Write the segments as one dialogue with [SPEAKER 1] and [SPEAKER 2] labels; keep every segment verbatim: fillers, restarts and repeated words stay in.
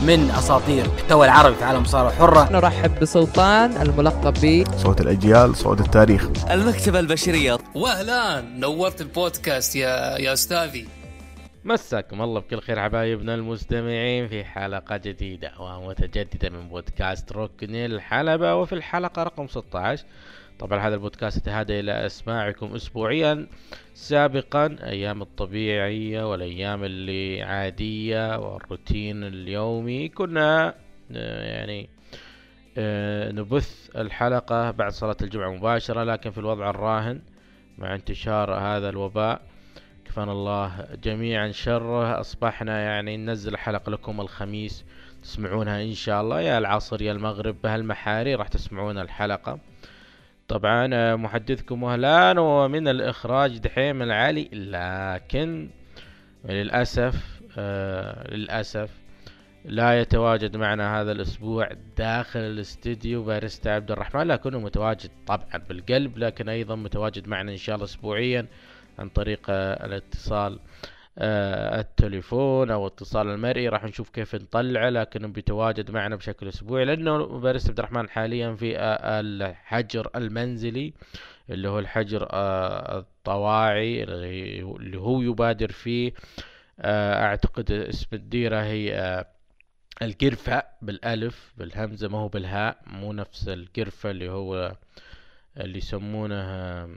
[SPEAKER 1] من أساطير المحتوى العربي في عالم صاروا حرة.
[SPEAKER 2] نرحب بسلطان الملقب ب
[SPEAKER 3] صوت الأجيال، صوت التاريخ،
[SPEAKER 4] المكتبة البشرية.
[SPEAKER 5] وأهلا، نورت البودكاست يا يا أستاذي.
[SPEAKER 6] مساكم الله بكل خير حبايبنا المستمعين في حلقة جديدة ومتجددة من بودكاست ركن الحلبة، وفي الحلقة رقم ستة عشر. طبعا هذا البودكاست يتهادى إلى أسماعكم أسبوعيا. سابقا أيام الطبيعية والأيام اللي عادية والروتين اليومي كنا يعني نبث الحلقة بعد صلاة الجمعة مباشرة، لكن في الوضع الراهن مع انتشار هذا الوباء كفانا الله جميعا شره، أصبحنا يعني ننزل حلقة لكم الخميس تسمعونها إن شاء الله يا العصر يا المغرب، بهالمحاري راح تسمعون الحلقة. طبعا محدثكم أهلان ومن الإخراج دحيم العالي، لكن للأسف آه للأسف لا يتواجد معنا هذا الأسبوع داخل الاستديو باريستا عبد الرحمن، لكنه متواجد طبعا بالقلب، لكن أيضا متواجد معنا إن شاء الله أسبوعيا عن طريق الاتصال آه التليفون أو اتصال المرئي. راح نشوف كيف نطلعه، لكنه بيتواجد معنا بشكل أسبوعي لأنه باريستا عبد الرحمن حاليا في آه الحجر المنزلي اللي هو الحجر آه الطواعي اللي هو يبادر فيه. آه أعتقد اسم الديرة هي آه القرفة بالألف بالهمزة، ما هو بالهاء، مو نفس القرفة اللي هو اللي يسمونه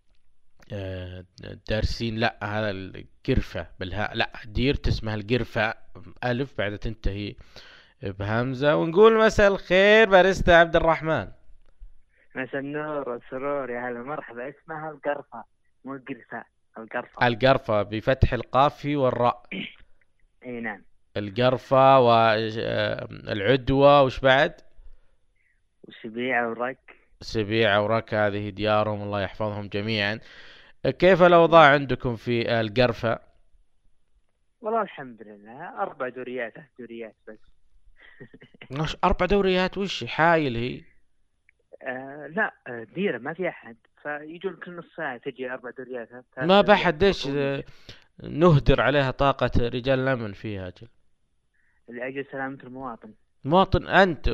[SPEAKER 6] دارسين، لا هذا القرفة بالهاء، لا ديرة اسمها القرفة ألف بعد تنتهي بهمزة. ونقول مساء الخير باريستا عبد الرحمن.
[SPEAKER 7] مساء النور والسرور، يا هلا مرحبا. اسمها القرفة مو القرفة، القرفة
[SPEAKER 6] القرفة بفتح القاف والراء.
[SPEAKER 7] اي نعم،
[SPEAKER 6] القرفة والعدوى وش بعد؟
[SPEAKER 7] وسبيعة ورك.
[SPEAKER 6] سبيعة ورك هذه ديارهم الله يحفظهم جميعا. كيف الأوضاع عندكم في القرفة؟
[SPEAKER 7] والله الحمد لله، أربع دوريات دوريات بس.
[SPEAKER 6] مش أربع دوريات؟ وش حايل هي؟
[SPEAKER 7] آه لا ديرة ما في أحد، فيجون كل نص ساعة تجي أربع دوريات.
[SPEAKER 6] ما بحد ليش نهدر عليها طاقة رجال الأمن فيها جل؟
[SPEAKER 7] لأجل سلامة المواطن.
[SPEAKER 6] مواطن أنت.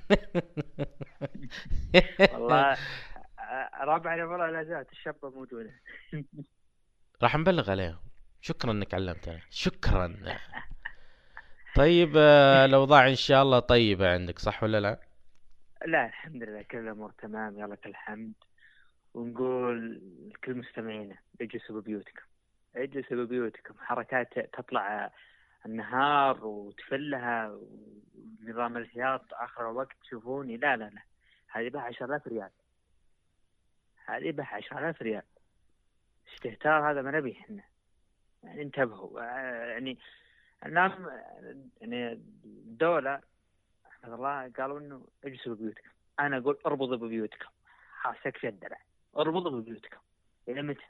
[SPEAKER 7] والله رابعنا والله لا زالت الشابة موجودة.
[SPEAKER 6] راح نبلغ عليهم. شكرا انك علمتنا، شكرا. طيب الأوضاع إن شاء الله طيبة عندك صح ولا لا؟
[SPEAKER 7] لا الحمد لله كل الأمور تمام، يلا كل الحمد. ونقول لكل مستمعينا اجلسوا ببيوتكم، اجلسوا ببيوتكم. حركات تطلع النهار وتفلها ونظام الحياط آخر الوقت تشوفوني، لا لا لا هذه بها عشر آلاف ريال، هذه بها عشر آلاف ريال. استهتار هذا ما نبي احنا، يعني انتبهوا. يعني الناس يعني الدولة رحمة الله قالوا انه اجلسوا ببيوتكم، انا اقول اربطوا ببيوتكم، حاسك في الدلع، اربطوا ببيوتكم. الى متى؟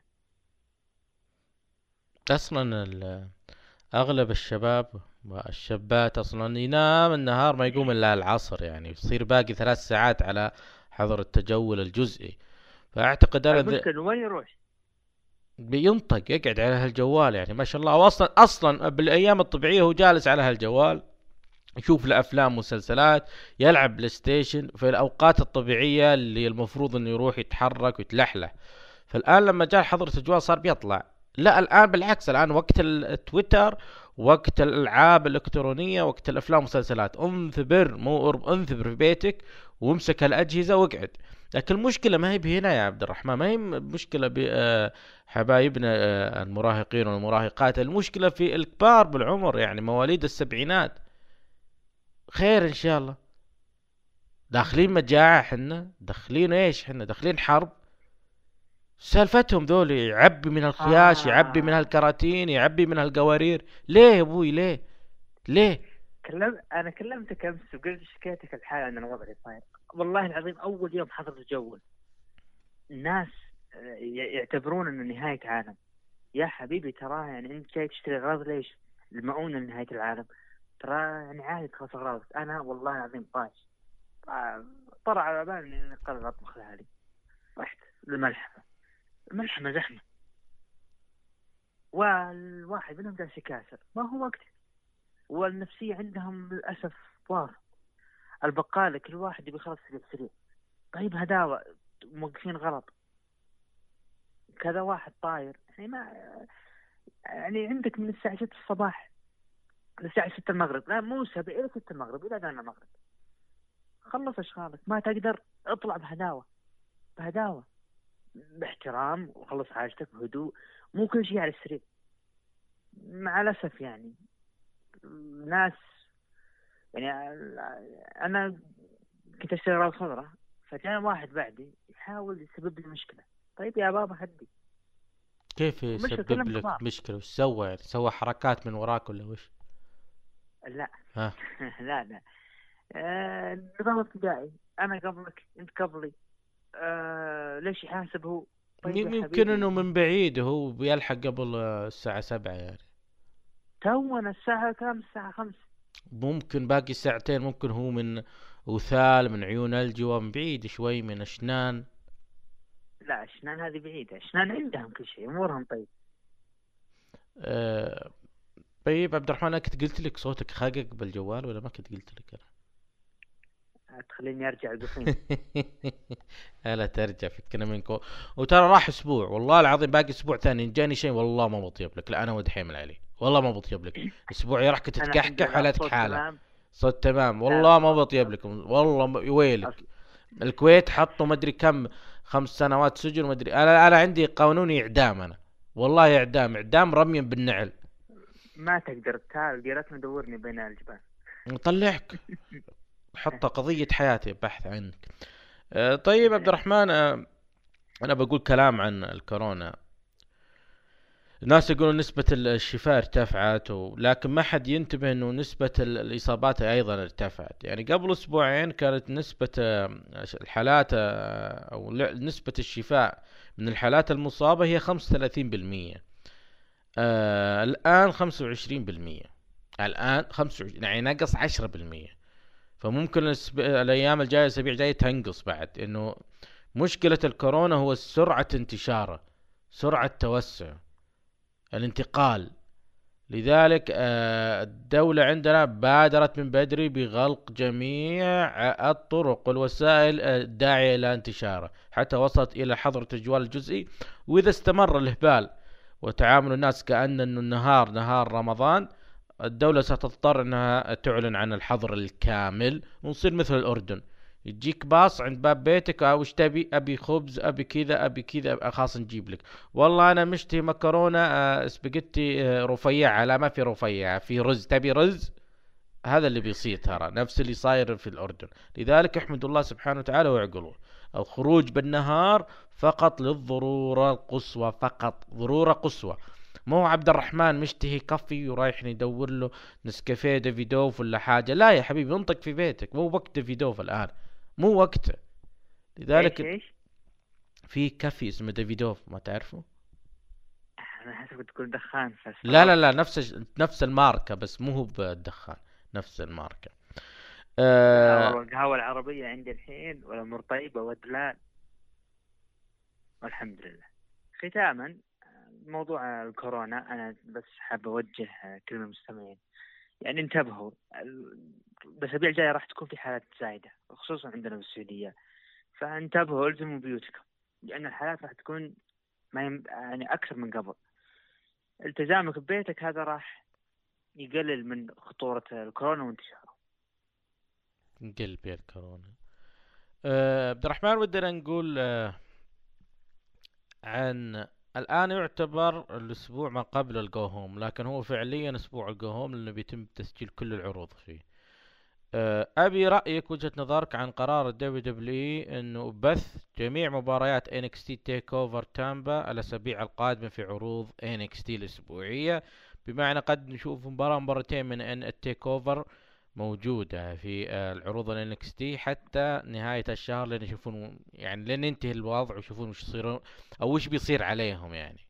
[SPEAKER 6] اصلا اغلب الشباب والشابات اصلا ينام النهار ما يقوم الا العصر، يعني يصير باقي ثلاث ساعات على حظر التجول الجزئي. فاعتقد انا
[SPEAKER 7] المشكلة وين يروح؟
[SPEAKER 6] بينطق يقعد على هالجوال، يعني ما شاء الله. واصلا اصلا بالايام الطبيعيه هو جالس على هالجوال يشوف له افلام ومسلسلات، يلعب بلاي ستيشن في الاوقات الطبيعيه اللي المفروض انه يروح يتحرك ويتلحلح. فالان لما جاء حظر التجوال صار بيطلع. لا الان بالعكس، الان وقت التويتر، وقت الالعاب الالكترونيه، وقت الافلام والمسلسلات. انثبر مو انثبر في بيتك وامسك الاجهزه واقعد. لكن المشكله ما هي بهنا يا عبد الرحمن، ما هي مشكله بحبايبنا المراهقين والمراهقات، المشكله في الكبار بالعمر، يعني مواليد السبعينات. خير ان شاء الله. داخلين مجاعه، حنا داخلين ايش؟ حنا داخلين حرب. سالفتهم ذول يعبي من الخياش، آه. يعبي من هالكراتين، يعبي من هالقوارير. ليه يا ابوي؟ ليه ليه
[SPEAKER 7] كلم انا كلمتك امس وقلت شكيتك الحالة ان وضعي صاير. والله العظيم اول يوم حظر التجول الناس يعتبرون انه نهاية عالم. يا حبيبي ترى يعني انت جاي تشتري اغراض ليش؟ المؤونة لنهاية العالم. ترى يعني عادي تخلص اغراضك. انا والله العظيم طاش طرع على بالي اني اقرر اطبخ لهالي. رحت للملحمة، الملحمة زحمة والواحد منهم جالس يكاسر، ما هو وقته. والنفسية عندهم للأسف واضح. البقالة كل واحد يبي يخلص سريع سريع. طيب هداوة موقفين غلط، كذا واحد طاير يعني ما يعني عندك من الساعة ستة الصباح للساعة ستة المغرب، لا مو سبع إلى ستة المغرب إلى أذان المغرب، خلص أشغالك. ما تقدر اطلع بهداوة بهداوة باحترام وخلص حاجتك بهدوء، مو كل شيء على السريع. مع الأسف يعني ناس يعني أنا كنت أشتري رأس خضرة، فجاء واحد بعدي يحاول يسبب لي مشكلة. طيب يا بابا هدي.
[SPEAKER 6] كيف
[SPEAKER 7] مشكلة
[SPEAKER 6] يسبب
[SPEAKER 7] كلهم
[SPEAKER 6] لك
[SPEAKER 7] كبار.
[SPEAKER 6] مشكلة؟ وش سوى يعني؟ سوى حركات من وراك ولا وش؟
[SPEAKER 7] لا
[SPEAKER 6] ها
[SPEAKER 7] لا لا آه، نظام ابتدائي، أنا قبلك أنت قبلي، آه ليش يحاسب هو؟ طيب يا
[SPEAKER 6] يمكن
[SPEAKER 7] حبيبي
[SPEAKER 6] انه من بعيد هو بيلحق قبل آه، الساعة سبعة يعني.
[SPEAKER 7] تونا الساعة كام؟ الساعة خمس.
[SPEAKER 6] ممكن باقي ساعتين، ممكن هو من وثال، من عيون الجوا، من بعيد شوي، من اشنان.
[SPEAKER 7] لا أشنان هذه بعيدة، أشنان عندهم كل شيء أمورهم. طيب
[SPEAKER 6] آه طيب عبد الرحمن، انا كنت قلت لك صوتك خاقق بالجوال ولا ما كنت قلت لك انا؟
[SPEAKER 7] تخليني أرجع القصيم.
[SPEAKER 6] لا ترجع، فكنا منكم. وترى راح اسبوع والله العظيم، باقي اسبوع ثاني جاني شيء والله ما بطيب لك. لا انا ودي حيمل عليه والله ما بطيب لك. اسبوع راح كنت
[SPEAKER 7] أنا الحمد
[SPEAKER 6] تكحكح
[SPEAKER 7] لله
[SPEAKER 6] حالتك
[SPEAKER 7] صوت
[SPEAKER 6] حاله.
[SPEAKER 7] تمام.
[SPEAKER 6] صوت تمام
[SPEAKER 7] لا
[SPEAKER 6] والله
[SPEAKER 7] لا
[SPEAKER 6] ما
[SPEAKER 7] صوت
[SPEAKER 6] بطيب لكم والله م- ويلك.
[SPEAKER 7] أصل
[SPEAKER 6] الكويت حطوا مدري كم خمس سنوات سجن ومدري. انا انا عندي قانوني اعدام، انا والله اعدام اعدام رمي بالنعل.
[SPEAKER 7] ما تقدر تعال جرت مدورني بين الجبال.
[SPEAKER 6] نطلعك حط قضية حياتي بحث عنك. أه طيب عبد الرحمن، أه انا بقول كلام عن الكورونا. الناس يقولون نسبة الشفاء ارتفعت و... لكن ما حد ينتبه انه نسبة ال- الاصابات ايضا ارتفعت. يعني قبل اسبوعين كانت نسبة آه، الحالات آه، او لا- نسبة الشفاء من الحالات المصابة هي خمسة وثلاثين بالمية. آه الان خمسة وعشرين بالمية. الان خمسة وعشرين يعني نقص عشرة بالمية. فممكن الأسب- الايام الجاية الاسابيع الجاية تنقص بعد. انه مشكلة الكورونا هو سرعة انتشاره، سرعة توسع، الانتقال. لذلك آه، الدولة عندنا بادرت من بدري بغلق جميع الطرق والوسائل الداعية إلى انتشاره، حتى وصلت إلى حظر التجوال الجزئي. وإذا استمر الإهبال وتعامل الناس كأن إنه النهار نهار رمضان، الدولة ستضطر أنها تعلن عن الحظر الكامل ونصير مثل الأردن. يجيك باص عند باب بيتك، او ايش تبي؟ ابي خبز، ابي كذا، ابي كذا، خلاص نجيب لك. والله انا مشتهي مكرونه آه، سباجيتي آه، رفيعه. لا ما في رفيعه، في رز. تبي رز؟ هذا اللي بيصير، ترى نفس اللي صاير في الاردن. لذلك احمد الله سبحانه وتعالى واعقلوا. الخروج بالنهار فقط للضروره القصوى، فقط ضروره قصوى. مو عبد الرحمن مشتهي كافي ورايح يدور له نسكافيه دافيدوف ولا حاجه. لا يا حبيبي، انطق في بيتك، مو وقت دافيدوف الان، مو وقته.
[SPEAKER 7] ايش
[SPEAKER 6] لذلك
[SPEAKER 7] ايش؟
[SPEAKER 6] في كافي اسمه دافيدوف، ما تعرفه؟
[SPEAKER 7] انا حسب تقول دخان
[SPEAKER 6] لا
[SPEAKER 7] فاستغربت.
[SPEAKER 6] لا لا، نفس نفس الماركة، بس مو هو بالدخان، نفس الماركة.
[SPEAKER 7] لا
[SPEAKER 6] آه
[SPEAKER 7] والله القهوة العربية عندي الحين ولا مرطيبة ودلال والحمد لله. ختاما موضوع الكورونا، أنا بس حاب أوجه كلمة للمستمعين. يعني انتبهوا، الأسابيع الجاية راح تكون في حالات زايدة خصوصا عندنا في السعودية، فانتبهوا الزموا بيوتكم، لأن الحالات راح تكون ما يم... يعني أكثر من قبل. التزامك ببيتك هذا راح يقلل من خطورة الكورونا وانتشاره.
[SPEAKER 6] قلب يا الكورونا. آه عبد الرحمن، ودنا نقول آه عن الآن يعتبر الأسبوع ما قبل الجو هوم، لكن هو فعليا أسبوع الجو هوم لأنه بيتم تسجيل كل العروض فيه. آه، أبي رأيك، وجهة نظرك عن قرار الدبليو دبليو إي إنه بث جميع مباريات إن إكس تي تيك أوفر تامبا الأسابيع القادمة في عروض إن إكس تي الأسبوعية، بمعنى قد نشوف مباراة مباراتين من إن التيك أوفر موجودة في آه، العروض ال إن إكس تي حتى نهاية الشهر، لين يشوفون يعني لين ينتهي الوضع ويشوفون وش يصيرون أو وش بيصير عليهم يعني.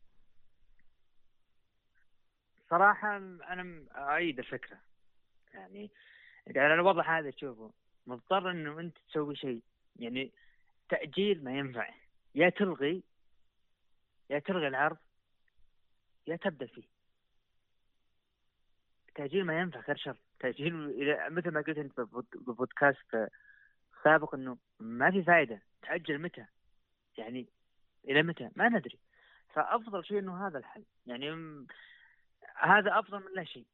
[SPEAKER 7] صراحة أنا أعيد الفكرة. يعني يعني الوضع هذا تشوفه مضطر إنه أنت تسوي شيء. يعني تأجيل ما ينفع، يا تلغي يا تلغي العرض يا تبدأ فيه. التأجيل ما ينفع خير شر. تأجيل إلى مثل ما قلت أنت ببودكاست سابق إنه ما في فائدة. تأجل متى؟ يعني إلى متى؟ ما ندري. فأفضل شيء إنه هذا الحل، يعني م... هذا أفضل من لا شيء.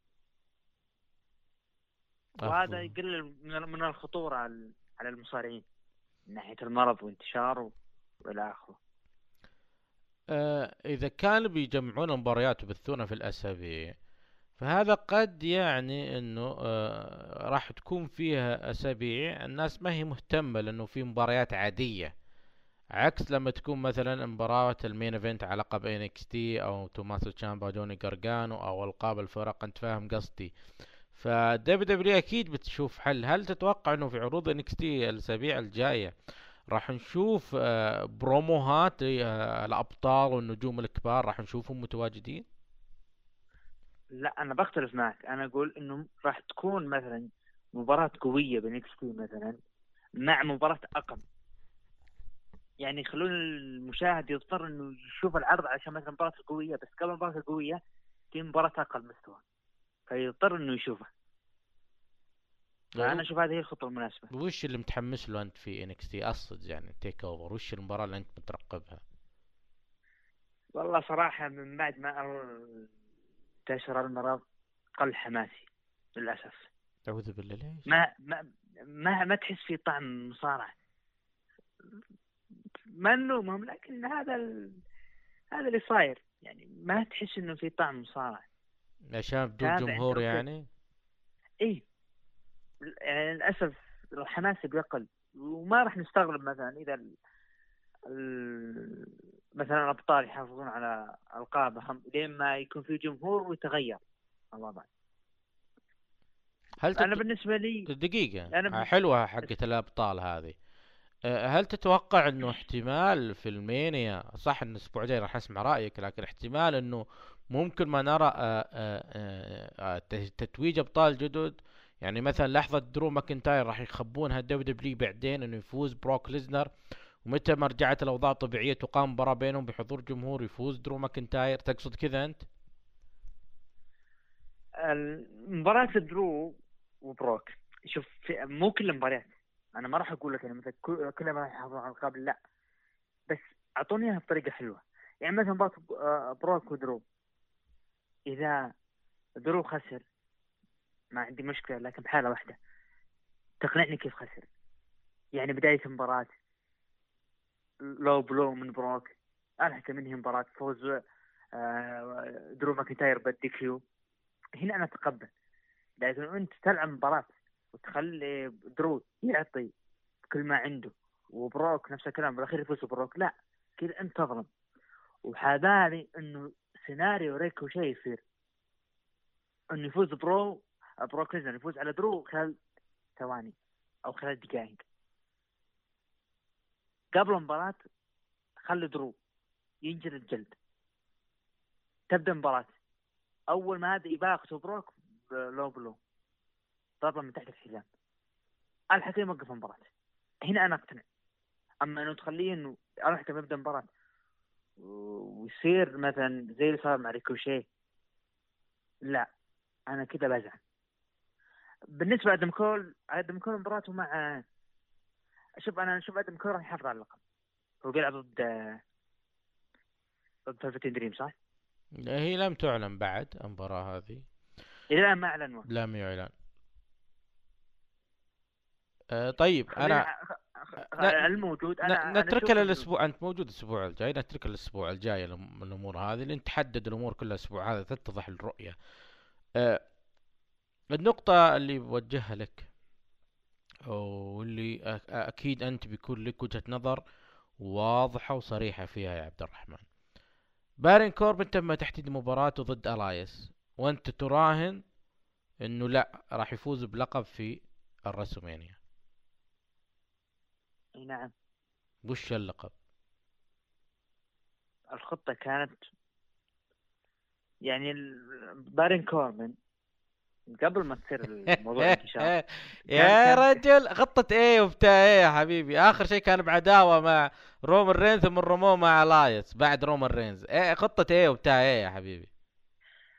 [SPEAKER 7] وهذا يقلل من الخطورة على المصارعين من ناحية المرض وانتشاره وإلى آخره.
[SPEAKER 6] آه إذا كانوا بيجمعون المباريات وبثونها في الأسابيع، فهذا قد يعني إنه آه راح تكون فيها أسابيع الناس ما هي مهتمة لأنه في مباريات عادية، عكس لما تكون مثلا مباراة المين ايفنت على لقب إن إكس تي أو توماسو تشامبا جوني غارغانو أو ألقاب الفرق. أنت فاهم قصدي؟ فدبليو دبليو اكيد بتشوف حل. هل تتوقع انه في عروض إن إكس تي الاسابيع الجايه راح نشوف بروموهات الابطال والنجوم الكبار راح نشوفهم متواجدين؟
[SPEAKER 7] لا انا بختلف معك. انا اقول انه راح تكون مثلا مباراة قوية بين إكس تي مثلا مع مباراة اقل، يعني يخلون المشاهد يضطر انه يشوف العرض عشان مثلا مباراة قوية، بس قبل المباراة القوية في مباراة اقل مستوى فيضطر انه يشوفه. فانا اشوف هذه هي الخطوه المناسبه.
[SPEAKER 6] وش اللي متحمس له انت في إن إكس تي اصلا يعني تيك اوفر؟ وش المباراه اللي انت مترقبها؟
[SPEAKER 7] والله صراحه من بعد ما انتشر المرض قل حماسي للاسف.
[SPEAKER 6] اعوذ بالله. ليش؟
[SPEAKER 7] ما ما ما, ما تحس في طعم مصارعه. ما نلومهم لكن هذا ال... هذا اللي صاير، يعني ما تحس انه في طعم مصارعه
[SPEAKER 6] عشان بدون جمهور يعني.
[SPEAKER 7] ايه يعني للاسف الحماس بيقل، وما راح نستغرب مثلا اذا ال... ال... مثلا الابطال يحافظون على القابهم لين ما يكون في جمهور ويتغير الوضع.
[SPEAKER 6] هل تت...
[SPEAKER 7] انا بالنسبه لي
[SPEAKER 6] دقيقه
[SPEAKER 7] أنا ب...
[SPEAKER 6] حلوه حقه الابطال هذه. هل تتوقع انه احتمال في المانيا، صح ان الاسبوع الجاي راح اسمع رايك، لكن احتمال انه ممكن ما نرى تتويج ابطال جدد؟ يعني مثلا لحظه درو ماكنتاير راح يخبونها دبليو دبليو بعدين انه يفوز بروك ليزنر، ومتى ما رجعت الاوضاع طبيعيه تقام مباراه بينهم بحضور جمهور يفوز درو ماكنتاير. تقصد كذا انت؟
[SPEAKER 7] مباراه درو وبروك، شوف مو كل المباريات، انا ما راح اقول لك انا مثلا كلها ما راح يحافظون على القاب، لا بس اعطوني اياها بطريقه حلوه. يعني مثلا مباراه بروك ودرو، اذا درو خسر ما عندي مشكله، لكن بحاله واحده تقنعني كيف خسر. يعني بدايه المباراه لو بلو من بروك، الحق منه مباراه فوز درو ماكنتاير بدي كيو، هنا انا اتقبل. لكن انت تلعب مباراه وتخلي درو يعطي كل ما عنده وبروك نفس الكلام بالاخير يفوز بروك، لا كذا انت تظلم. وحذاري انه سيناريو ريكوشي يصير انه يفوز برو بروك ليزنر يفوز على درو خلال ثواني او خلال دقائق قبل المباراة، خلي درو ينجل الجلد، تبدأ المباراة اول ما هذا يباغته بروك لو بلو ضربة من تحت الحزام، الحكيم وقف المباراة. هنا انا اقتنع. اما انه تخليه انه انا حتى يبدا المباراة ويصير مثلا زي اللي صار مع ريكوشيه، لا انا كده بزعل. بالنسبة لادم كول، ادم كول مباراته مع شوف انا شوف ادم كول راح يحافظ على اللقب. هو بيلعب ضد ضد فلفتين دريم صح؟
[SPEAKER 6] هي لم تعلن بعد المباراة هذه،
[SPEAKER 7] الى الان ما اعلنوا،
[SPEAKER 6] لم يعلن. أه طيب انا
[SPEAKER 7] الموجود انا
[SPEAKER 6] نتركها للاسبوع. انت موجود الاسبوع الجاي، نترك الاسبوع الجاي الامور هذه لين تحدد الامور كلها الاسبوع هذا تتضح الرؤية. أه النقطة اللي بوجهها لك واللي اكيد انت بيكون لك وجهة نظر واضحة وصريحة فيها يا عبد الرحمن. بارين كوربن تم تحديد مباراته ضد الايس، وانت تراهن انه لا راح يفوز بلقب في الرسومانيا.
[SPEAKER 7] نعم.
[SPEAKER 6] وش اللقب؟
[SPEAKER 7] الخطة كانت يعني بارين كوربن قبل ما تصير الموضوع انتشار
[SPEAKER 6] يا رجل خطة ايه وبتاع ايه يا حبيبي. اخر شيء كان بعداوة مع رومان رينز ثم رموه مع الايس بعد رومان رينز. ايه خطة ايه وبتاع ايه يا حبيبي؟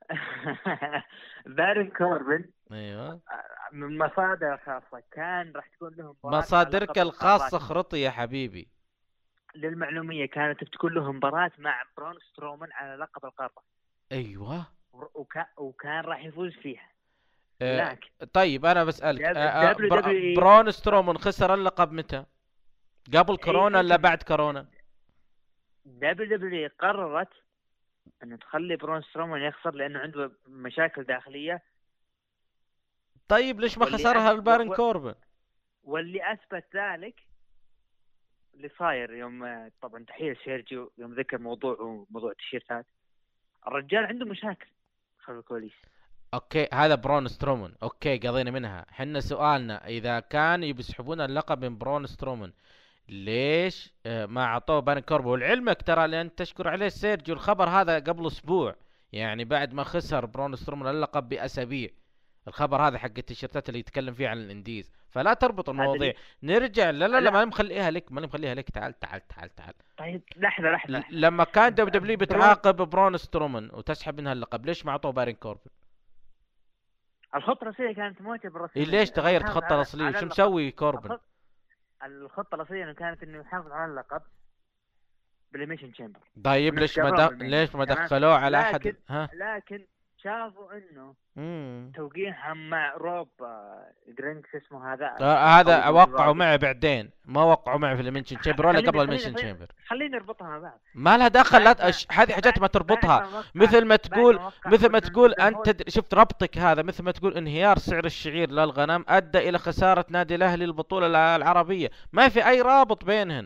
[SPEAKER 7] بارن كوربن
[SPEAKER 6] ايوه
[SPEAKER 7] من مصادر خاصة كان راح تكون لهم مباراة
[SPEAKER 6] مصادرك
[SPEAKER 7] على لقب
[SPEAKER 6] الخاصة
[SPEAKER 7] القارات.
[SPEAKER 6] خرطي يا حبيبي.
[SPEAKER 7] للمعلومية كانت بتكون لهم مباراة مع برون سترومان على لقب القارة.
[SPEAKER 6] ايوه
[SPEAKER 7] وكا وكان راح يفوز فيها.
[SPEAKER 6] آه
[SPEAKER 7] لكن
[SPEAKER 6] طيب انا بسألك
[SPEAKER 7] دب-
[SPEAKER 6] آه آه
[SPEAKER 7] دبليو
[SPEAKER 6] بر...
[SPEAKER 7] دبليو إي
[SPEAKER 6] برون سترومان خسر اللقب متى؟ قبل كورونا
[SPEAKER 7] أي
[SPEAKER 6] ولا
[SPEAKER 7] حكم.
[SPEAKER 6] بعد كورونا؟
[SPEAKER 7] دبليو دبليو إي قررت انه تخلي برون سترومان يخسر لانه عنده مشاكل داخلية.
[SPEAKER 6] طيب ليش ما
[SPEAKER 7] واللي
[SPEAKER 6] خسرها
[SPEAKER 7] أث-
[SPEAKER 6] البارن
[SPEAKER 7] و-
[SPEAKER 6] كوربن؟
[SPEAKER 7] واللي اثبت ذلك اللي صاير يوم طبعا تحية سيرجيو يوم ذكر موضوع موضوع التيشيرتات. الرجال عنده مشاكل خلف الكواليس.
[SPEAKER 6] اوكي هذا برون سترومان، اوكي قضينا منها. حنا سؤالنا اذا كان يبي يسحبون اللقب من برون سترومان ليش آه، ما اعطوه بارن كوربن؟ ولعلمك ترى لان تشكر عليه سيرجيو الخبر هذا قبل اسبوع، يعني بعد ما خسر برون سترومان اللقب باسابيع. الخبر هذا حق التيشيرتات اللي يتكلم فيه عن الانديز، فلا تربط المواضيع. نرجع لا لا لا
[SPEAKER 7] لا.
[SPEAKER 6] ما مخليها لك، ما مخليها لك. تعال تعال تعال تعال
[SPEAKER 7] طيب لحظة لحظة,
[SPEAKER 6] ل-
[SPEAKER 7] لحظة.
[SPEAKER 6] لما كان دبليو دبليو بتعاقب برون سترومان وتسحب منها اللقب ليش ما اعطوه بارن كوربن؟
[SPEAKER 7] الخطة الأصلية كانت موجهة بالرسمية.
[SPEAKER 6] إيه ليش تغيرت
[SPEAKER 7] يحافظ
[SPEAKER 6] الخطة
[SPEAKER 7] على-
[SPEAKER 6] الأصلية؟
[SPEAKER 7] على
[SPEAKER 6] وش
[SPEAKER 7] اللقب.
[SPEAKER 6] مسوي كوربن؟
[SPEAKER 7] الخط- الخطة الأصلية إنه كانت إنه يحافظ على اللقب بالإيميشن تشامبر.
[SPEAKER 6] طيب ليش ما د... ليش ما دخلوه على أحد؟
[SPEAKER 7] لكن
[SPEAKER 6] ها
[SPEAKER 7] لكن شافوا إنه
[SPEAKER 6] امم
[SPEAKER 7] توقيعهم مع روب آه، جرينكس اسمه هذا.
[SPEAKER 6] آه هذا
[SPEAKER 7] أو
[SPEAKER 6] وقعوا
[SPEAKER 7] روب.
[SPEAKER 6] معه بعدين، ما وقعوا معه في المنشن تشامبر ولا
[SPEAKER 7] خليني-
[SPEAKER 6] قبل
[SPEAKER 7] خليني-
[SPEAKER 6] المنشن
[SPEAKER 7] خليني-
[SPEAKER 6] تشامبر.
[SPEAKER 7] خلينا نربطها مع بعض.
[SPEAKER 6] ما لها دخل، لا
[SPEAKER 7] بعد ما-
[SPEAKER 6] تأش... هذه حاجات ما
[SPEAKER 7] بعد-
[SPEAKER 6] تربطها.
[SPEAKER 7] بعد ما وقع-
[SPEAKER 6] مثل ما
[SPEAKER 7] بعد
[SPEAKER 6] تقول
[SPEAKER 7] وقع
[SPEAKER 6] مثل ما
[SPEAKER 7] إنه
[SPEAKER 6] تقول
[SPEAKER 7] الجمهور-
[SPEAKER 6] انت تد- شفت ربطك هذا، مثل ما تقول انهيار سعر الشعير للغنم ادى الى خسارة نادي الاهلي البطولة الع- العربية. ما في اي رابط بينهن.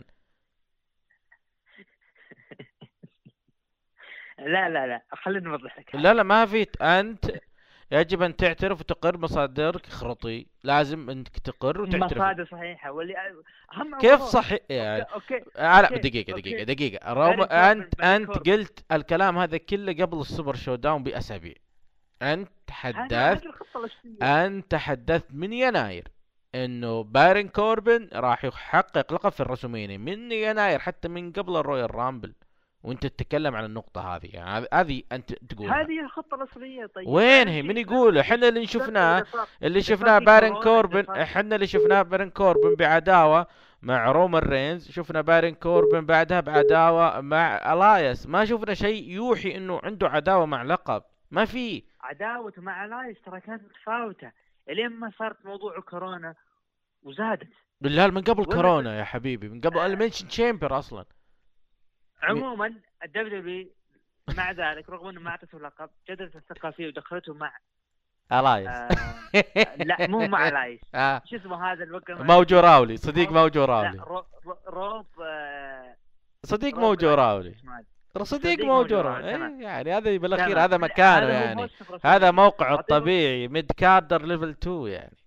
[SPEAKER 7] لا لا لا خلينا نوضح لك.
[SPEAKER 6] لا لا ما في. انت يجب ان تعترف وتقر مصادرك خرطي، لازم انك تقر وتعترف.
[SPEAKER 7] مصادر صحيحة واللي أهم
[SPEAKER 6] كيف
[SPEAKER 7] موضوع.
[SPEAKER 6] صحيح يعني؟
[SPEAKER 7] أوكي أوكي.
[SPEAKER 6] آه لا
[SPEAKER 7] أوكي،
[SPEAKER 6] دقيقة
[SPEAKER 7] أوكي.
[SPEAKER 6] دقيقة دقيقة روم،
[SPEAKER 7] بارن كوربن-
[SPEAKER 6] انت
[SPEAKER 7] بارن
[SPEAKER 6] انت
[SPEAKER 7] كوربن.
[SPEAKER 6] قلت الكلام هذا كله قبل السوبر شو داون باسابيع. انت
[SPEAKER 7] هذه-
[SPEAKER 6] تحدثت
[SPEAKER 7] هذه الخطة الأساسية.
[SPEAKER 6] انت تحدثت من يناير انه بارن كوربن راح يحقق لقب في الرسوميني من يناير، حتى من قبل الرويال رامبل، وانت تتكلم عن النقطة هذه. يعني هذه- هذه انت تقولها.
[SPEAKER 7] هذه الخطة الأصلية. طيب
[SPEAKER 6] وين هي؟ من يقول؟ احنا اللي شفناه اللي شفناه بارن كوربن، احنا اللي شفناه بارن كوربن بعداوة مع رومان رينز، شفنا بارن كوربن بعدها بعداوة مع الايس، ما شفنا شيء يوحي انه عنده عداوة مع لقب. ما في.
[SPEAKER 7] عداوته مع لايس ترى كانت متفاوتة الين ما صارت موضوع كورونا وزادت.
[SPEAKER 6] بالله من قبل
[SPEAKER 7] ولا
[SPEAKER 6] كورونا يا حبيبي، من قبل
[SPEAKER 7] آه.
[SPEAKER 6] المنشن تشامبر اصلا.
[SPEAKER 7] عموما الدبليو دبليو مع ذلك رغم انه ما اعطته اللقب جدلت الثقة فيه ودخلته مع
[SPEAKER 6] الايس
[SPEAKER 7] آه لا مو مع لايس.
[SPEAKER 6] آه.
[SPEAKER 7] شو اسمه هذا الوقت؟
[SPEAKER 6] موجو راولي، صديق موجو
[SPEAKER 7] لا
[SPEAKER 6] راولي،
[SPEAKER 7] رو رو روب آه
[SPEAKER 6] صديق
[SPEAKER 7] روب
[SPEAKER 6] موجو
[SPEAKER 7] لايس.
[SPEAKER 6] راولي،
[SPEAKER 7] اسمه هذا.
[SPEAKER 6] صديق
[SPEAKER 7] صديق
[SPEAKER 6] موجو
[SPEAKER 7] موجو
[SPEAKER 6] راولي.
[SPEAKER 7] راولي،
[SPEAKER 6] إيه، يعني هذا بالاخير
[SPEAKER 7] تمام.
[SPEAKER 6] هذا مكانه
[SPEAKER 7] هذا هو
[SPEAKER 6] يعني،
[SPEAKER 7] موسم رسمي.
[SPEAKER 6] هذا موقعه
[SPEAKER 7] أعطيه-
[SPEAKER 6] الطبيعي ميد كاردر ليفل اثنين يعني.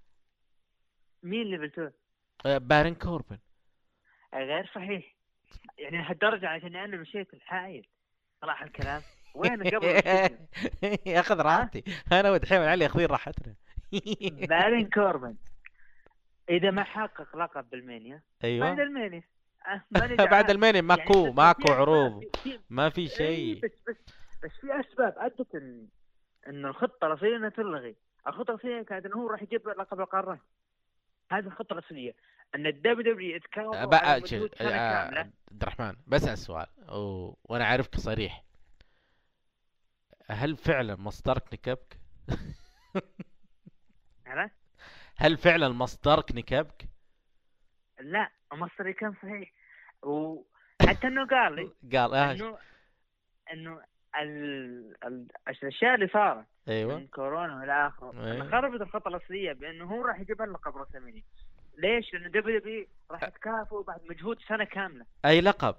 [SPEAKER 7] مين ليفل اثنين؟
[SPEAKER 6] آه، بارن كوربن.
[SPEAKER 7] غير صحيح يعني لهالدرجة عشان انا مشيت الحايل صراحة الكلام. وين قبل السجن؟
[SPEAKER 6] ياخذ راحتي انا ودحيم علي ياخذين راحتنا.
[SPEAKER 7] بارن كوربن اذا ما حقق لقب بالمانيا بعد
[SPEAKER 6] ايوه
[SPEAKER 7] المانيا أه، ماني دعاء.
[SPEAKER 6] بعد الماني
[SPEAKER 7] يعني
[SPEAKER 6] ماكو
[SPEAKER 7] بس
[SPEAKER 6] ماكو
[SPEAKER 7] في أسباب-
[SPEAKER 6] عروض،
[SPEAKER 7] في-
[SPEAKER 6] ما في
[SPEAKER 7] إيه،
[SPEAKER 6] شيء.
[SPEAKER 7] بس بس بس في اسباب ادت إن- انه الخطه الاصليه انها تلغي. الخطه الاصليه كانت انه هو راح يجيب لقب القاره. هذه الخطه الاصليه ان الدبليو دبليو يتكاوى
[SPEAKER 6] بقى
[SPEAKER 7] على
[SPEAKER 6] شوف،
[SPEAKER 7] مجهود سنه
[SPEAKER 6] آه،
[SPEAKER 7] كامله.
[SPEAKER 6] عبد الرحمن بسأل سؤال و... وانا عارفك صريح، هل فعلا مصدرك نكبك؟
[SPEAKER 7] عرفت؟
[SPEAKER 6] هل فعلا مصدرك نكبك؟
[SPEAKER 7] لا مصري كان صحيح، وحتى انه قال لي
[SPEAKER 6] قال آه.
[SPEAKER 7] انه انه ال... ال... الاشياء اللي صارت
[SPEAKER 6] ايوه
[SPEAKER 7] من كورونا والى اخره
[SPEAKER 6] أيوة.
[SPEAKER 7] انه خربت الخطه الاصليه بانه هو راح يجيب اللقب رسمي. ليش؟ لانه دبليو دبليو راح يتكافئوا بعد مجهود سنه كامله.
[SPEAKER 6] اي لقب؟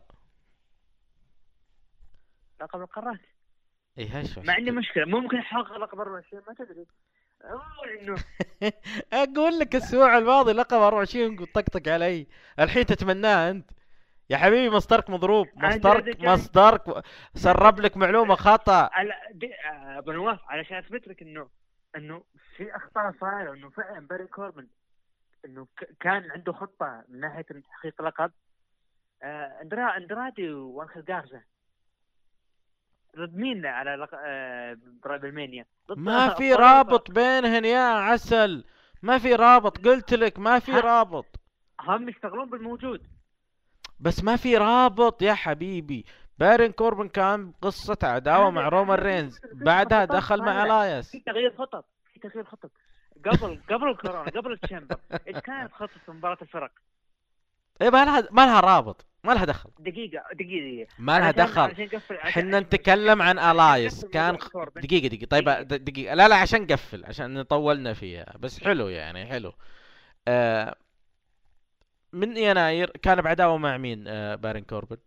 [SPEAKER 7] لقب القارات.
[SPEAKER 6] اي هش
[SPEAKER 7] ما عندي مشكله، ممكن يحقق لقب أربعة وعشرين ما تدري. هو انه
[SPEAKER 6] اقول لك الاسبوع الماضي لقب أربعة وعشرين طقطق علي، الحين تتمناه انت يا حبيبي. مصدرك مضروب، مصدرك مصدرك سرب لك معلومه خطا.
[SPEAKER 7] على دي- آه، ابو نواف علشان اثبت لك انه انه في اخطاء صايره، انه فعلا بارن كوربن انه ك- كان عنده خطه من ناحيه تحقيق لقب. آه، اندرا اندرادي وانخل جارزا ضد مين على لق... آه... بالمانيا ضد
[SPEAKER 6] ما في رابط بينهن يا عسل، ما في رابط، قلت لك ما في رابط.
[SPEAKER 7] هم يشتغلون بالموجود
[SPEAKER 6] بس ما في رابط يا حبيبي. بارين كوربن كان قصة عداوة مع رومان رينز، بعدها دخل مع الاياس.
[SPEAKER 7] في تغيير خطط، في تغيير خطط قبل قبل الكورونا، قبل التشامبر ايش كانت خطة مباراة الفرق؟
[SPEAKER 6] ايه ما لها ما لها رابط، ما لها دخل.
[SPEAKER 7] دقيقة دقيقة
[SPEAKER 6] ما لها دخل. احنا نتكلم عن الايس كان خ... دقيقة دقيقة طيب دقيقة. لا لا عشان نقفل، عشان طولنا فيها، بس حلو يعني حلو. آه من يناير كان بعداوة مع مين آه بارين كوربن؟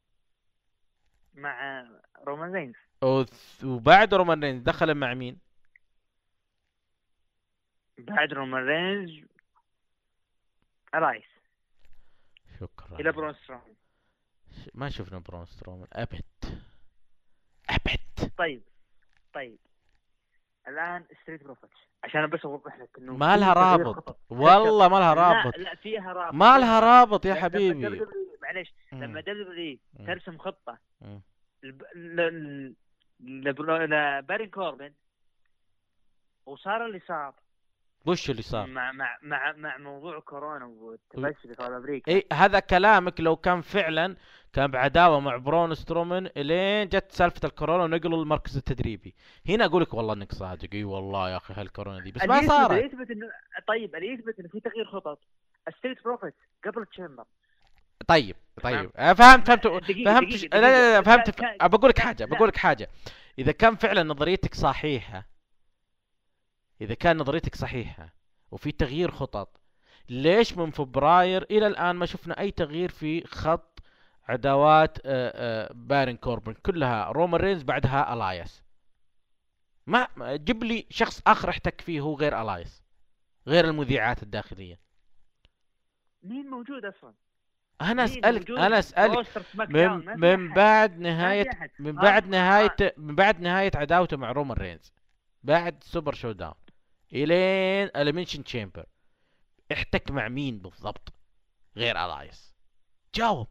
[SPEAKER 7] مع رومان رينز.
[SPEAKER 6] وبعد رومان رينز دخل مع مين؟
[SPEAKER 7] بعد رومان رينز الايس.
[SPEAKER 6] شكرا.
[SPEAKER 7] الى برون سترومان.
[SPEAKER 6] ما شفنا برون سترومان ابد ابد.
[SPEAKER 7] طيب طيب الان ستريت بروفيتس عشان بس اوضح لك انه
[SPEAKER 6] ما لها رابط والله، ما لها رابط.
[SPEAKER 7] لا لا فيها رابط،
[SPEAKER 6] ما لها رابط يا حبيبي.
[SPEAKER 7] لما معليش لما دبليو ترسم خطة لبارين كوربن وصار اللي صار.
[SPEAKER 6] وش اللي صار؟
[SPEAKER 7] مع مع مع مع موضوع كورونا والتفشي في امريكا.
[SPEAKER 6] اي هذا كلامك لو كان فعلا كان بعداوه مع برون سترومان الين جت سالفه الكورونا ونقلوا المركز التدريبي، هنا اقول لك والله انك صادق. اي والله يا اخي هالكورونا دي بس ما صارت.
[SPEAKER 7] يثبت انه طيب اللي يثبت انه في تغيير خطط ستريت بروفيت قبل التشامبر.
[SPEAKER 6] طيب طيب فهمت فهمت
[SPEAKER 7] دقيقة
[SPEAKER 6] فهمت
[SPEAKER 7] دقيقة
[SPEAKER 6] لا لا لا فهمت.
[SPEAKER 7] كان...
[SPEAKER 6] بقول لك حاجه بقول لك حاجه اذا كان فعلا نظريتك صحيحه، اذا كان نظريتك صحيحه وفي تغيير خطط، ليش من فبراير الى الان ما شفنا اي تغيير في خط عداوات بارين كوربن؟ كلها رومان رينز بعدها الاياس. ما جيب لي شخص اخر احتك فيه هو غير الاياس، غير المذيعات الداخليه.
[SPEAKER 7] مين موجود اصلا؟
[SPEAKER 6] انا اسالك انا اسالك من, من بعد نهايه من بعد نهايه من بعد نهايه عداوته مع رومان رينز، بعد سوبر شو داون الين اليمنشن تشامبر، احتك مع مين بالضبط غير الايس؟ جاوب.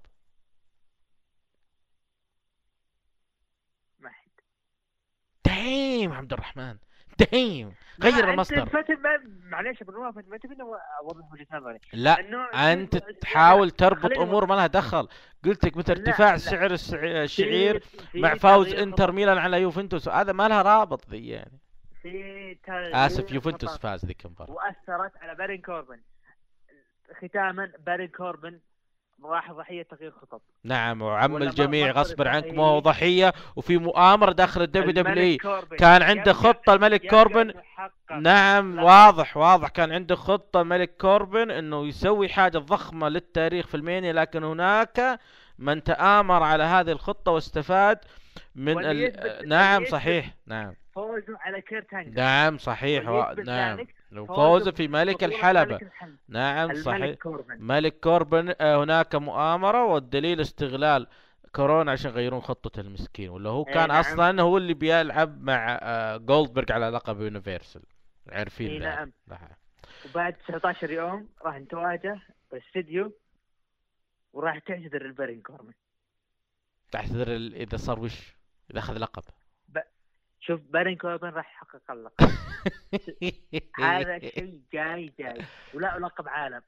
[SPEAKER 7] ما حد.
[SPEAKER 6] دايم عبد الرحمن دايم غير المصدر.
[SPEAKER 7] معليش بالنواف ما تبي اوضح وجهه نظري.
[SPEAKER 6] لا انت تحاول تربط امور ما لها دخل. قلت لك مثل ارتفاع سعر الشعير مع فوز انتر ميلان على يوفنتوس، هذا ما لها رابط ذي يعني.
[SPEAKER 7] في
[SPEAKER 6] اسف يوفنتوس فاز ذيك المباراه
[SPEAKER 7] واثرت على بارين كوربن. ختاما بارين كوربن راح ضحيه تغيير خطط.
[SPEAKER 6] نعم وعم الجميع غصبا عنك ما هو ضحيه، وفي مؤامره داخل الدبليو دبليو كان عنده خطه الملك كوربن. نعم واضح واضح كان عنده خطه الملك كوربن انه يسوي حاجه ضخمه للتاريخ في المانيا، لكن هناك من تآمر على هذه الخطه واستفاد من ال... نعم صحيح نعم
[SPEAKER 7] فوزوا على كيرت هانجر.
[SPEAKER 6] نعم صحيح و... نعم فوزوا في ملك الحلبة. نعم صحيح كوربن. ملك كوربن. هناك مؤامرة والدليل استغلال كورونا عشان يغيرون خطة المسكين، ولا هو كان
[SPEAKER 7] نعم.
[SPEAKER 6] اصلا هو اللي بيلعب مع جولدبرغ على لقب يونيفرسال، عارفين
[SPEAKER 7] نعم. وبعد تسعة عشر يوم راح نتواجه بالاستديو وراح تعتذر البارين كوربن.
[SPEAKER 6] تعتذر ال... اذا صار وش اذا اخذ لقب.
[SPEAKER 7] ب... شوف بارين كوربن راح يحقق اللقب. هذا شيء جاي جاي ولا لقب عالم.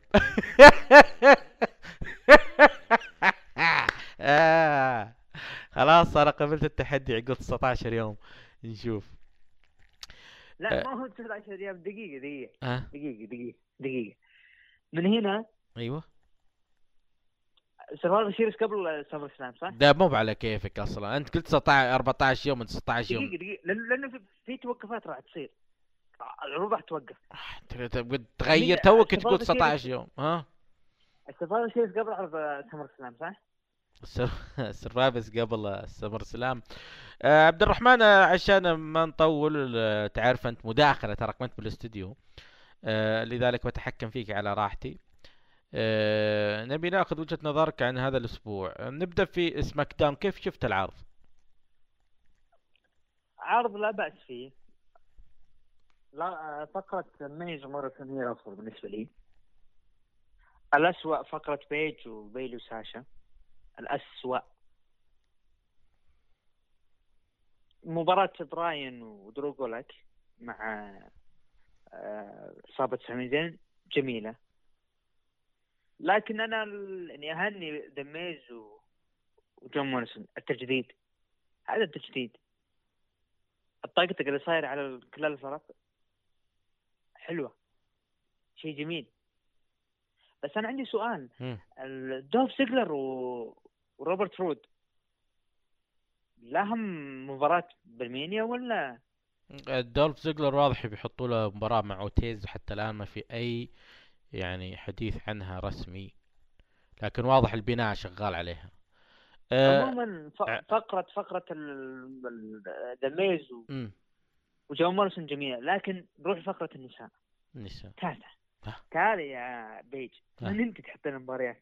[SPEAKER 6] آه. خلاص انا قبلت التحدي عقب تسعة عشر يوم نشوف.
[SPEAKER 7] لا ما هو تسعة عشر يوم. دقيقة دقيقة
[SPEAKER 6] أه؟
[SPEAKER 7] دقيقة دقيقة دقيقة من هنا.
[SPEAKER 6] ايوه
[SPEAKER 7] سرفايفر سيريس قبل سمر سلام صح؟
[SPEAKER 6] ده مو على كيفك اصلا، انت قلت تسعة عشر أربعة عشر يوم من تسعة عشر يوم.
[SPEAKER 7] دقيقة دقيقة لانه لانه في, في توقفات راح تصير، العروض راح توقف.
[SPEAKER 6] تبغى تغير توك تقول تسعة عشر يوم. ها
[SPEAKER 7] السرفايفر سيريس قبل عرض سمر سلام صح؟
[SPEAKER 6] السرفايفرز قبل سمر سلام. آه عبد الرحمن عشان ما نطول، آه تعرف انت مداخله تراك ما انت بالاستديو، آه لذلك بتحكم فيك على راحتي. آه نبي ناخذ وجهة نظرك عن هذا الاسبوع. نبدا في سماك داون، كيف شفت العرض؟
[SPEAKER 7] عرض لا بأس فيه. لا فقرة ميز مرة ثانية أفضل بالنسبة لي. الأسوأ فقرة بيج، وبيلي، وساشا. الأسوأ. مباراة براين ودرو جولك مع إصابة سامي زين جميلة، لكن أنا يعني أهني دميز و... وجون موريسون التجديد. هذا التجديد الطاقة اللي صاير على كل الفرق حلوة، شيء جميل. بس أنا عندي سؤال، دولف زيجلر و... وروبرت رود لهم مباراة بالمانيا ولا؟
[SPEAKER 6] دولف زيجلر واضح بيحطوا له مباراة مع اوتيز، حتى الآن ما في أي يعني حديث عنها رسمي، لكن واضح البناء شغال عليها.
[SPEAKER 7] عموما فقرة فقرة الدميز و... وجون موريسون جميلة، لكن نروح فقرة النساء.
[SPEAKER 6] النساء
[SPEAKER 7] تعال تعال يا بيج، من انت تحط المباريات؟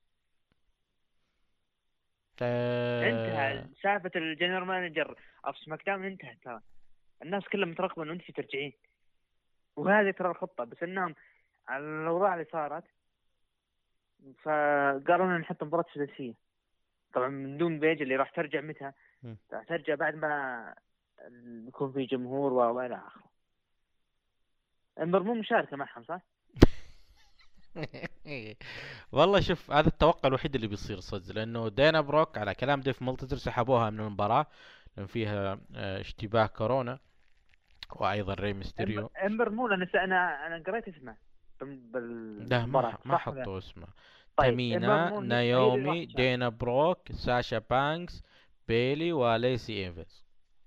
[SPEAKER 6] أه...
[SPEAKER 7] انتهى سالفة الجنرال مانجر اوف سماك داون، انتهت. ترى الناس كلها مترقبة انه انت ترجعين، وهذه ترى الخطة، بس انهم على الاوضاع اللي صارت فقالوا لنا نحط مباراة سداسية. طبعا من دون بيج اللي راح ترجع متى؟ راح ترجع بعد ما يكون في جمهور والى اخره. امبر مو مشاركة معهم صح؟
[SPEAKER 6] والله شوف، هذا التوقع الوحيد اللي بيصير صدق، لانه دينا بروك على كلام ديف ملتزر سحبوها من المباراة لان فيها اشتباه كورونا، وايضا ري ميستيريو.
[SPEAKER 7] امبر مو انا انا انا قريت اسمه بال
[SPEAKER 6] لا ما ما حطوا اسمه. طيب. تامينا، نايومي، دينا بروك، ساشا بانكس، بيلي، وليسي ايفنز.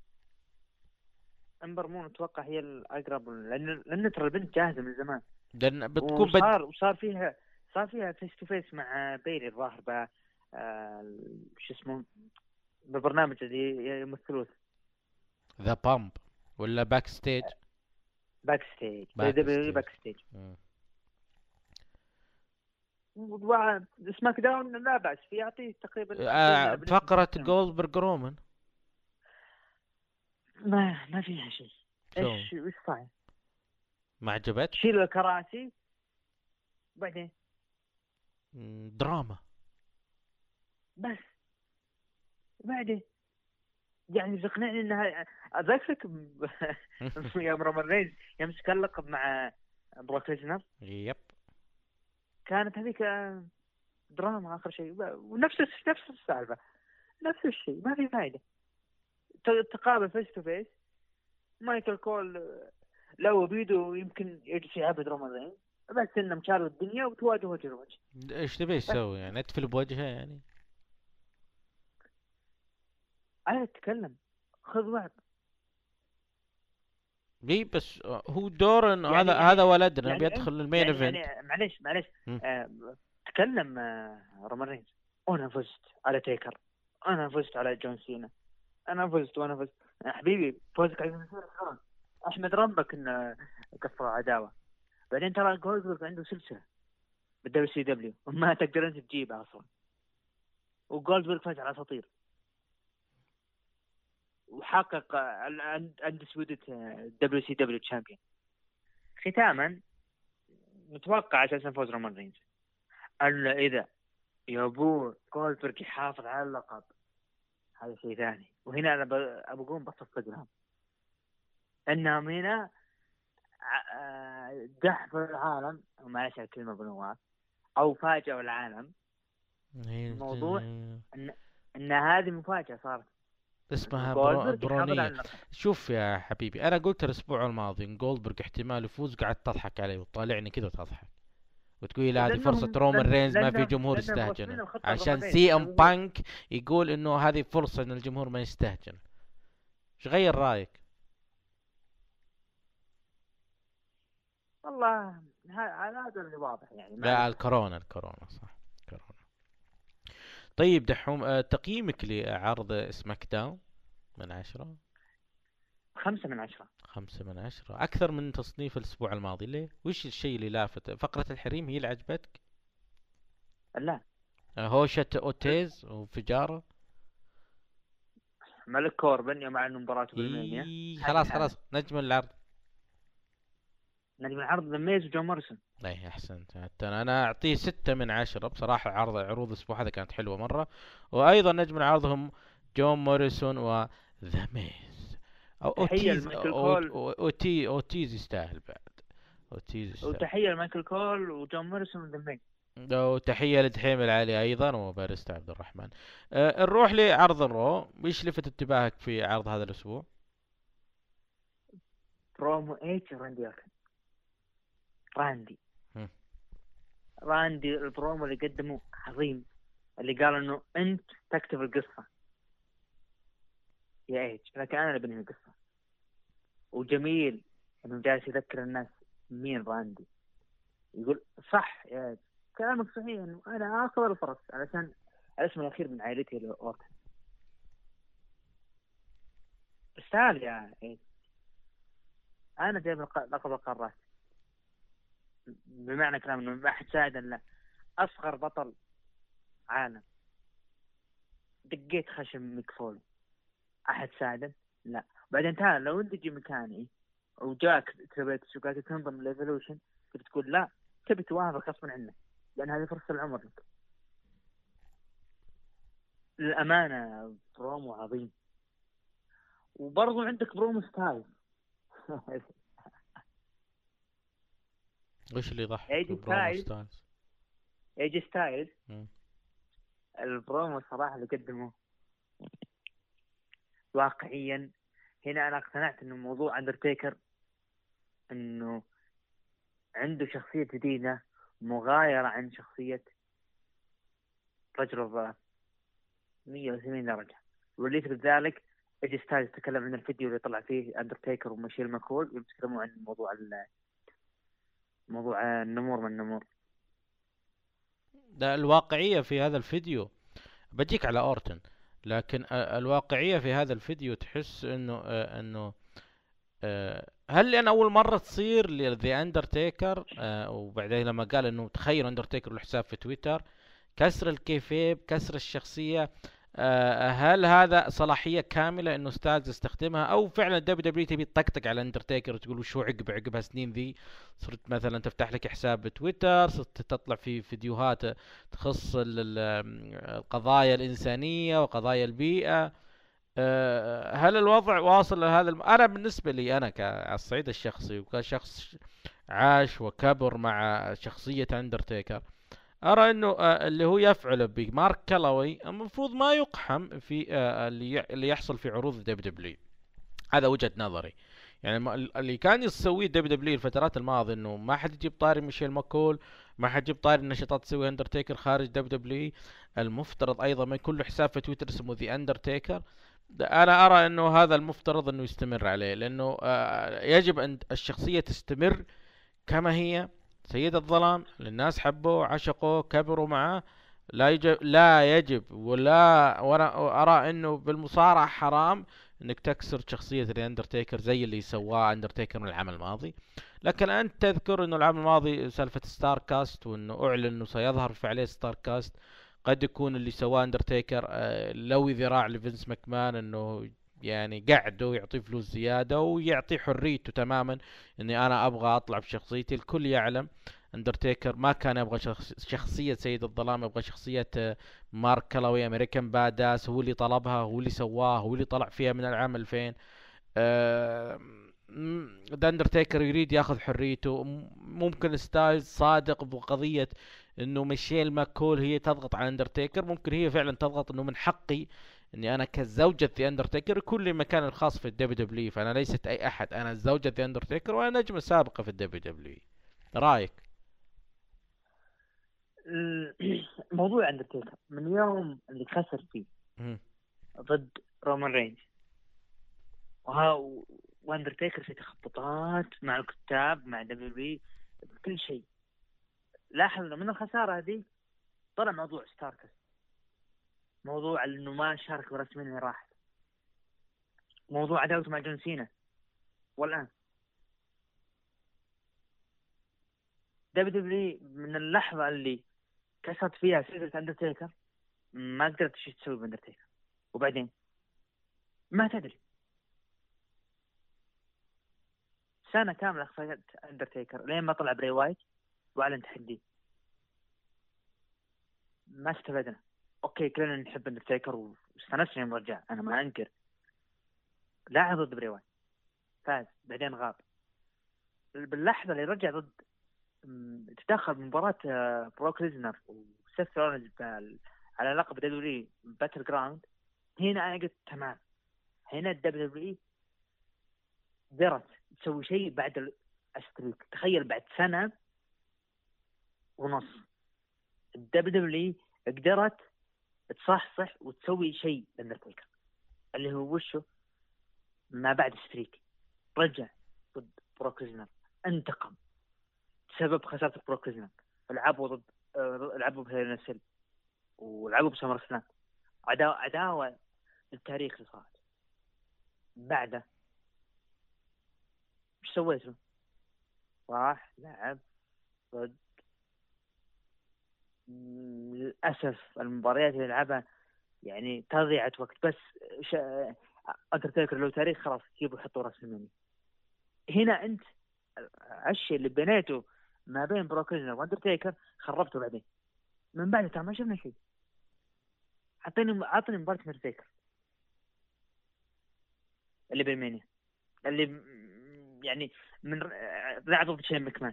[SPEAKER 7] امبر مون اتوقع هي الاقرب، لان لان ترى البنت جاهزه من زمان،
[SPEAKER 6] لان بتكون
[SPEAKER 7] وصار بد... وصار فيها صار فيها فيس تو فيس مع بيلي الظاهر ب آه... شو اسمه بالبرنامج اللي يمثلوه،
[SPEAKER 6] ذا بامب ولا باك ستيج؟
[SPEAKER 7] باك ستيج باك ستيج سماك داون لا بأس في، يعطيه تقريبا
[SPEAKER 6] آه فقرة جولدبرغ رومان
[SPEAKER 7] ما ما فيها شيء. ايش ايش صاير؟
[SPEAKER 6] ما عجبت؟
[SPEAKER 7] شيل الكراسي بعدين
[SPEAKER 6] دراما
[SPEAKER 7] بس بعدين يعني تقنعني انها اذكرك يوم رومان رينز يمسك اللقب مع بروك ليزنر.
[SPEAKER 6] يب
[SPEAKER 7] كانت هذيك دراما اخر شيء، ونفس نفس السالفه نفس الشيء، ما في فائده. تقابل فيس تو فيس، مايكل كول لو بيدو يمكن يجلس يعبد رومان رينز، بس انه مشارك الدنيا وتواجه وجه لوجه.
[SPEAKER 6] ايش تبي تسوي يعني؟ اتفل بوجهه يعني؟
[SPEAKER 7] انا اتكلم خذ وعد
[SPEAKER 6] ليه بس هو دور انه يعني هذا يعني هذا ولدنا يعني بيدخل المين ايفنت.
[SPEAKER 7] يعني, يعني معليش معليش آه تكلم آه رومان رينز، انا فزت على تيكر، انا فزت على جون سينا، انا فزت وانا فزت. حبيبي فوزك على جون سينا احمد ربك انه كفر عداوه. بعدين ترى جولدبرغ عنده سلسله بالدبليو سي دبليو ما تقدر انت تجيبها اصلا، وجولدبرغ فاز على اساطير وحقق اندسبيوتد دبليو سي دبليو تشامبيون. ختاما متوقع اساسا فوز رومان رينز، الا اذا يبو جولدبرغ يحافظ على اللقب هذا شيء ثاني. وهنا انا بقوم بصف لهم انهم هنا دحف العالم، ومعلش الكلمه بنواف، او فاجأوا العالم. الموضوع ان ان هذه مفاجاه صارت
[SPEAKER 6] اسمها برو... برونية. شوف يا حبيبي، انا قلت الاسبوع الماضي ان جولدبرغ احتمال يفوز، قعدت تضحك علي وتطالعني كذا وتضحك وتقولي لا هذه فرصة رومان رينز ما في جمهور يستهجن، عشان سي ام بانك يقول انه هذه فرصة ان الجمهور ما يستهجن. ايش غير رايك؟
[SPEAKER 7] والله هذا اللي واضح يعني.
[SPEAKER 6] لا الكورونا الكورونا صح كورونا. طيب دحوم، أه تقييمك لعرض سماك داون من عشرة؟
[SPEAKER 7] خمسة من عشرة.
[SPEAKER 6] خمسة من عشرة، أكثر من تصنيف الأسبوع الماضي. ليه؟ وش الشيء اللي لافت؟ فقرة الحريم هي اللي عجبتك؟
[SPEAKER 7] لا
[SPEAKER 6] أه هوشة أوتيز وفجارة
[SPEAKER 7] ملك كوربن مع انه مباراته بالمانيا.
[SPEAKER 6] إيه خلاص خلاص نجم العرض
[SPEAKER 7] نجم العرض ميز وجون موريسون.
[SPEAKER 6] ايه احسنت. حتى انا اعطيه ستة من عشرة بصراحة. عرض عروض الاسبوع هذا كانت حلوة مرة. وايضا نجم العرض هم جون موريسون ذا ميز او
[SPEAKER 7] تحية
[SPEAKER 6] اوتيز
[SPEAKER 7] لمايكل
[SPEAKER 6] أو
[SPEAKER 7] كول.
[SPEAKER 6] أو- اوتي اوتيز يستاهل بعد. اوتيز يستاهل.
[SPEAKER 7] وتحية لمايكل كول وجون موريسون وذا ميز.
[SPEAKER 6] وتحية لدحيم العالي ايضا وباريستا عبد الرحمن. أه نروح لعرض الرو. ايش لفت انتباهك في عرض هذا الاسبوع؟
[SPEAKER 7] برومو ايج راندي أورتن. راندي
[SPEAKER 6] هم.
[SPEAKER 7] راندي البرومو اللي قدمه عظيم، اللي قال انه انت تكتب القصة يا ايج لكن انا اللي بنهي القصة. وجميل انه جالس يذكر الناس مين راندي، يقول صح يا ايج كلامك صحيح انه انا اخذ الفرص علشان الاسم الاخير من عائلتي لاورتن. استاهل يا ايج. انا جايب لق- لقب القارات بمعنى كلام انه ما احد ساعد الا اصغر بطل عالم. دقيت خشم ميكفول احد ساعدا؟ لا. بعدين تعال لو انت تجي مكاني وجاك تبيت وقاعد تنضم للإيفولوشن تبي تقول لا، تبي توافق غصبا عنك لان هذه فرصه العمر لك. للامانه برومو عظيم. وبرضو عندك برومو ستايل.
[SPEAKER 6] وش اللي يضحك
[SPEAKER 7] ايجي
[SPEAKER 6] برومو
[SPEAKER 7] ستايلز.
[SPEAKER 6] ستايلز؟
[SPEAKER 7] ايجي ستايلز
[SPEAKER 6] مم.
[SPEAKER 7] البرومو الصراحه اللي قدمه واقعيا. هنا انا اقتنعت انه موضوع اندرتيكر انه عنده شخصيه جديده مغايره عن شخصيه رجل الضباب مية وثمانين درجه. واللي يثبت ذلك ايجي ستايلز تكلم عن الفيديو اللي طلع فيه اندرتيكر وميشيل ماكول يتكلموا عن موضوع ال- موضوع النمور من النمور.
[SPEAKER 6] ده الواقعية في هذا الفيديو. بجيك على اورتن، لكن آه، الواقعية في هذا الفيديو تحس انه آه، انه آه، هل لأن أول مرة تصير لذا أندرتيكر؟ آه، وبعدين لما قال إنه تخيل أندرتيكر له حساب في تويتر، كسر الكيفيب، كسر الشخصية. آه، هل هذا صلاحية كاملة إنه ستايلز يستخدمها، أو فعلا دبليو دبليو تبي تطقطق على أندرتيكر وتقول وشو عقب عقب هالسنين ذي صرت مثلا تفتح لك حساب بتويتر، صرت تطلع في فيديوهات تخص ال- ال- القضايا الإنسانية وقضايا البيئة. آه، هل الوضع واصل لهذا الم... انا بالنسبه لي انا على الصعيد الشخصي وكشخص عاش وكبر مع شخصيه اندرتيكر، ارى انه آه، اللي هو يفعله بمارك كلاوي المفروض ما يقحم في آه، اللي ي- اللي يحصل في عروض دبليو دبليو. هذا وجهة نظري. يعني ما- اللي كان يسويه دبليو دبليو الفترات الماضية انه ما حد يجيب طاري ميشيل ماكول، ما حد يجيب طاري النشاطات تسوي اندرتيكر خارج دبليو دبليو. المفترض ايضا ما يكون له حساب في تويتر اسمه ذا اندرتيكر. انا ارى انه هذا المفترض انه يستمر عليه، لانه آه، يجب ان الشخصية تستمر كما هي. سيد الظلام الناس حبوه عشقوه كبروا معه. لا يجب لا يجب ولا وانا ارى انه بالمصارعة حرام انك تكسر شخصية الاندرتيكر زي اللي سواه اندرتيكر من العام الماضي. لكن انت تذكر انه العام الماضي سالفة ستار كاست، وانه اعلن انه سيظهر في فعالية ستار كاست. قد يكون اللي سواه اندرتيكر آه، لوي ذراع لفينس ماكمان، انه يعني قعده يعطيه فلوس زيادة ويعطيه حريته تماما. اني انا ابغى اطلع بشخصيتي. الكل يعلم اندرتيكر ما كان يبغى شخص شخصية سيد الظلام، يبغى شخصية آه، مارك كلاوي امريكان باداس. هو اللي طلبها، هو اللي سواها، هو اللي طلع فيها من العام ألفين. آه، م- ذا اندرتيكر يريد ياخذ حريته. م- ممكن ستايلز صادق بقضية انه ميشيل ماكول هي تضغط على اندرتيكر، ممكن هي فعلا تضغط انه من حقي اني انا كزوجة ذا اندرتيكر يكون لي مكان الخاص في الدبليو دبليو. فانا ليست اي احد، انا زوجة ذا اندرتيكر وانا نجمة سابقة في الدبليو دبليو. رايك؟
[SPEAKER 7] موضوع اندرتيكر من يوم اللي خسر فيه
[SPEAKER 6] مم.
[SPEAKER 7] ضد رومان رينج وها واندرتيكر في تخبطات مع الكتاب مع دبليو بكل شيء. لاحظ انه من الخسارة هذه طلع موضوع ستاركس، موضوع انه ما شارك برسمين راحت، موضوع عداوته مع جون سينا، والان دبليو دبليو من اللحظة اللي كسرت فيها سلسلة اندرتيكر ما قدرت ايش تسوي باندرتيكر. وبعدين ما تدري سنة كاملة خسرت اندرتيكر لين ما طلع بري وايت واعلن تحدي. ما استفدنا. اوكي كلنا نحب اندرتيكر واستانسنا يوم رجع، انا ما انكر، لاعب ضد بري وايت، فاز بعدين غاب. باللحظة اللي رجع ضد تدخل مباراة بروك ليزنر وسيث رولينز على لقب دبليو باتل جراوند، هنا أنا قلت تمام، هنا الدبليو قدرت تسوي شيء بعد الستريك. تخيل بعد سنة ونص الدبليو قدرت تصحصح وتسوي شيء للأندرتيكر اللي هو وشه ما بعد ستريك. رجع ضد بروك ليزنر، انتقم بسبب خسارة بروك ليزنر، لعبوا ضد لعبوا بهيل نسل ولعبوا بسمر سلام، عداوة عداوة التاريخ اللي صارت. بعده ايش سويت له؟ راح لعب ضد، للأسف المباريات اللي لعبها يعني تضيعة وقت. بس شا... أندرتيكر لو تاريخ خلاص يجيبوا يحطوا راس المني. هنا أنت الشيء اللي بنيته ما بين بروك ليزنر وأندرتيكر خربته بعدين. من بعد ترى ما شفنا شيء. عطيني عطني مباراة أندرتيكر اللي بالمانيا اللي يعني من لعب ضد شين مكمان،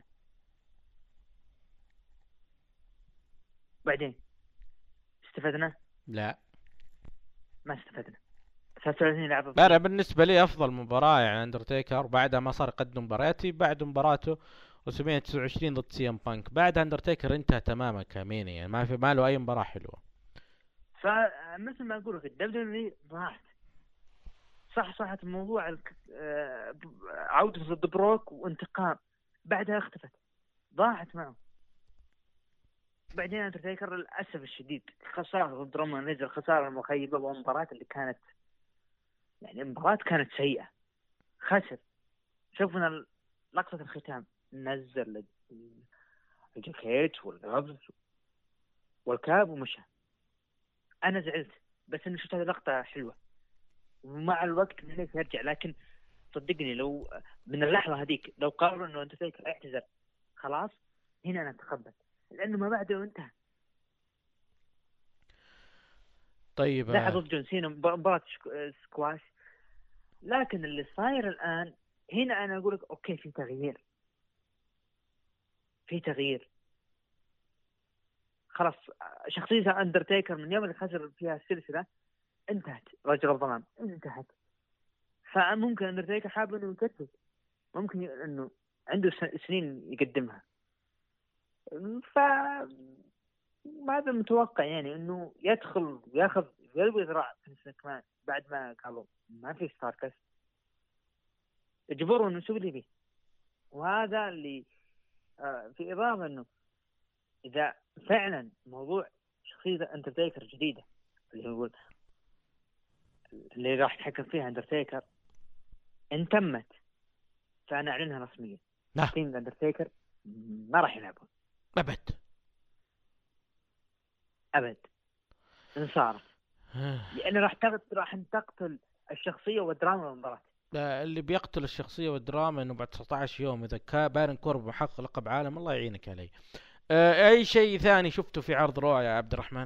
[SPEAKER 7] بعدين استفدنا؟
[SPEAKER 6] لا
[SPEAKER 7] ما استفدنا. ثلاثين لعبة.
[SPEAKER 6] انا بالنسبه لي افضل مباراه يعني اندرتيكر، بعدها ما صار يقدم مبارياتي بعد مباراته وسبعمية وتسعة وعشرين ضد سي ام بانك. بعد اندرتيكر انتهى تماما كميني، يعني ما في ماله اي مباراه حلوه.
[SPEAKER 7] فمثل ما اقول لك الدبليو راحت صح صحت الموضوع عودة ضد بروك وانتقام، بعدها اختفت ضاعت معه. بعدين اندرتيكر للاسف الشديد خساره ضد رومان رينز، الخساره المخيبه، والمباراه اللي كانت يعني المباراه كانت سيئه، خسر. شوفنا لقطه الختام، نزل الجاكيت والغبز والكاب ومشى. انا زعلت بس اني شفت هذه لقطه حلوه ومع الوقت من يرجع. لكن صدقني لو من اللحظه هذيك لو قرروا انه اندرتيكر اعتذر خلاص، هنا انا اتقبل، لانه ما بعده انتهى.
[SPEAKER 6] طيب
[SPEAKER 7] لعب ضد جون سينا مباراة سكواش. لكن اللي صاير الان هنا انا اقول لك اوكي في تغيير، في تغيير خلاص. شخصية اندرتيكر من يوم اللي خسر فيها السلسلة انتهت، رجل الظلام انتهت. فممكن اندرتيكر حاب انه يكتب، ممكن انه عنده سنين يقدمها. ف ماذا متوقع يعني انه يدخل وياخذ يلوي ذراع في كمان بعد ما قالوا ما في ستاركس، يجبروا انه يسوي اللي بيه. وهذا اللي آه في اضافه انه اذا فعلا موضوع شخصيه اندرتيكر جديده اللي هو اللي راح يتحكم فيها اندرتيكر ان تمت، فانا اعلنها رسميا.
[SPEAKER 6] لا
[SPEAKER 7] تيم اندرتيكر ما راح يلعبون
[SPEAKER 6] ابد
[SPEAKER 7] ابد ان صارت، لأن راح تقتل راح تقتل الشخصية والدراما والمباراة.
[SPEAKER 6] اللي بيقتل الشخصية والدراما انه بعد تسعة عشر يوم اذا كان بارن كورب محقق لقب عالم الله يعينك علي. اه اي شيء ثاني شفته في عرض رو يا عبد الرحمن؟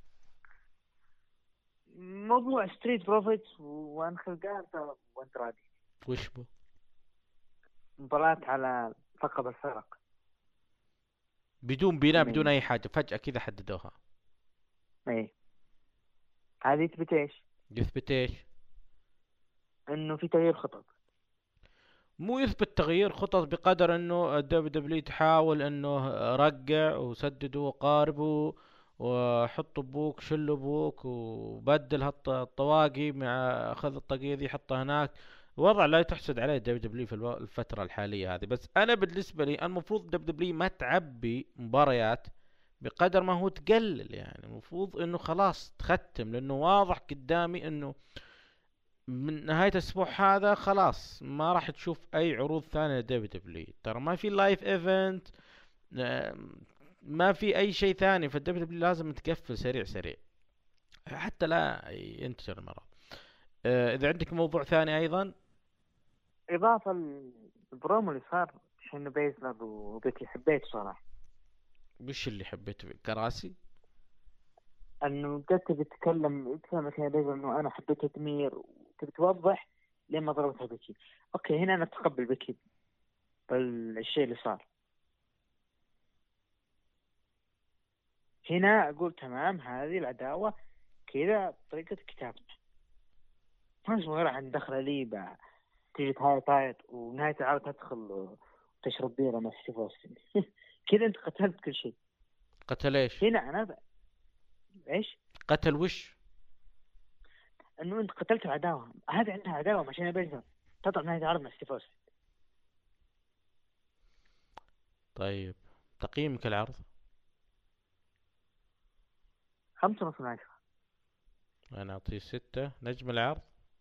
[SPEAKER 7] موضوع ستريت بروفيتس وانخل جارتا وانترادي.
[SPEAKER 6] وش بو؟
[SPEAKER 7] مباراة على لقب الفرق
[SPEAKER 6] بدون بناء بدون اي حاجة، فجأة كذا حددوها.
[SPEAKER 7] ايه هذه يثبت ايش؟
[SPEAKER 6] يثبت ايش؟
[SPEAKER 7] انه في تغيير خطط.
[SPEAKER 6] مو يثبت تغيير خطط بقدر انه الدبليو دبليو تحاول انه رجع وسددوا وقاربوا وحطوا بوك شلوا بوك وبدل هالطواقي مع اخذ الطاقية ذي حطها هناك. وضع لا تحسد عليه الدبليو دبليو في الفترة الحالية هذه. بس انا بالنسبة لي المفروض الدبليو دبليو ما تعبي مباريات بقدر ما هو تقلل، يعني المفروض انه خلاص تختم، لانه واضح قدامي انه من نهاية الاسبوع هذا خلاص ما راح تشوف اي عروض ثانية للدبليو دبليو. ترى ما في لايف ايفنت، ما في اي شيء ثاني، فالدبليو دبليو لازم تقفل سريع سريع حتى لا ينتشر المرض. اذا عندك موضوع ثاني ايضا
[SPEAKER 7] اضافة البرومو اللي صار شنو بيزنر وبيتي حبيت صراحة.
[SPEAKER 6] وش اللي حبيته كراسي؟
[SPEAKER 7] انه جت بتتكلم يتكلم كذا بيزنر انه انا حبيت تدمير وتبي توضح لين ما ضربتها بيكي. اوكي هنا انا اتقبل بيكي بالشيء اللي صار. هنا اقول تمام هذه العداوة كذا طريقة كتابنا. ما اسمه غير عن دخلة لي بقى تيجي تهاي تايت ونهاية العرض تدخل وتشرب بيرة مع ستيف أوستن. كذا انت قتلت كل شيء.
[SPEAKER 6] قتل ايش؟
[SPEAKER 7] هنا انا بقى. ايش؟
[SPEAKER 6] قتل وش؟
[SPEAKER 7] انه انت قتلت العداوة. هذه عندها عداوة عشان بيرسون تطلع نهاية العرض مع ستيف أوستن.
[SPEAKER 6] طيب تقييمك العرض؟
[SPEAKER 7] خمسة ونص من عشرة.
[SPEAKER 6] انا اعطيه ستة. نجم العرض؟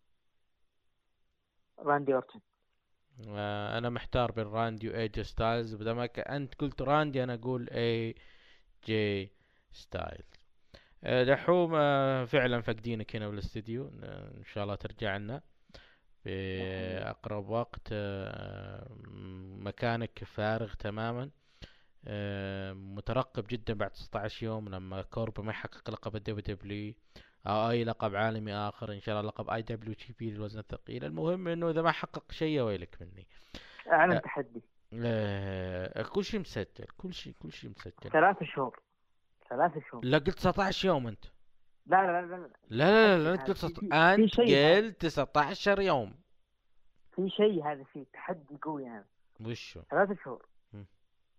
[SPEAKER 7] راندي أورتن.
[SPEAKER 6] آه انا محتار بين راندي وايجي ستايلز. بدل ما ك- انت قلت راندي انا اقول اي جي ستايلز. آه دحوم، آه فعلا فاقدينك هنا بالاستديو. آه ان شاء الله ترجع لنا في اقرب وقت. آه مكانك فارغ تماما. آه مترقب جدا بعد تسعة عشر يوم لما كورب ما يحقق لقب الدبليو دبليو او اي لقب عالمي اخر، ان شاء الله لقب اي دبليو جي بي للوزن الثقيل. المهم انه اذا ما حقق شيء يا ويلك مني.
[SPEAKER 7] اعلن
[SPEAKER 6] أه
[SPEAKER 7] تحدي.
[SPEAKER 6] آه كل شيء مسجل، كل شيء كل شيء مسجل.
[SPEAKER 7] ثلاث شهور. ثلاث شهور.
[SPEAKER 6] لا قلت تسعة عشر يوم انت.
[SPEAKER 7] لا لا لا لا
[SPEAKER 6] لا لا لا انت قلت
[SPEAKER 7] في-
[SPEAKER 6] ست...
[SPEAKER 7] في-
[SPEAKER 6] انت
[SPEAKER 7] في شيء هذا.
[SPEAKER 6] قلت تسعة عشر يوم.
[SPEAKER 7] في شيء هذا فيه تحدي قوي هذا.
[SPEAKER 6] وشو؟
[SPEAKER 7] ثلاث شهور.
[SPEAKER 6] مم.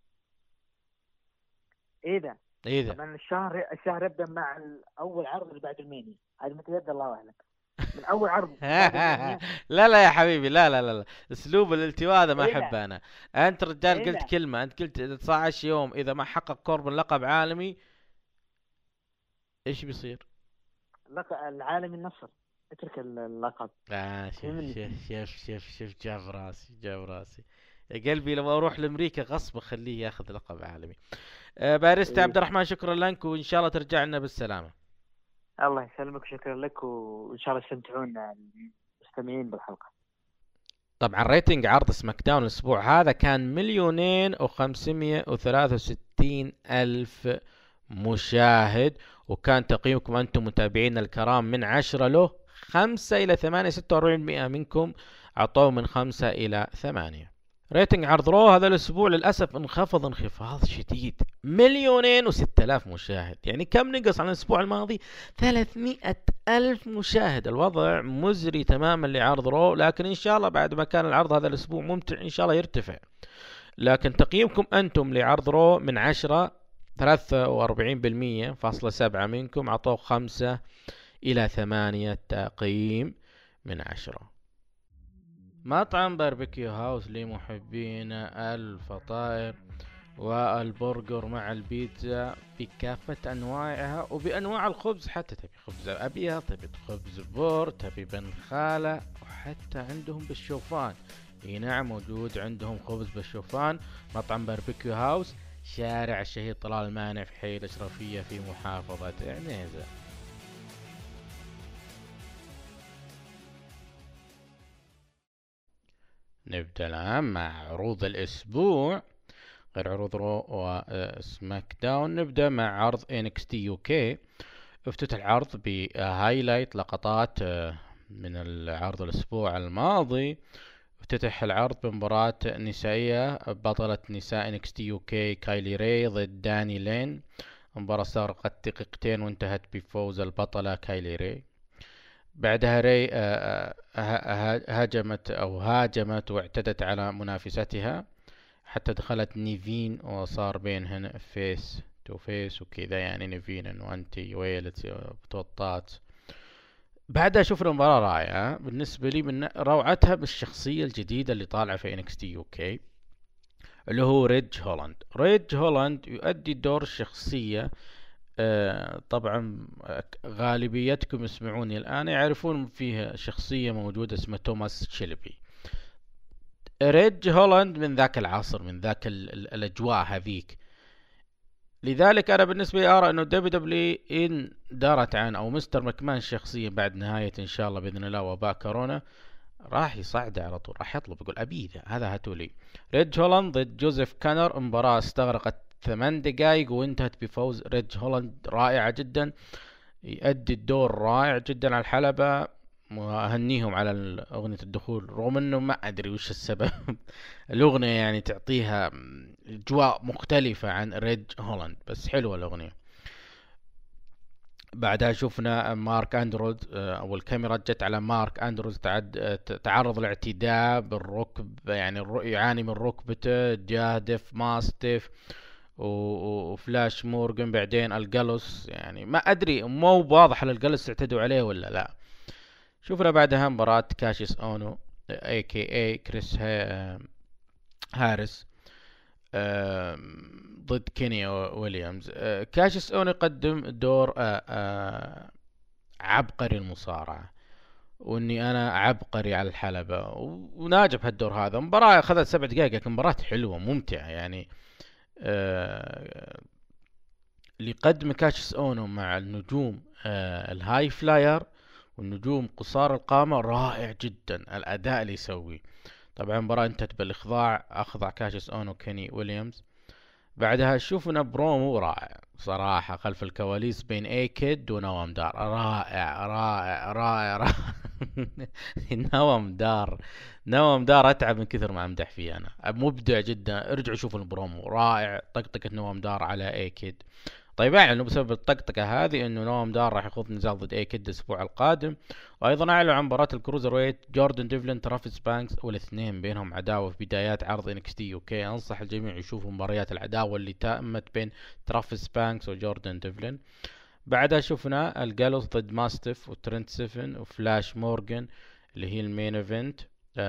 [SPEAKER 7] ايه ده؟
[SPEAKER 6] ايه ذا؟
[SPEAKER 7] طبعا الشهر الشهر يبدا مع اول عرض اللي بعد المانيا. هذا متى يبدا الله اعلم. من اول عرض بعد المانيا.
[SPEAKER 6] لا لا يا حبيبي، لا لا لا لا اسلوب الالتواء هذا ما
[SPEAKER 7] إيه ده؟
[SPEAKER 6] احبه انا. انت رجال
[SPEAKER 7] إيه
[SPEAKER 6] قلت
[SPEAKER 7] ده؟
[SPEAKER 6] كلمة، انت قلت اذا تسعة عشر يوم اذا ما حقق كوربن لقب عالمي ايش بيصير؟
[SPEAKER 7] اللقب العالمي النصر اترك اللقب.
[SPEAKER 6] آه شوف
[SPEAKER 7] فهمني.
[SPEAKER 6] شوف شوف شوف شوف جاب راسي جاب راسي يا قلبي. لما اروح لامريكا غصب اخليه ياخذ لقب عالمي. آه باريستا
[SPEAKER 7] إيه.
[SPEAKER 6] عبد الرحمن شكرا لك وان شاء الله ترجع لنا بالسلامة.
[SPEAKER 7] الله يسلمك شكرا لك وان شاء الله يستمتعون المستمعين بالحلقة.
[SPEAKER 6] طبعا ريتنج عرض سماك داون الاسبوع هذا كان مليونين وخمسمية وثلاثة وستين الف مشاهد، وكان تقييمكم انتم متابعين الكرام من عشرة له خمسة الى ثمانية. ستة واربعين بالمئة منكم عطوه من خمسة الى ثمانية. ريتنج عرض رو هذا الاسبوع للاسف انخفض انخفاض شديد، مليونين وستة آلاف مشاهد. يعني كم نقص عن الاسبوع الماضي؟ ثلاثمائة الف مشاهد. الوضع مزري تماما لعرض رو، لكن ان شاء الله بعد ما كان العرض هذا الاسبوع ممتع ان شاء الله يرتفع. لكن تقييمكم انتم لعرض رو من عشرة، ثلاثة واربعين بالمئة فاصلة سبعة منكم عطوه خمسة الى ثمانية تقييم من عشرة. مطعم باربيكيو هاوس لمحبين الفطائر والبرجر مع البيتزا بكافة أنواعها وبأنواع الخبز. حتى تبي خبز أبيض، تبي خبز بور، تبي بنخالة، وحتى عندهم بالشوفان. اي نعم موجود عندهم خبز بالشوفان. مطعم باربيكيو هاوس شارع الشهيد طلال المانع في حي الأشرفية في محافظة عنيزة. نبدأ الآن مع عروض الأسبوع غير عروض رو وسماك داون. نبدأ مع عرض إن إكس تي يو كي. افتتح العرض بهايلايت لقطات من العرض الأسبوع الماضي. افتتح العرض بمباراة نسائية بطلة نساء إن إكس تي يو كي كايلي راي ضد داني لين. المباراة استغرقت دقيقتين وانتهت بفوز البطلة كايلي راي. بعدها راي هاجمت أو هاجمت واعتدت على منافستها حتى دخلت نيفين وصار بينهن فيس تو فيس وكذا. يعني نيفين انه انتي ويلت بتوطات. بعدها شوف المباراة رائعة بالنسبة لي من روعتها بالشخصية الجديدة اللي طالعة في إن إكس تي يو كي اللي هو ريدج هولاند. ريدج هولاند يؤدي دور الشخصية. آه طبعا غالبيتكم يسمعوني الآن يعرفون فيه شخصية موجودة اسمها توماس شيلبي. ريدج هولاند من ذاك العصر، من ذاك ال ال الأجواء هذيك. لذلك أنا بالنسبة لي أرى أنه دبليو دبليو إن دارت عن أو مستر مكمان شخصيا بعد نهاية إن شاء الله بإذن الله وباء كورونا راح يصعد على طول، راح يطلب يقول أبي هذا هاتولي. ريدج هولاند ضد جوزيف كانر. مباراة استغرقت ثمان دقائق وانتهت بفوز ريدج هولاند. رائعة جدا، يؤدي الدور رائع جدا على الحلبة. واهنيهم على اغنية الدخول رغم انه ما ادري وش السبب. الاغنية يعني تعطيها اجواء مختلفة عن ريج هولاند، بس حلوة الاغنية. بعدها شفنا مارك اندروز، او الكاميرا جت على مارك اندروز تعد تعرض لاعتداء بالركب، يعني يعاني من ركبته، جادف ماستيف وفلاش مورغان، بعدين الجالوس. يعني ما ادري مو واضح هل الجالوس اعتدوا عليه ولا لا. شوفنا بعدها مباراة كاشيس اونو اي كي اي كريس هاريس ضد كيني ويليامز. كاشيس اونو يقدم دور عبقري المصارعة، واني انا عبقري على الحلبة، وناجح هالدور هذا. مباراة اخذت سبع دقائق لكن مباراة حلوة ممتعة. يعني آه اللي قدم كاشيس اونو مع النجوم آه الهاي فلاير والنجوم قصار القامة رائع جدا الاداء اللي يسوي. طبعا المباراة انتهت بالاخضاع، اخضع كاشيس اونو كيني ويليامز. بعدها شوفنا برومو رائع صراحة خلف الكواليس بين اي كيد ونوام دار، رائع رائع رائع, رائع. نوام دار نوام دار اتعب من كثر ما امدح فيه انا، مبدع جدا. ارجعوا شوفوا البرومو رائع، طقطقة نوام دار على اي كيد. طيب اعلنوا بسبب الطقطقة هذه انه نوام دار راح يخوض نزال ضد اي كيد الاسبوع القادم. وايضا اعلنوا عن مباراة الكروزر ويت جوردن ديفلين ترافيس بانكس، والاثنين بينهم عداوة في بدايات عرض انكس تي اوكي. انصح الجميع يشوفوا مباريات العداوة اللي تمت بين ترافيس بانكس وجوردن ديفلين. بعدها شفنا الجالوس ضد ماستيف وترنت سيفن وفلاش مورغان اللي هي المين ايفنت.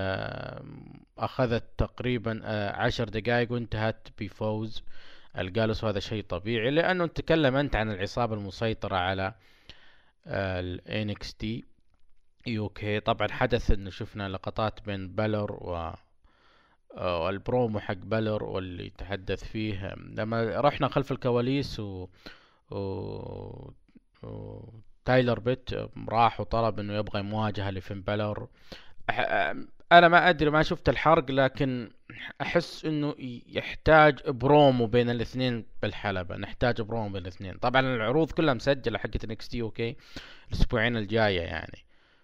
[SPEAKER 6] اخذت تقريبا عشر دقائق وانتهت بفوز الجالوس، وهذا شيء طبيعي لانه تكلم انت عن العصابة المسيطرة على ال إن إكس تي يو كي. طبعا حدث انه شفنا لقطات بين بالور و والبرومو حق بالور واللي تحدث فيه لما رحنا خلف الكواليس و, و... و... تايلر بيت راح وطلب انه يبغى مواجهة لفين بالور. انا ما ادري ما شفت الحرق لكن احس انه يحتاج برومو بين الاثنين بالحلبة، نحتاج برومو بين الاثنين. طبعا العروض كلها مسجلة حقت إنكس تي اوكي الاسبوعين الجاية يعني،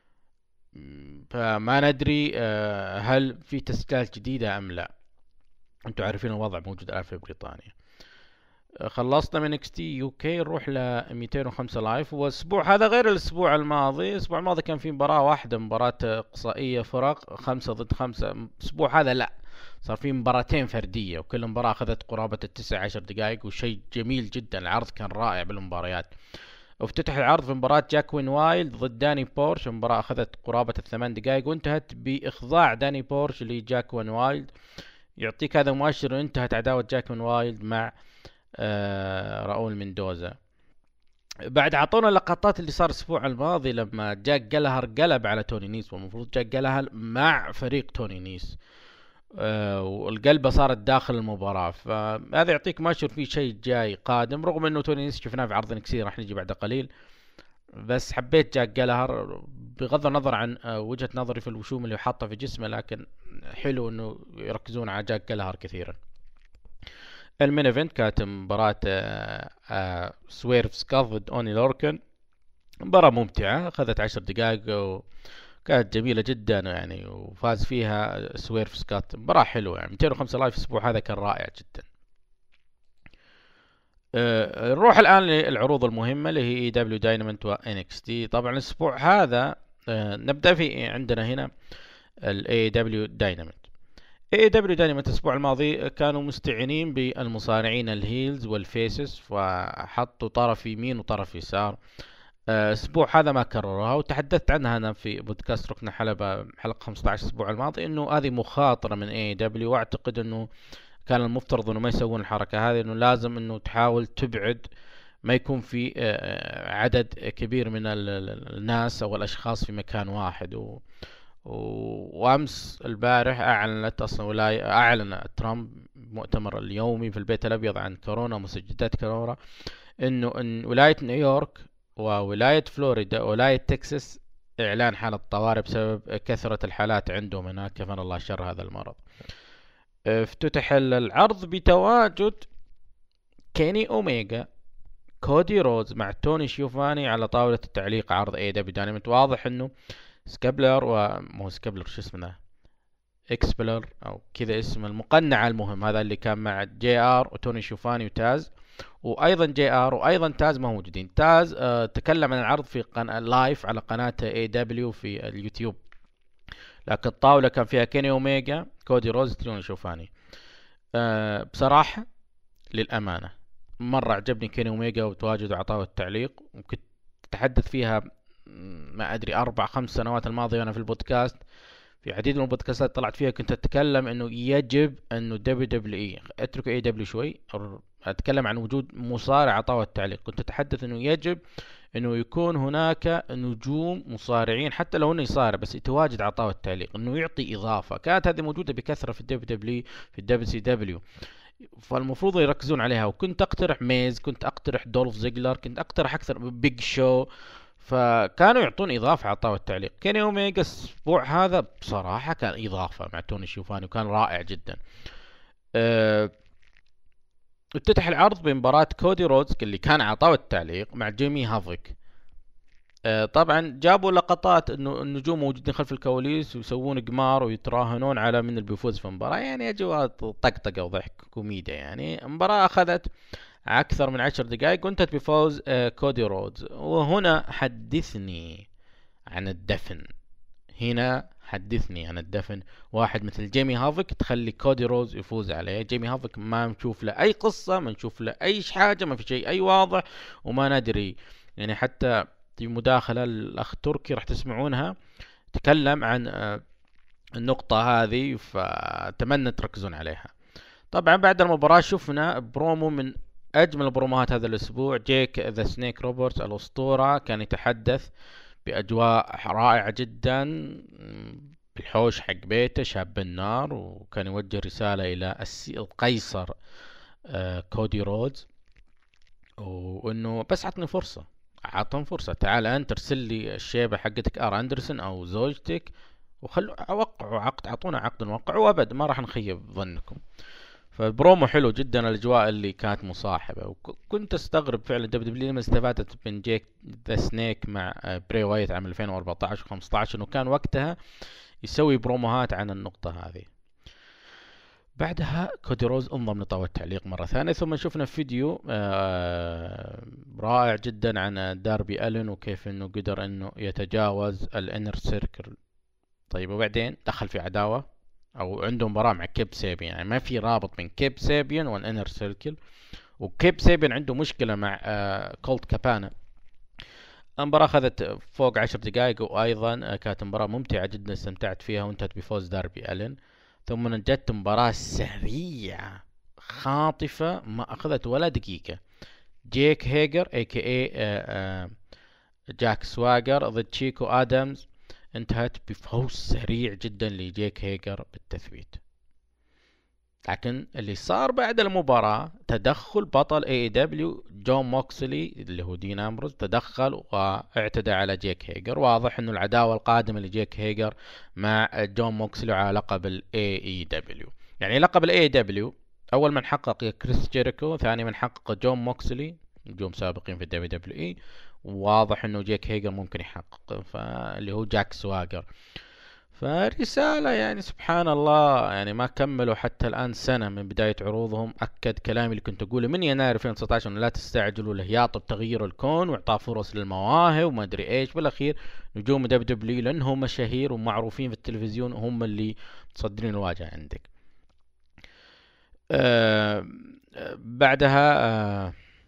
[SPEAKER 6] فما ندري هل في تسجيلات جديدة ام لا. انتوا عارفين الوضع موجود الان في بريطانيا. خلصنا من إكس تي يو كي نروح ل مئتين وخمسة لايف. والاسبوع هذا غير الاسبوع الماضي، الاسبوع الماضي كان في مباراة واحدة، مباراة اقصائية فرق خمسة ضد خمسة. الاسبوع هذا لا، صار في مباراتين فردية وكل مباراة اخذت قرابة التسع عشر دقائق، وشيء جميل جدا. العرض كان رائع بالمباريات. افتتح العرض في مباراة جاكوين وايلد ضد داني بورش، المباراة اخذت قرابة الثمان دقائق وانتهت باخضاع داني بورش لجاكوين وايلد. يعطيك هذا مؤشر انتهت عداوة جاكوين وايلد مع آه راؤول مندوزا. بعد عطونا اللقطات اللي صار الاسبوع الماضي لما جاك جالهر قلب على توني نيس، والمفروض جاك جالهر مع فريق توني نيس آه والقلبة صارت داخل المباراة. فهذا يعطيك مؤشر فيه شيء جاي قادم، رغم انه توني نيس شفناه في عرض نكسي راح نجي بعد قليل. بس حبيت جاك جالهر بغض النظر عن آه وجهة نظري في الوشوم اللي حاطه في جسمه، لكن حلو انه يركزون على جاك جالهر كثيرا. المين ايفنت كانت مباراة آه آه سويرف سكاف ضد اوني لوركن. مباراة ممتعة اخذت عشر دقائق وكانت جميلة جدا يعني، وفاز فيها سويرف سكات. مباراة حلوة يعني. مئتين وخمسة لايف الاسبوع هذا كان رائع جدا. آه نروح الان للعروض المهمة اللي هي اي دبليو دايناميت و إن إكس تي. طبعا الاسبوع هذا آه نبدأ في عندنا هنا ال إيه دبليو دايناميت. إيه دبليو دايناميت الاسبوع الماضي كانوا مستعينين بالمصارعين الهيلز والفيسز، فحطوا طرف يمين وطرف يسار. الاسبوع هذا ما كرروها، وتحدثت عنها انا في بودكاست ركن حلبة حلقة خمسة عشر الاسبوع الماضي انه هذه مخاطرة من إيه دبليو، واعتقد انه كان المفترض انه ما يسوون الحركة هذه، انه لازم انه تحاول تبعد ما يكون في عدد كبير من الناس او الاشخاص في مكان واحد. و وامس البارح اعلنت اصلا ولاية اعلن ترامب مؤتمر اليومي في البيت الابيض عن كورونا ومستجدات كورونا انه ان ولاية نيويورك وولاية فلوريدا وولاية تكساس اعلان حالة طوارئ بسبب كثرة الحالات عندهم هناك، كفانا الله شر هذا المرض. افتتح العرض بتواجد كيني اوميجا كودي روز مع توني شيوفاني على طاولة التعليق عرض اي دبليو دايناميت. واضح انه سكابلر ومو سكابلر شو اسمه ده، اكسبلر او كذا اسم المقنعة. المهم هذا اللي كان مع جي ار وتوني شوفاني وتاز، وايضا جي ار وايضا تاز ما موجودين. تاز آه تكلم عن العرض في قناة لايف على قناة اي دبليو في اليوتيوب، لكن الطاولة كان فيها كيني اوميجا، كودي روز، توني شوفاني. آه بصراحة للأمانة مرة عجبني كيني اوميجا وتواجده وعطاه التعليق، وكنت اتحدث فيها ما ادري اربع خمس سنوات الماضية وانا في البودكاست. في عديد من البودكاستات طلعت فيها كنت اتكلم انه يجب انه دبليو دبليو اي اتركوا اي دبليو شوي، اتكلم عن وجود مصارع عطاه التعليق. كنت اتحدث انه يجب انه يكون هناك نجوم مصارعين حتى لو انه يصارع بس يتواجد عطاه التعليق، انه يعطي اضافة. كانت هذه موجودة بكثرة في الدبليو دبليو في الدبليو سي دبليو، فالمفروض يركزون عليها. وكنت اقترح ميز، كنت اقترح دولف زيجلر، كنت اقترح اكثر بيج شو، فكانوا يعطون اضافه على طاوله التعليق. كيني اوميجا الاسبوع هذا بصراحه كان اضافه مع توني شوفاني وكان رائع جدا. أه افتتح العرض بمباراة كودي رودز اللي كان على طاولة التعليق مع جيمي هافيك. أه طبعا جابوا لقطات انه النجوم موجودين خلف الكواليس ويسوون قمار ويتراهنون على من اللي بيفوز في المباراة، يعني اجواء طقطقة وضحك كوميديا. يعني المباراة اخذت أكثر من عشر دقائق وانتهت بفوز آه كودي رودز. وهنا حدثني عن الدفن، هنا حدثني عن الدفن. واحد مثل جيمي هافيك تخلي كودي رودز يفوز عليه. جيمي هافيك ما نشوف له أي قصة، ما نشوف له أي حاجة، ما في شيء أي واضح وما ندري. يعني حتى في مداخلة الأخ تركي راح تسمعونها تكلم عن آه النقطة هذه، فأتمنى تركزون عليها. طبعا بعد المباراة شفنا برومو من أجمل البروموهات هذا الأسبوع. جيك ذا سنيك روبرتس الأسطورة كان يتحدث بأجواء رائعة جدا بالحوش حق بيته شاب النار، وكان يوجه رسالة إلى القيصر آه كودي رودز، وإنه بس عطني فرصة، عطني فرصة، تعال أنت ارسل لي الشيبة حقتك آر أندرسون أو زوجتك وخلوا وقعوا عقد، عطونا عقد نوقع وأبد ما راح نخيب ظنكم. فالبرومو حلو جدا، الاجواء اللي كانت مصاحبه. وكنت استغرب فعلا دبليو دبليو لما استفادت من جيك ذا سنيك مع بري وايت عام ألفين وأربعطعش وخمسطعش انه كان وقتها يسوي بروموهات عن النقطه هذه. بعدها كودي روز انضم لطاولة التعليق مره ثانيه، ثم شفنا فيديو رائع جدا عن داربي ألين وكيف انه قدر انه يتجاوز الانر سيركل. طيب وبعدين دخل في عداوه او عنده مباراة مع كيب سابين، يعني ما في رابط بين كيب سابين والانر سيركل. وكيب سابين عنده مشكلة مع آه كولت كابانا. المباراة اخذت فوق عشر دقائق، وايضا كانت مباراة ممتعة جدا استمتعت فيها وانتهت بفوز داربي ألين. ثم جت مباراة سريعة خاطفة ما اخذت ولا دقيقة. جيك هيجر اي كي اي آه آه جاك سواجر ضد تشيكو ادمز، انتهت بفوز سريع جدا لجيك هيجر بالتثبيت. لكن اللي صار بعد المباراة تدخل بطل اي دبليو جون موكسلي اللي هو دين امبروز، تدخل واعتدى على جيك هيجر. واضح انه العداوة القادمة لجيك هيجر مع جون موكسلي على لقب الاي دبليو. يعني لقب الاي دبليو اول من حقق كريس جيريكو، ثاني من حقق جون موكسلي، نجوم سابقين في الدبليو دبليو اي. واضح انه جيك هيجر ممكن يحقق، فاللي هو جاك سواجر. فرسالة يعني سبحان الله، يعني ما كملوا حتى الآن سنة من بداية عروضهم. أكد كلامي اللي كنت أقوله من يناير ألفين وتسعطعش أنه لا تستعجلوا لهياط بتغيير الكون وإعطاء فرص للمواهب وما أدري إيش. بالأخير نجوم دبليو دبليو لأنهم مشاهير ومعروفين في التلفزيون هم اللي متصدرين الواجهة عندك. آه بعدها آه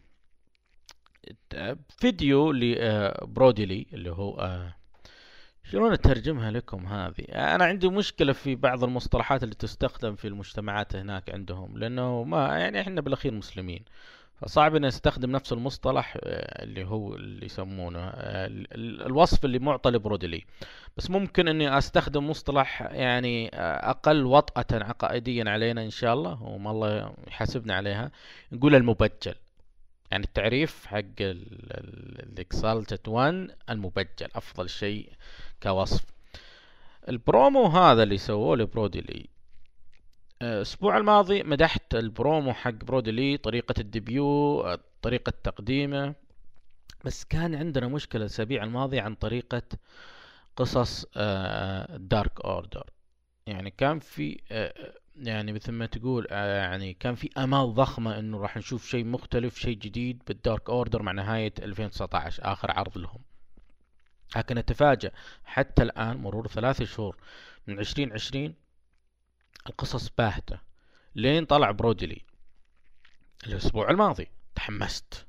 [SPEAKER 6] فيديو لبروديلي اللي هو آه شلون اترجمها لكم هذه. انا عندي مشكلة في بعض المصطلحات اللي تستخدم في المجتمعات هناك عندهم، لانه ما يعني احنا بالاخير مسلمين، فصعب ان نستخدم نفس المصطلح اللي هو اللي يسمونه الوصف اللي معطى لبروديلي. بس ممكن اني استخدم مصطلح يعني اقل وطأة عقائديا علينا ان شاء الله، وما الله يحاسبنا عليها. نقول المبجل، يعني التعريف حق الاكسالتد وان المبجل افضل شيء كوصف. البرومو هذا اللي سووه لبروديلي الاسبوع الماضي، مدحت البرومو حق بروديلي، طريقة الديبيو، طريقة تقديمه. بس كان عندنا مشكلة الاسابيع الماضية عن طريقة قصص الدارك اوردر. يعني كان في آه يعني مثل ما تقول آه يعني كان في امال ضخمة انه راح نشوف شيء مختلف، شيء جديد بالدارك اوردر مع نهاية ألفين وتسعة عشر اخر عرض لهم. لكن اتفاجأ حتى الان مرور ثلاث شهور من عشرين عشرين القصص باهتة، لين طلع برودلي الاسبوع الماضي. تحمست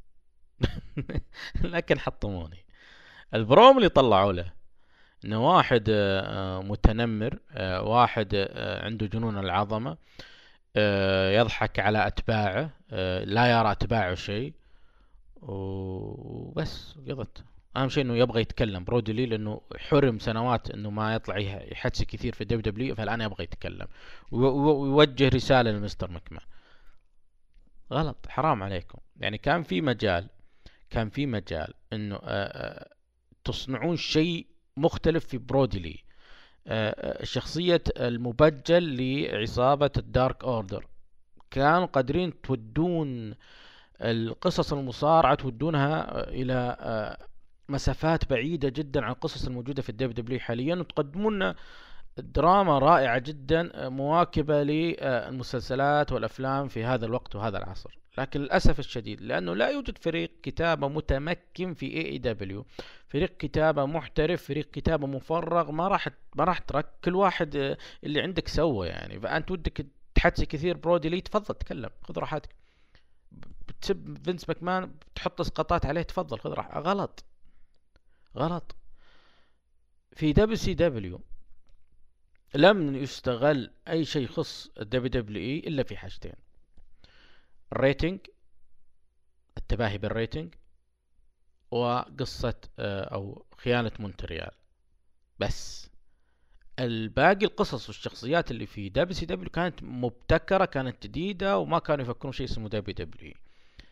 [SPEAKER 6] لكن حطموني. البروم اللي طلعوا له انه واحد متنمر، واحد عنده جنون العظمة، يضحك على اتباعه، لا يرى اتباعه شيء، وبس قضت. اهم شيء انه يبغى يتكلم برودلي، لانه حرم سنوات انه ما يطلع يحدث كثير في الدبليو دبليو، فالان يبغى يتكلم ويوجه رسالة لمستر مكمان. غلط، حرام عليكم. يعني كان في مجال كان في مجال انه تصنعون شيء مختلف في برودلي، شخصية المبجل لعصابة الدارك اوردر. كانوا قادرين تودون القصص المصارعة تودونها الى مسافات بعيدة جدا عن القصص الموجودة في الدبليو دبليو حاليا، وتقدمون دراما رائعة جدا مواكبة للمسلسلات والأفلام في هذا الوقت وهذا العصر. لكن للأسف الشديد، لأنه لا يوجد فريق كتابة متمكن في اي اي دبليو، فريق كتابة محترف، فريق كتابة مفرغ، ما راح ما راح ترك كل واحد اللي عندك سوى. يعني فأنت ودك تحدث كثير برودلي، تفضل تكلم، خذ راحتك. بتسب فينس ماكمان، بتحط اسقاطات عليه، تفضل خذ راحتك. غلط غلط. في دبليو سي دبليو لم يستغل اي شيء يخص الدبليو دبليو اي الا في حاجتين: الريتنج، التباهي بالريتنج، وقصة او خيانة مونتريال. بس الباقي القصص والشخصيات اللي في دبليو سي دبليو كانت مبتكرة، كانت جديدة، وما كانوا يفكرون شيء اسمه دبليو دبليو اي.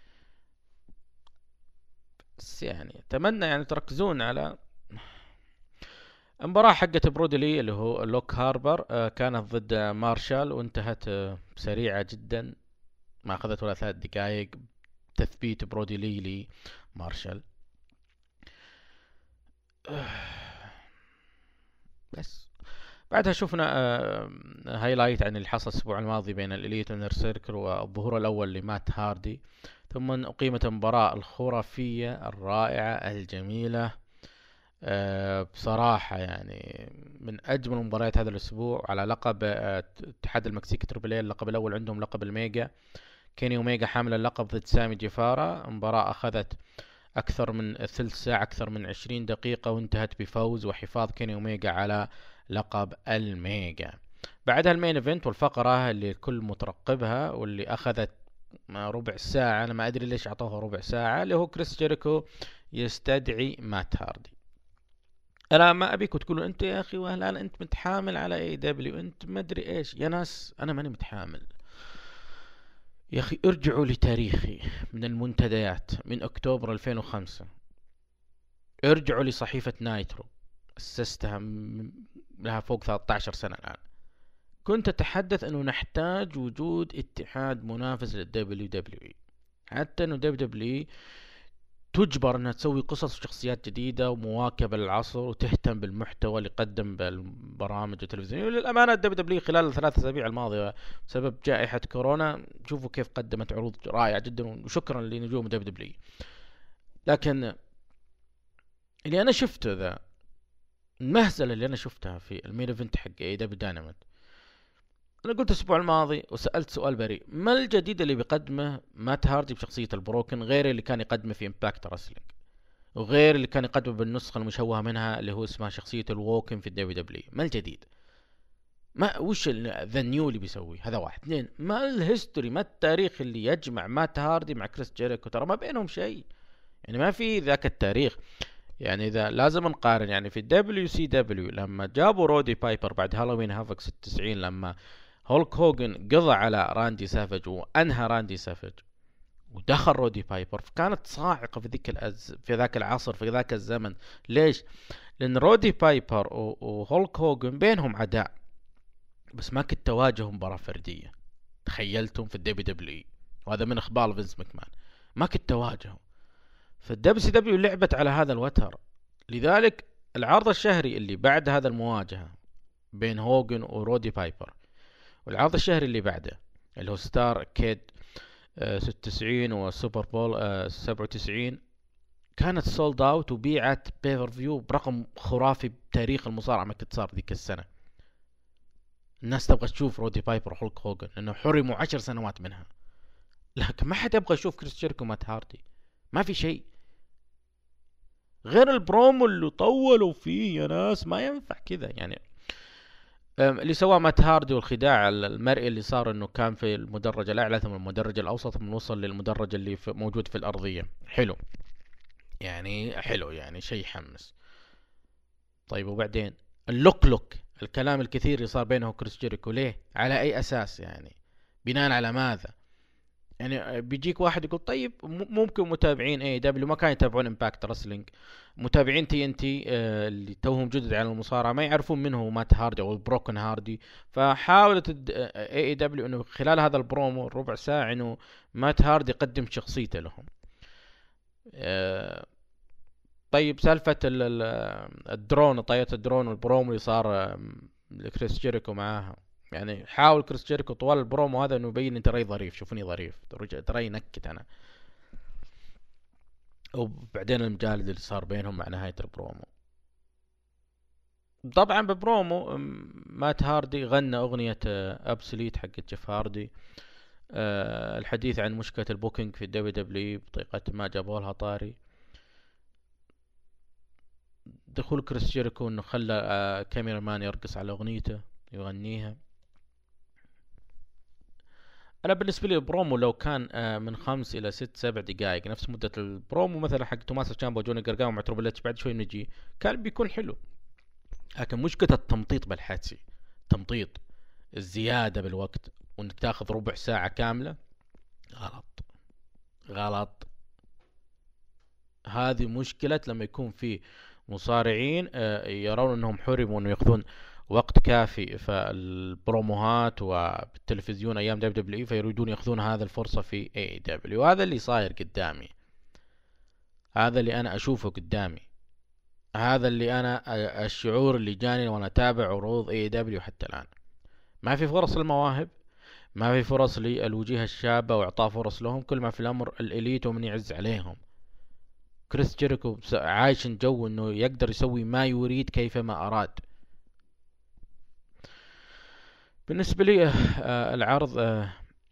[SPEAKER 6] بس يعني اتمنى يعني تركزون على المباراة حقت برودلي اللي هو لوك هاربر. آه كانت ضد مارشال، وانتهت آه سريعة جدا، ما اخذت ولا ثلاث دقائق تثبيت برودلي لمارشال. آه بس بعدها شفنا آه هايلايت عن اللي حصل الاسبوع الماضي بين الاليت ونر سيركل والظهور الاول لمات هاردي. ثم اقيمت المباراة الخرافية الرائعة الجميلة. أه بصراحة يعني من أجمل مباريات هذا الأسبوع على لقب اتحاد المكسيكي تريبل اي. اللقب الأول عندهم لقب الميجا، كيني أوميجا حامل اللقب ضد سامي جيفارا. مباراة أخذت أكثر من ثلث ساعة، أكثر من عشرين دقيقة، وانتهت بفوز وحفاظ كيني أوميجا على لقب الميجا. بعدها المين ايفنت والفقرة اللي الكل مترقبها واللي أخذت ربع ساعة. أنا ما أدري ليش أعطوها ربع ساعة، اللي هو كريس جيريكو يستدعي مات هاردي. انا ما ابيكم تقولوا انت يا اخي وهلا انت متحامل على اي دبليو، انت ما ادري ايش. يا ناس انا ماني متحامل يا اخي. ارجعوا لتاريخي من المنتديات من اكتوبر ألفين وخمسة، ارجعوا لصحيفة نايترو، اسستها لها فوق ثلاثة عشر سنة الان. كنت اتحدث انه نحتاج وجود اتحاد منافس للدبليو دبليو اي، حتى انه دبليو دبليو تجبر انها تسوي قصص وشخصيات جديدة ومواكبة للعصر، وتهتم بالمحتوى اللي يقدم بالبرامج التلفزيونية. وللأمانة الدبليو دبليو خلال الثلاث أسابيع الماضية بسبب جائحة كورونا شوفوا كيف قدمت عروض رائعة جدا، وشكرا لنجوم الدبليو دبليو. لكن اللي أنا شفته ذا، المهزلة اللي أنا شفتها في المين ايفنت حق اي دبليو دايناميت، أنا قلت الأسبوع الماضي وسألت سؤال بريء: ما الجديد اللي بيقدمه مات هاردي بشخصية البروكن غير اللي كان يقدمه في امباكت رسلينج، وغير اللي كان يقدمه بالنسخة المشوهة منها اللي هو اسمها شخصية الووكن في الدبليو دبليو؟ ما الجديد؟ ما وش ذا نيو اللي بيسوي؟ هذا واحد. اثنين، ما الهيستوري، ما التاريخ اللي يجمع مات هاردي مع كريس جيريكو؟ ترى ما بينهم شيء، يعني ما في ذاك التاريخ. يعني إذا لازم نقارن، يعني في الدبليو سي دبليو لما جابوا رودي بايبر بعد هالوين هافك ستة وتسعين، لما هولك هوجن قضى على راندي سافج وأنهى راندي سافج ودخل رودي بايبر، فكانت صاعقة في ذيك الأز... في ذاك العصر، في ذاك الزمن. ليش؟ لأن رودي بايبر و... وهولك هوجن بينهم عداء، بس ما كنت تواجهوا مباراة فردية. تخيلتم في الدبليو دبليو اي، وهذا من إخبار فينس ماكمان، ما كنت تواجهوا. فالدبليو سي دبليو لعبت على هذا الوتر، لذلك العرض الشهري اللي بعد هذا المواجهة بين هوجن ورودي بايبر، والعرض الشهري اللي بعده اللي هو ستار كيد ستة وتسعين وسوبر بول آه سبعة وتسعين، كانت سولد اوت وبيعت بيفر فيو برقم خرافي بتاريخ المصارعة ما كنت صار ذيك السنة. الناس تبغى تشوف رودي بايبر وهولك هوجن لأنه حرموا عشر سنوات منها، لكن ما حد يبغى يشوف كريس جيريكو ومات هاردي. ما في شيء غير البرومو اللي طولوا فيه يا ناس، ما ينفع كذا يعني. اللي سواه مات هاردي والخداع المرئي اللي صار انه كان في المدرج الاعلى ثم المدرج الاوسط ثم وصل للمدرج اللي في موجود في الارضيه، حلو يعني، حلو يعني شيء يحمس. طيب وبعدين اللوك لوك، الكلام الكثير اللي صار بينه وكريس جيريكو، ليه؟ على اي اساس يعني؟ بناء على ماذا؟ يعني بيجيك واحد يقول طيب ممكن متابعين اي دبليو ما كانوا يتابعون امباكت رسلينج، متابعين تي ان تي آه اللي توهم جدد على المصارعه ما يعرفون منه هو مات هاردي او البروكن هاردي، فحاولت اي اي دبليو انه خلال هذا البرومو الربع ساعه انه مات هاردي يقدم شخصيته لهم. آه طيب سالفه الدرون، طياره الدرون والبرومو اللي صار لكريس جيريكو معاها، يعني حاول كريس جيريكو طوال البرومو هذا انه يبين انت ترى ظريف، شوفني ظريف، ترى ينكت انا. وبعدين المجالد اللي صار بينهم مع نهاية البرومو. طبعا ببرومو مات هاردي غنى اغنية ابسوليت حق جيف هاردي، أه الحديث عن مشكلة البوكينج في الدبليو دبليو بطريقة ما جابوا لها طاري. دخول كريس جيريكو انه خلى أه كاميرا مان يرقص على اغنيته يغنيها. انا بالنسبه لي البرومو لو كان من خمس الى ست سبع دقائق نفس مده البرومو مثلا حق توماس تشامبا وجوني جرجاو مع تروبل اتش بعد شوي نجي، كان بيكون حلو. لكن مشكله التمطيط بالحادثي، تمطيط الزياده بالوقت وانك تاخذ ربع ساعه كامله، غلط غلط. هذه مشكله لما يكون في مصارعين يرون انهم حرموا انه ياخذون وقت كافي في البروموهات وبالتلفزيون ايام دبليو دبليو، فيريدون ياخذون هذا الفرصه في اي دبليو. هذا اللي صاير قدامي، هذا اللي انا اشوفه قدامي، هذا اللي انا الشعور اللي جاني وانا اتابع عروض اي دبليو حتى الان. ما في فرص للمواهب، ما في فرص للوجيه الشابه واعطاء فرص لهم، كل ما في الامر الاليت ومن يعز عليهم. كريس جيريكو عايش جو انه يقدر يسوي ما يريد كيفما اراد. بالنسبة لي العرض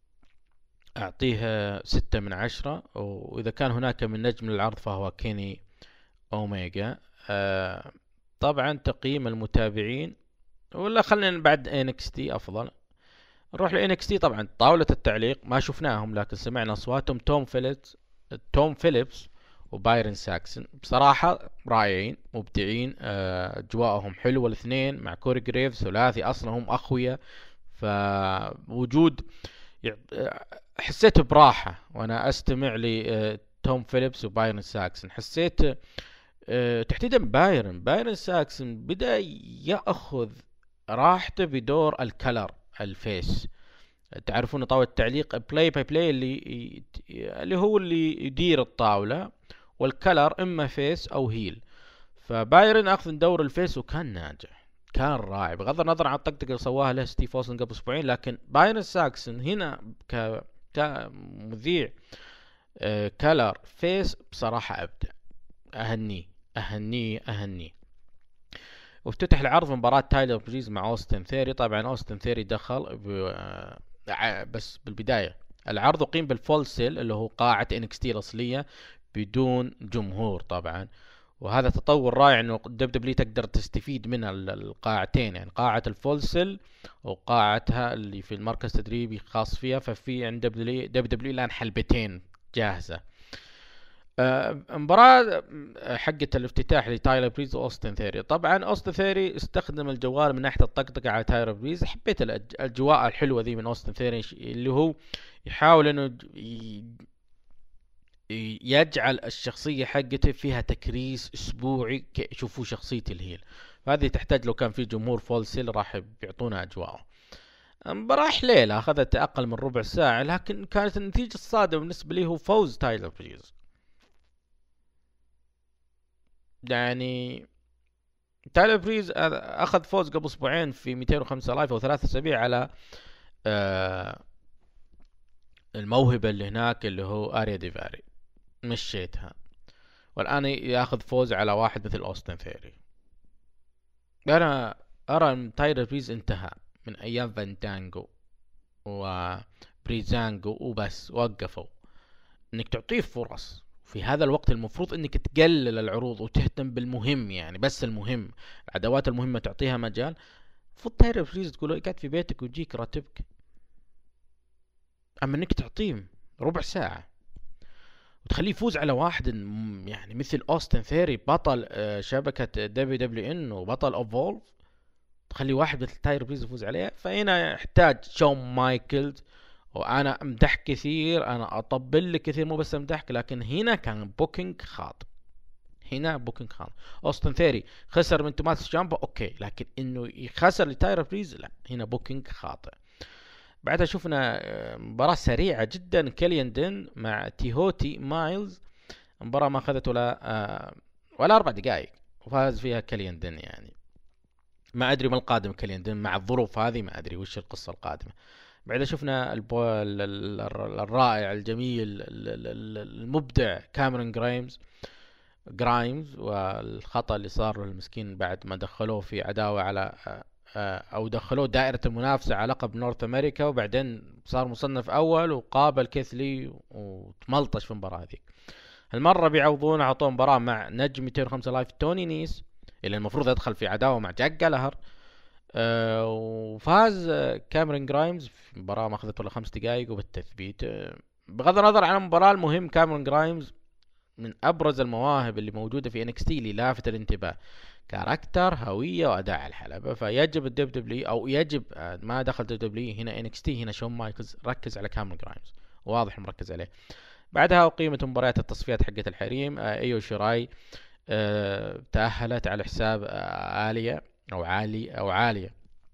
[SPEAKER 6] أعطيه ستة من عشرة، وإذا كان هناك من نجم للعرض فهو كيني أوميجا. طبعا تقييم المتابعين، ولا خلينا بعد إن إكس تي أفضل. نروح ل إن إكس تي. طبعا طاولة التعليق ما شفناهم لكن سمعنا أصواتهم، توم فيليبس توم فيليبس وبايرن ساكسون بصراحة رائعين مبدعين، أجواءهم حلوة الاثنين مع كوري جريفز ثلاثي أصلا هم أخويا، فوجود حسيت براحة وأنا أستمع لتوم فيليبس وبايرن ساكسون. حسيت تحديدا بايرن بايرن ساكسون بدأ يأخذ راحته بدور الكلر الفيس. تعرفون طاولة التعليق بلاي باي بلاي اللي اللي هو اللي يدير الطاولة، والكلر اما فيس او هيل. فبايرن اخذ دور الفيس وكان ناجح، كان رائع بغض النظر عن الطقطقه اللي سواها له ستيف اوستن قبل اسبوعين. لكن بايرن ساكسون هنا ك كمذيع آه كلر فيس بصراحه ابدع، اهنيه اهنيه اهنيه. وافتتح العرض مباراة تايلر بريز مع اوستن ثيري. طبعا اوستن ثيري دخل بس بالبداية العرض قيم بالفول سيل اللي هو قاعة إن إكس تي الأصلية بدون جمهور طبعا، وهذا تطور رائع انه دب دبليو تقدر تستفيد من القاعتين، يعني قاعة الفول سيل وقاعتها اللي في المركز التدريبي خاص فيها. ففي عند دب دبليو الآن حلبتين جاهزة. مباراة حقة الافتتاح لتايلر بريز واوستن ثيري. طبعا اوستن ثيري استخدم الجوال من ناحية الطقطقة على تايلر بريز. حبيت الاجواء الحلوة ذي من اوستن ثيري اللي هو يحاول انه يجعل الشخصية حقته فيها تكريس اسبوعي يشوفوا شخصية الهيل. فهذه تحتاج لو كان في جمهور فول سيل راح بيعطونا اجواءه. مباراة حليلة اخذت اقل من ربع ساعة، لكن كانت النتيجة الصادمة بالنسبة لي هو فوز تايلر بريز. يعني تايلر بريز اخذ فوز قبل اسبوعين في مئتين وخمسة لايف او ثلاثة اسابيع على آه الموهبة اللي هناك اللي هو اريا ديفاري، مشيتها، والان ياخذ فوز على واحد مثل اوستن ثيري. انا ارى ان تايلر بريز انتهى من ايام فانتانجو وبريزانجو وبس، وقفوا. انك تعطيه فرص في هذا الوقت، المفروض انك تقلل العروض وتهتم بالمهم، يعني بس المهم، العداوات المهمة تعطيها مجال. المفروض تايلر بريز تقول قاعد في بيتك ويجيك راتبك، اما انك تعطيه ربع ساعة وتخليه يفوز على واحد يعني مثل اوستن ثيري، بطل شبكة دبليو دبليو ان وبطل ايفولف، تخلي واحد مثل تايلر بريز يفوز عليه. فهنا يحتاج شون مايكلز. وانا امدح كثير، انا اطبل لك كثير، مو بس امدحك، لكن هنا كان بوكينج خاطئ. هنا بوكينج خاطئ. اوستن ثيري خسر من توماس جامبا اوكي، لكن انه يخسر لتايلر بريز لا، هنا بوكينج خاطئ. بعدها شفنا مباراة سريعة جدا، كيليان دين مع تيهوتي مايلز. مباراة ما اخذت ولا ولا اربع دقائق وفاز فيها كيليان دين. يعني ما ادري ما القادم كيليان دين مع الظروف هذه، ما ادري وش القصة القادمة. بعدها شفنا البو... الرائع الجميل المبدع كاميرون جرايمز جرايمز والخطأ اللي صار له المسكين بعد ما دخلوه في عداوة على او دخلوه دائرة المنافسة على لقب نورث امريكا، وبعدين صار مصنف اول وقابل كيثلي وتملطش في المباراة هذيك. المرة بيعوضون، عطوه مباراة مع نجم مئتين وخمسة لايف توني نيس اللي المفروض يدخل في عداوة مع جاك جالهر. أه وفاز كاميرون جرايمز في مباراة ما اخذت ولا خمس دقائق وبالتثبيت. أه بغض النظر عن المباراة، المهم كاميرون جرايمز من ابرز المواهب اللي موجودة في انكس تي اللي لافت الانتباه، كاركتر، هوية، واداء على الحلبة. فيجب الدب دبليو او يجب ما دخل دب دبليو هنا انكس تي، هنا شون مايكلز ركز على كاميرون جرايمز، واضح مركز عليه. بعدها أقيمت مباريات التصفيات حقت الحريم. أه ايو شيراي أه تأهلت على حساب أه آلية او عالي او عالية.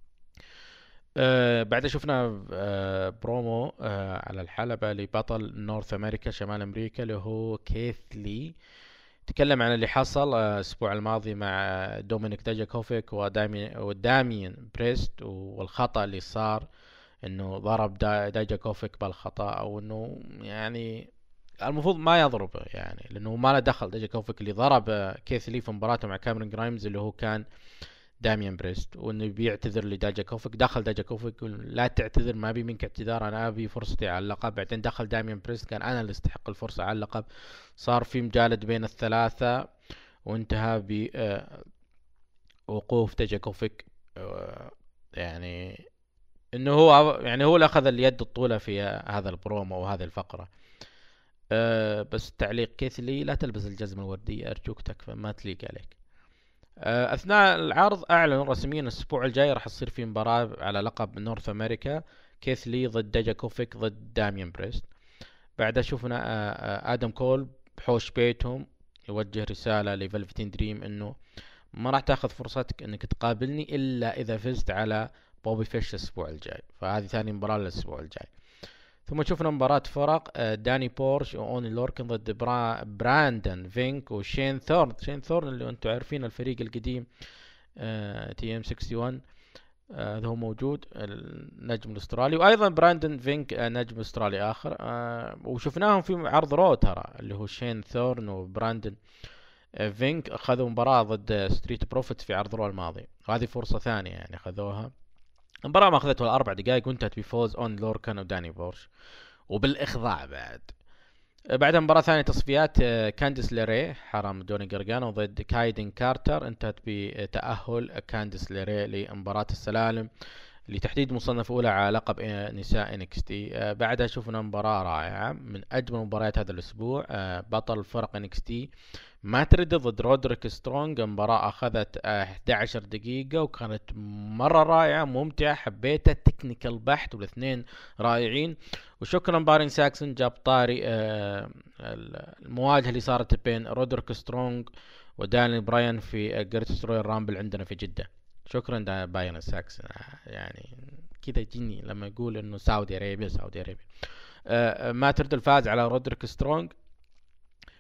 [SPEAKER 6] أه بعد شفنا أه برومو أه على الحلبة لبطل نورث امريكا شمال امريكا اللي هو كيث لي. تكلم عن اللي حصل الاسبوع الماضي مع دومينيك داجاكوفيك وداميان بريست، والخطأ اللي صار انه ضرب دا داجاكوفيك بالخطأ، او انه يعني المفروض ما يضربه، يعني لانه ما له دخل. داجاكوفيك اللي ضرب كيث لي في مباراته مع كاميرون جرايمز اللي هو كان داميان بريست، وانه بيعتذر لداجاكوفيك. دخل داجاكوفيك يقول لا تعتذر، ما ابي منك اعتذار، انا ابي فرصتي على اللقب. بعدين دخل داميان بريست كان انا اللي استحق الفرصة على اللقب. صار في مجالد بين الثلاثة وانتهى ب وقوف داجاكوفيك، يعني انه هو يعني هو اللي اخذ اليد الطولة في هذا البرومو وهذه الفقرة. أه بس تعليق كيثلي لا تلبس الجزمة الوردية ارجوك، تكفى ما تليق عليك. اثناء العرض اعلنوا رسميا الاسبوع الجاي راح يصير في مباراة على لقب نورث امريكا، كيث لي ضد داجاكوفيك ضد داميان بريست. بعدها شفنا ادم كول بحوش بيتهم يوجه رسالة لفلفتين دريم انه ما راح تاخذ فرصتك انك تقابلني الا اذا فزت على بوبي فيش الاسبوع الجاي. فهذه ثاني مباراة للاسبوع الجاي. ثم شفنا مباراة فرق داني بورش وأوني لوركن ضد برا براندن فينك وشين ثورن. شين ثورن اللي انتم عارفين الفريق القديم تي ام واحد وستين، هذا هو موجود النجم الاسترالي، وايضا براندن فينك نجم استرالي اخر. وشفناهم في عرض رو ترى اللي هو شين ثورن وبراندن فينك اخذوا مباراة ضد ستريت بروفيتس في عرض رو الماضي، وهذه فرصة ثانية يعني اخذوها. المباراة ما اخذت ولا اربع دقائق وانتهت بفوز اون لوركان وداني بورش وبالاخضاع. بعد بعدها مباراة ثانية تصفيات كانديس ليري حرام دوني جرجانو ضد كايدن كارتر، انتهت بتأهل كانديس ليري لمباراة السلالم لتحديد مصنف اولى على لقب نساء انكس تي. بعدها شفنا مباراة رائعة من اجمل مباريات هذا الاسبوع، بطل فرق انكس تي مات ريدي ضد رودريك سترونج. مباراة اخذت احد عشر دقيقة وكانت مرة رائعة ممتعة، حبيتها، تكنيكال بحت والاثنين رائعين. وشكرا بارين ساكسون جاب طاري المواجهة اللي صارت بين رودريك سترونج وداني براين في جريتست رويال رامبل عندنا في جدة. شكرا باين ساكسون، يعني كذا جيني لما يقول انه سعودي ارابيا سعودي ارابيا. آه ما ترد الفاز على رودريك سترونج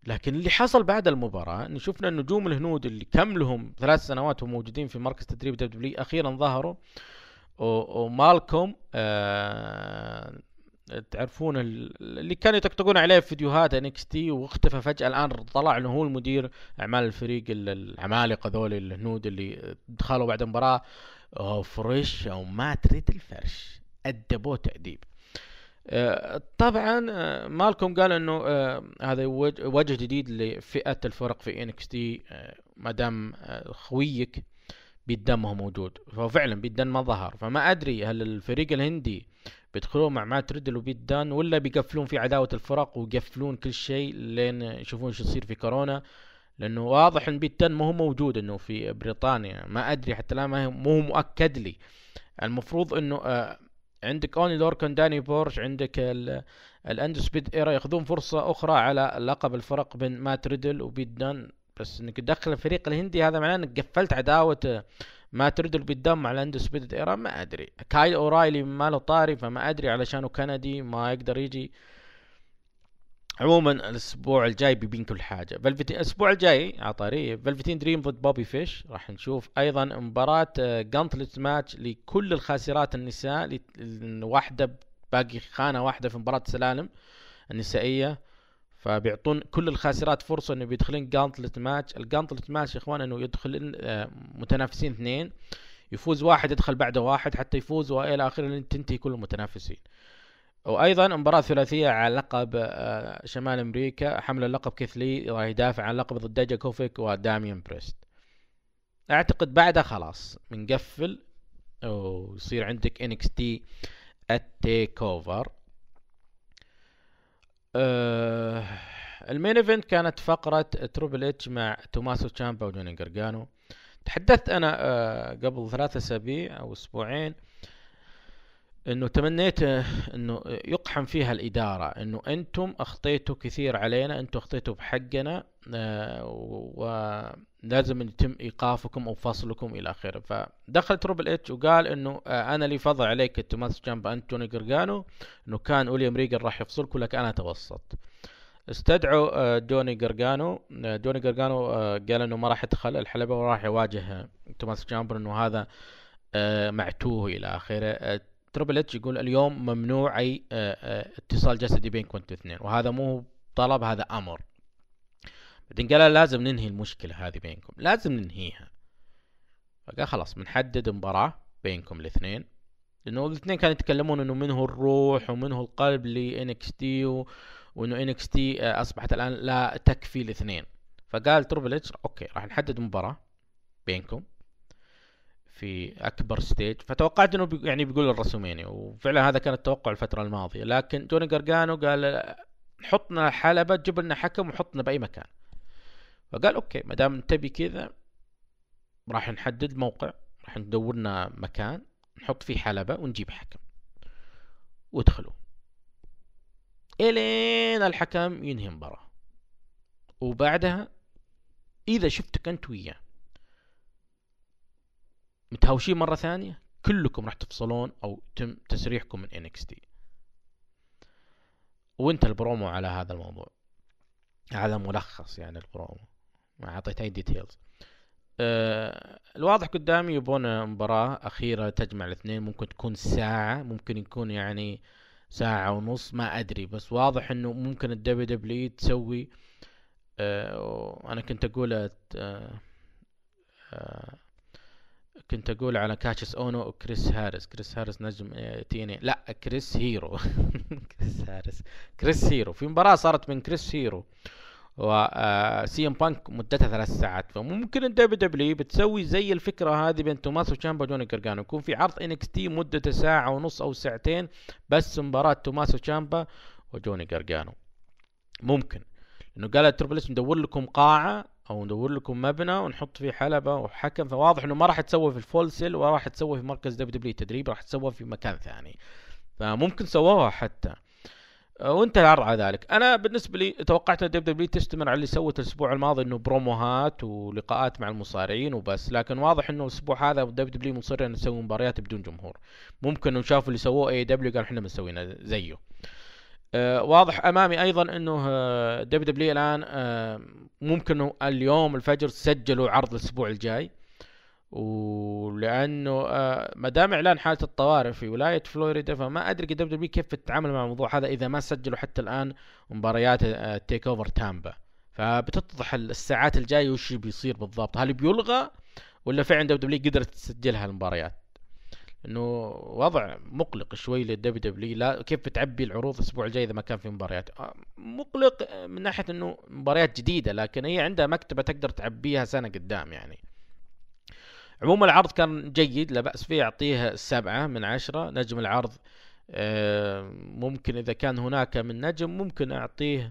[SPEAKER 6] لكن اللي حصل بعد المباراة ان شفنا النجوم الهنود اللي كم لهم ثلاث سنوات وموجودين في مركز تدريب دبليو دبليو اخيرا ظهروا. ومالكوم آه تعرفون اللي كانوا يطقطقون عليه في فيديوهات انكس تي واختفى فجأة، الان طلع انه هو المدير اعمال الفريق العمالقة ذول الهنود اللي دخلوا بعد المباراة فريش او ما تريد الفرش، ادبوه تأديب. آه طبعا آه مالكوم قال انه آه هذا وجه جديد لفئة الفرق في انكس تي، آه مادام آه خويك بالدم هو موجود، ففعلا بالدم ما ظهر. فما ادري هل الفريق الهندي بيدخلون مع مات ريدل وبيدان ولا بيقفلون في عداوة الفرق ويقفلون كل شيء لين يشوفون شو يصير في كورونا، لانه واضح ان بيدان ما هو موجود انه في بريطانيا. ما ادري حتى الان ما هو مؤكد لي. المفروض انه آه عندك اوني لوركن، داني بورش، عندك الاندسبيد ايرا ياخذون فرصة اخرى على لقب الفرق بين مات ريدل وبيدان، بس انك تدخل الفريق الهندي هذا معناه انك قفلت عداوة ما تردل بالدم مع الاندسبيد ايرا. ما ادري. كايل اورايلي ما له طاري، فما ادري علشانه كندي ما يقدر يجي. عموما الاسبوع الجاي بيبين كل حاجه. فالفتين الاسبوع الجاي عطاريه فالفتين دريم ضد بوبي فيش. راح نشوف ايضا مباراه جانتلت ماتش لكل الخاسرات النساء، واحده باقي خانه واحده في مباراه سلالم النسائيه، فبيعطون كل الخاسرات فرصه انه بيدخلين جانتلت ماتش. الجانتلت ماتش يا اخوان انه يدخل متنافسين اثنين، يفوز واحد يدخل بعده واحد حتى يفوز والى اخره لين تنتهي كل المتنافسين. وايضا مباراه ثلاثيه على لقب شمال امريكا، حمل اللقب كيثلي راح يدافع عن لقب ضد داجا كوفيك وداميان بريست. اعتقد بعدها خلاص بنقفل ويصير عندك انكس تي التيك اوفر. أه المين ايفنت كانت فقرة تروبل اتش مع توماسو تشامبا وجوني غارغانو. تحدثت انا أه قبل ثلاثة اسابيع او اسبوعين انه تمنيت انه يقحم فيها الادارة، انه انتم اخطيتوا كثير علينا، انتم اخطيتوا بحقنا أه ولازم يتم ايقافكم او فصلكم الى اخره. فدخل تروبل اتش وقال انه أه انا لي فضل عليك توماسو تشامبا انت جوني غارغانو، انه كان ويليام ريجن راح يفصلكم لك انا توسط. استدعوا جوني غارغانو. جوني غارغانو قال انه ما راح يدخل الحلبة وراح يواجه توماس تشامبر، انه هذا معتوه الى اخره. تريبل اتش يقول اليوم ممنوع اي اتصال جسدي بينكم انتوا اثنين، وهذا مو طلب، هذا امر. بعدين قال لازم ننهي المشكلة هذه بينكم، لازم ننهيها. فقال خلاص بنحدد مباراة بينكم الاثنين، لانه الاثنين كانوا يتكلمون انه من هو الروح ومن هو القلب ل إن إكس تي و... وانه إن إكس تي اصبحت الان لا تكفي الاثنين. فقال تريبل اتش اوكي راح نحدد مباراة بينكم في اكبر ستيج. فتوقعت انه بي... يعني بيقول الرسومينيا، وفعلا هذا كان التوقع الفترة الماضية. لكن جوني غارغانو قال حطنا حلبة، جيب لنا حكم وحطنا باي مكان. فقال اوكي ما دام تبي كذا راح نحدد موقع، راح ندورنا مكان نحط فيه حلبة ونجيب حكم وادخلوا الين الحكم ينهي المباراة. وبعدها اذا شفتك انت وياه متهاوشين مرة ثانية كلكم راح تفصلون او تم تسريحكم من إن إكس تي. وانت البرومو على هذا الموضوع، هذا ملخص يعني البرومو، ما اعطيت اي ديتيلز. أه الواضح قدامي يبون مباراة أخيرة تجمع الاثنين، ممكن تكون ساعة، ممكن يكون يعني ساعة ونص، ما أدري. بس واضح إنه ممكن الدبليو دبليو تسوي أه أنا كنت أقول أه أه كنت أقول على كاشس أونو وكريس هاريس. كريس هاريس نجم تيني، لا كريس هيرو كريس هاريس كريس هيرو. في مباراة صارت من كريس هيرو وسي ام بانك مدتها ثلاث ساعات. فممكن الدبليو دبليو بتسوي زي الفكره هذه بين توماسو تشامبا وجوني غارغانو، يكون في عرض إن إكس تي مدته ساعه ونص او ساعتين بس مباراه توماسو تشامبا وجوني غارغانو. ممكن انه قال تريبل اتش ندور لكم قاعه او ندور لكم مبنى ونحط فيه حلبه وحكم. فواضح انه ما راح تسوي في الفول سيل ولا راح تسوي في مركز دبليو دبليو تدريب، راح تسوي في مكان ثاني. فممكن سووها حتى وانت العرض على ذلك. انا بالنسبه لي توقعت ان دبليو دبليو تستمر على اللي سوته الاسبوع الماضي، انه بروموهات ولقاءات مع المصارعين وبس. لكن واضح انه الاسبوع هذا دبليو دبليو مصر ان نسوي مباريات بدون جمهور. ممكن انه شافوا اللي سووه اي دبليو قالوا احنا بنسوينا زيه. آه واضح امامي ايضا انه آه دبليو دبليو الان آه ممكن اليوم الفجر سجلوا عرض الاسبوع الجاي، ولانه آه ما دام اعلان حاله الطوارئ في ولايه فلوريدا، فما ادري دبليو دبليو كيف تتعامل مع الموضوع هذا اذا ما سجلوا حتى الان مباريات آه تيك اوفر تامبا. فبتتضح الساعات الجايه وش بيصير بالضبط، هل بيلغى ولا فعلا دبليو دبليو قدرت تسجلها المباريات؟ انه وضع مقلق شوي للدبليو دبليو، لا كيف بتعبي العروض الاسبوع الجاي اذا ما كان في مباريات؟ مقلق من ناحيه انه مباريات جديده، لكن هي عندها مكتبه تقدر تعبيها سنه قدام يعني. عموما العرض كان جيد لا بأس فيه، أعطيه سبعة من عشرة. نجم العرض ممكن إذا كان هناك من نجم ممكن أعطيه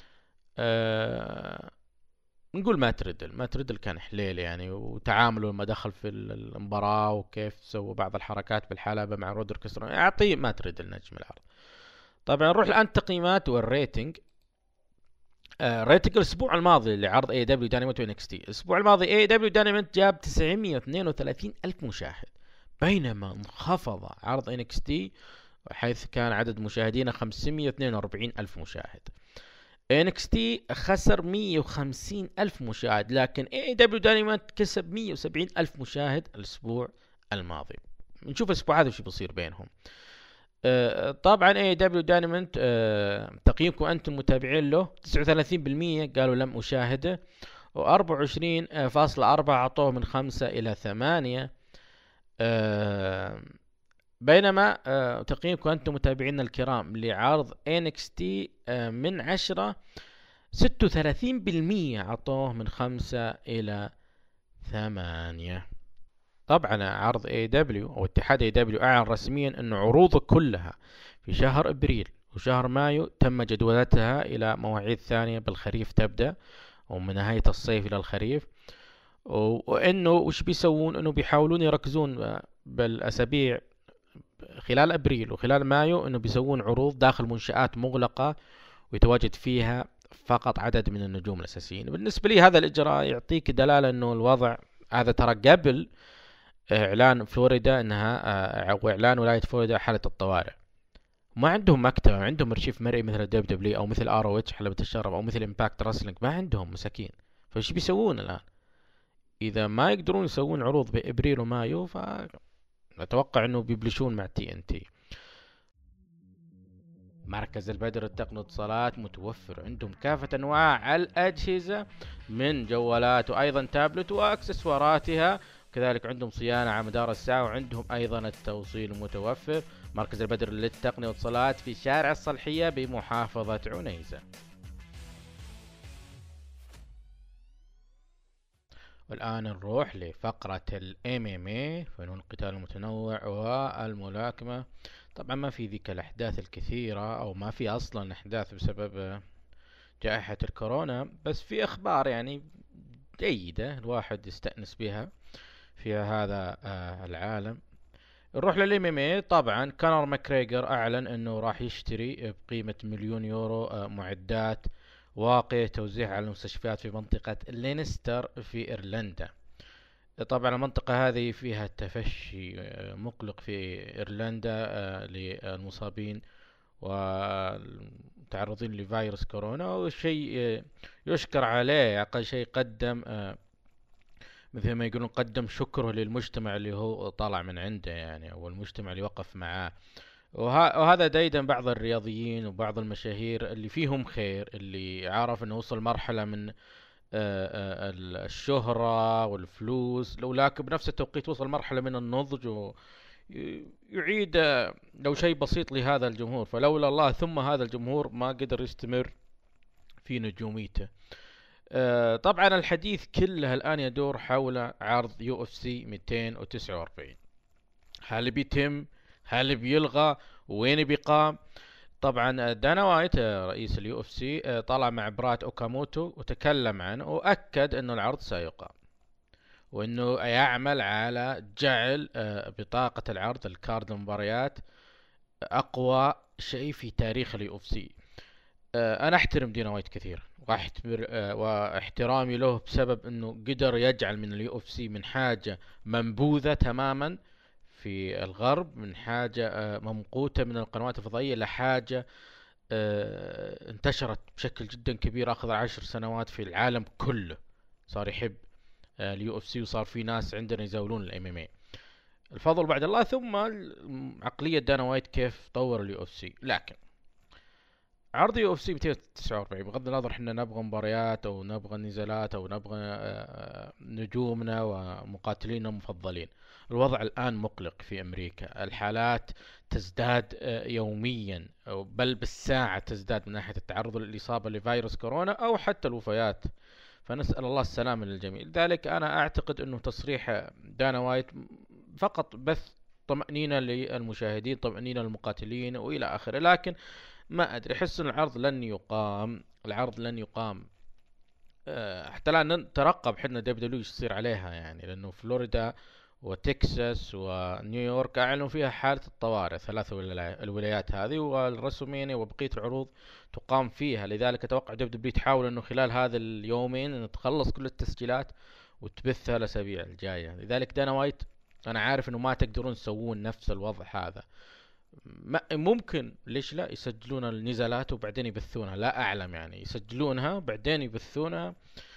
[SPEAKER 6] نقول مات ريدل. مات ريدل كان حليل يعني، وتعامله لما دخل في المباراة وكيف سوى بعض الحركات بالحلبة مع رودريك سترونج، أعطيه مات ريدل نجم العرض. طبعا نروح الآن التقييمات والريتنج. آه ريتنج الاسبوع الماضي لعرض اي دبليو دايناميت و ان اكس تي. الاسبوع الماضي اي دبليو دايناميت جاب تسعمية واثنين وثلاثين الف مشاهد، بينما انخفض عرض ان اكس تي حيث كان عدد مشاهدينه خمسمية واثنين وأربعين الف مشاهد. ان اكس تي خسر مية وخمسين الف مشاهد، لكن اي دبليو دايناميت كسب مية وسبعين الف مشاهد الاسبوع الماضي. نشوف الاسبوع هذا وش بيصير بينهم. آه طبعا اي دبليو دايناميت آه تقييمكم انتم المتابعين له تسعة وثلاثين بالمية قالوا لم اشاهده، وأربعة وعشرين فاصلة أربعة اعطوه من خمسة الى ثمانية. آه بينما آه تقييمكم انتم متابعين الكرام لعرض إن إكس تي آه من عشرة ستة وثلاثين بالمية اعطوه من خمسة الى ثمانية. طبعا عرض اي دبليو او اتحاد اي دبليو اعلن رسميا ان عروضه كلها في شهر ابريل وشهر مايو تم جدولتها الى مواعيد ثانية بالخريف تبدأ، ومن نهاية الصيف الى الخريف. وانه وش بيسوون، انه بيحاولون يركزون بالاسابيع خلال ابريل وخلال مايو انه بيسوون عروض داخل منشآت مغلقة ويتواجد فيها فقط عدد من النجوم الاساسيين. بالنسبة لي هذا الاجراء يعطيك دلالة انه الوضع هذا ترى قبل اعلان فلوريدا انها او اعلان ولايه فلوريدا حاله الطوارئ. ما عندهم مكتب، عندهم ارشيف مرئي مثل دبليو دبليو او مثل ار او اتش حلبة الشرف او مثل امباكت راسلينج، ما عندهم مساكين. فايش بيسوون الان؟ اذا ما يقدرون يسوون عروض بابريل ومايو فاتوقع انه بيبلشون مع تي ان تي. مركز البدر التقني والاتصالات متوفر عندهم كافة انواع الاجهزة من جوالات وايضا تابلت واكسسواراتها، كذلك عندهم صيانة على مدار الساعة، وعندهم ايضا التوصيل متوفر. مركز البدر للتقنية والاتصالات في شارع الصالحية بمحافظة عنيزة. والآن نروح لفقرة ال إم إم إيه فنون القتال المتنوع والملاكمة. طبعا ما في ذيك الأحداث الكثيرة أو ما في أصلا أحداث بسبب جائحة الكورونا، بس في أخبار يعني جيدة الواحد يستأنس بها في هذا العالم. نروح لل إم إم إيه. طبعا كونر ماكريغر أعلن أنه راح يشتري بقيمة مليون يورو معدات واقية توزيعها على المستشفيات في منطقة لينستر في إيرلندا. طبعا المنطقة هذه فيها تفشي مقلق في إيرلندا للمصابين وتعرضين لفيروس كورونا، وشيء يشكر عليه. أقل شيء قدم مثل ما يقولون قدم شكره للمجتمع اللي هو طالع من عنده يعني، أو المجتمع اللي وقف معاه. وهذا دايدا بعض الرياضيين وبعض المشاهير اللي فيهم خير، اللي عارف انه وصل مرحلة من الشهرة والفلوس، ولكن بنفس التوقيت وصل مرحلة من النضج ويعيد لو شيء بسيط لهذا الجمهور. فلولا الله ثم هذا الجمهور ما قدر يستمر في نجوميته. طبعا الحديث كله الآن يدور حول عرض يو اف سي مئتين وتسعة وأربعين. هل بيتم؟ هل بيلغى؟ وين بيقام؟ طبعا دانا وايت رئيس اليو اف سي طلع مع برات اوكاموتو وتكلم عنه واكد انه العرض سيقام، وانه يعمل على جعل بطاقة العرض الكارد المباريات اقوى شيء في تاريخ اليو اف سي. انا احترم دينا وايت كثير واحترامي له بسبب انه قدر يجعل من اليو اف سي من حاجة منبوذة تماما في الغرب، من حاجة ممقوتة من القنوات الفضائية لحاجة اه انتشرت بشكل جدا كبير اخذ عشر سنوات في العالم كله، صار يحب اه اليو اف سي، وصار في ناس عندنا يزاولون الام ام اي. الفضل بعد الله، ثم عقلية دانا وايت كيف طور اليو اف سي. لكن عرض يو اف سي مئتين وتسعة وأربعين بغض النظر احنا نبغى مباريات او نبغى نزالات او نبغى نجومنا ومقاتلينا المفضلين، الوضع الان مقلق في امريكا. الحالات تزداد يوميا بل بالساعة تزداد من ناحية التعرض للإصابة لفيروس كورونا او حتى الوفيات، فنسأل الله السلامة للجميع. لذلك انا اعتقد انه تصريح دانا وايت فقط بث طمأنينة للمشاهدين، طمأنينة للمقاتلين والى اخره، لكن ما ادري، احس ان العرض لن يقام، العرض لن يقام أه حتى لا نترقب حنا دبليو دبليو يصير عليها يعني، لانه فلوريدا وتكساس ونيويورك اعلنوا فيها حالة الطوارئ، ثلاث الولايات هذه، والرسومينيا وبقية العروض تقام فيها. لذلك اتوقع دبليو دبليو تحاول انه خلال هذا اليومين ان تخلص كل التسجيلات وتبثها الاسابيع الجاية. لذلك دانا وايت انا عارف انه ما تقدرون تسوون نفس الوضع هذا، ممكن ليش لا يسجلون النزالات وبعدين يبثونها، لا اعلم يعني، يسجلونها بعدين يبثونها،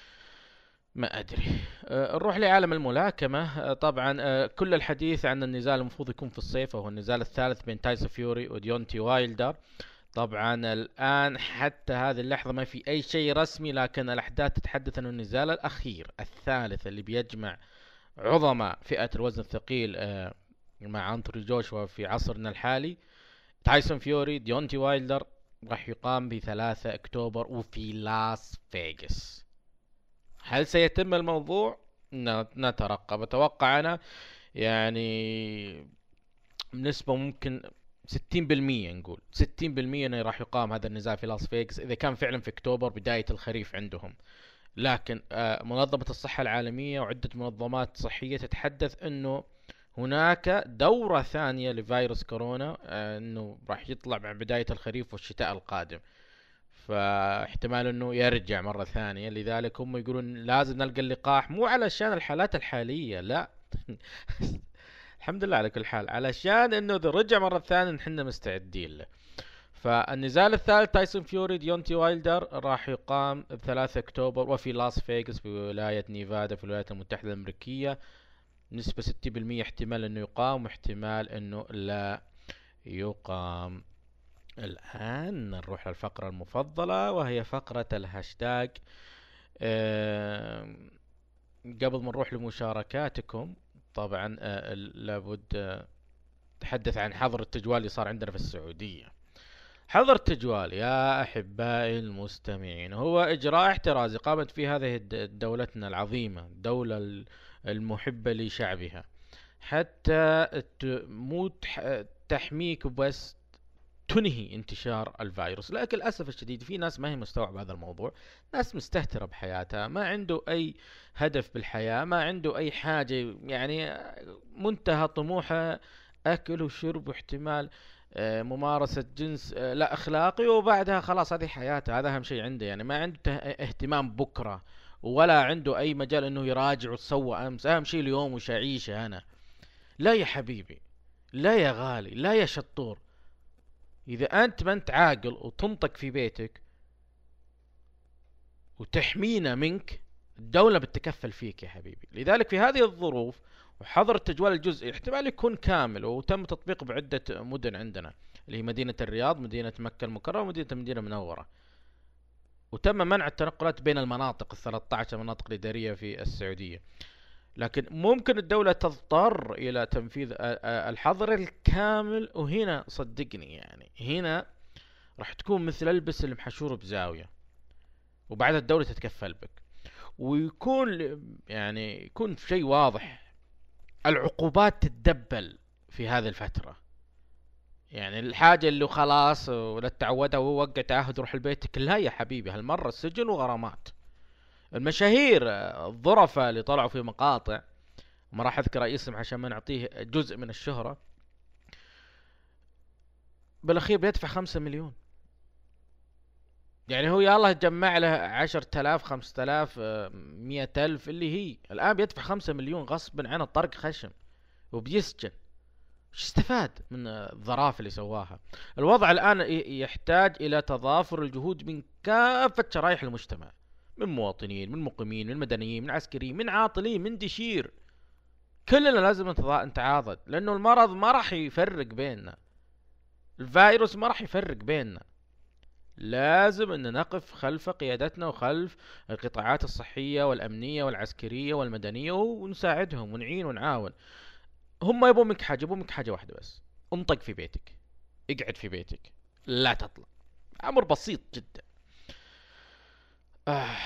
[SPEAKER 6] ما ادري. أه نروح لعالم الملاكمة. أه طبعا أه كل الحديث عن النزال المفروض يكون في الصيف، وهو النزال الثالث بين تايسون فيوري وديونتي وايلدر. طبعا الان حتى هذه اللحظة ما في اي شيء رسمي، لكن الاحداث تتحدث انه النزال الاخير الثالث اللي بيجمع عظماء فئة الوزن الثقيل أه مع أنتوني جوشوا في عصرنا الحالي، تايسون فيوري ديونتي وايلدر، راح يقام بثلاثة اكتوبر وفي لاس فيغاس. هل سيتم الموضوع؟ نترقب. اتوقع انا يعني بنسبة ممكن ستين بالمية، نقول ستين بالمية انه راح يقام هذا النزال في لاس فيغاس اذا كان فعلا في اكتوبر بداية الخريف عندهم. لكن منظمة الصحة العالمية وعدة منظمات صحية تتحدث انه هناك دورة ثانية لفيروس كورونا، انه راح يطلع مع بداية الخريف والشتاء القادم، فاحتمال انه يرجع مرة ثانية. لذلك هم يقولون لازم نلقى اللقاح، مو علشان الحالات الحالية، لا الحمد لله على كل حال، علشان انه اذا رجع مرة ثانية نحن مستعدين له. فالنزال الثالث تايسون فيوري ديونتي وايلدر راح يقام بثلاثة اكتوبر وفي لاس فيغاس في ولاية نيفادا في الولايات المتحدة الامريكية. نسبة ستين بالمية احتمال انه يقام واحتمال انه لا يقام. الان نروح للفقرة المفضلة وهي فقرة الهاشتاج. أه قبل ما نروح لمشاركاتكم طبعا أه لابد نتحدث عن حظر التجوال اللي صار عندنا في السعودية. حظر التجوال يا احبائي المستمعين هو اجراء احترازي قامت فيه هذه دولتنا العظيمة، الدولة المحبة لشعبها، حتى مو تحميك بس تنهي انتشار الفيروس. لكن للأسف الشديد في ناس ما هي مستوعب هذا الموضوع، ناس مستهترة بحياتها، ما عنده أي هدف بالحياة، ما عنده أي حاجة، يعني منتهى طموحه أكل وشرب واحتمال ممارسة جنس لا أخلاقي، وبعدها خلاص هذه حياته، هذا أهم شيء عنده، يعني ما عنده اهتمام بكرة ولا عنده أي مجال أنه يراجع وتسوى أمس، أهم شيء اليوم وش أعيشه أنا. لا يا حبيبي، لا يا غالي، لا يا شطور، إذا أنت ما أنت عاقل وتنطق في بيتك وتحمينا منك، الدولة بتتكفل فيك يا حبيبي. لذلك في هذه الظروف وحظر التجوال الجزئي احتمال يكون كامل، وتم تطبيق بعدة مدن عندنا اللي هي مدينة الرياض، مدينة مكة المكرمة، ومدينة المدينة المنورة، وتم منع التنقلات بين المناطق الثلاثة عشر مناطق الإدارية في السعودية. لكن ممكن الدولة تضطر إلى تنفيذ الحظر الكامل، وهنا صدقني يعني هنا راح تكون مثل البس المحشور بزاوية، وبعد الدولة تتكفل بك، ويكون يعني يكون شيء واضح، العقوبات تتدبل في هذه الفترة. يعني الحاجة اللي خلاص ولا تعودها ووقع تعهد روح لبيتك، لا يا حبيبي، هالمرة السجن وغرامات. المشاهير الظرفاء اللي طلعوا في مقاطع، ما راح اذكر اسم عشان ما نعطيه جزء من الشهرة، بالاخير بيدفع خمسة مليون. يعني هو يا الله جمع له عشرة آلاف خمسة آلاف مئة ألف اللي هي الآن بيدفع خمسة مليون غصبا عنه، طرق خشم وبيسجن. وش استفاد من الظرافة اللي سواها؟ الوضع الآن يحتاج إلى تضافر الجهود من كافة شرائح المجتمع، من مواطنين، من مقيمين، من مدنيين، من عسكريين، من عاطلين، من دشير. كلنا لازم نتعاضد، لأنه المرض ما راح يفرق بيننا، الفيروس ما راح يفرق بيننا. لازم أن نقف خلف قيادتنا وخلف القطاعات الصحية والأمنية والعسكرية والمدنية ونساعدهم ونعين ونعاون. هم يبون منك حاجة، يبون منك حاجة واحدة بس، انطق في بيتك، اقعد في بيتك، لا تطلع. أمر بسيط جدا. آه.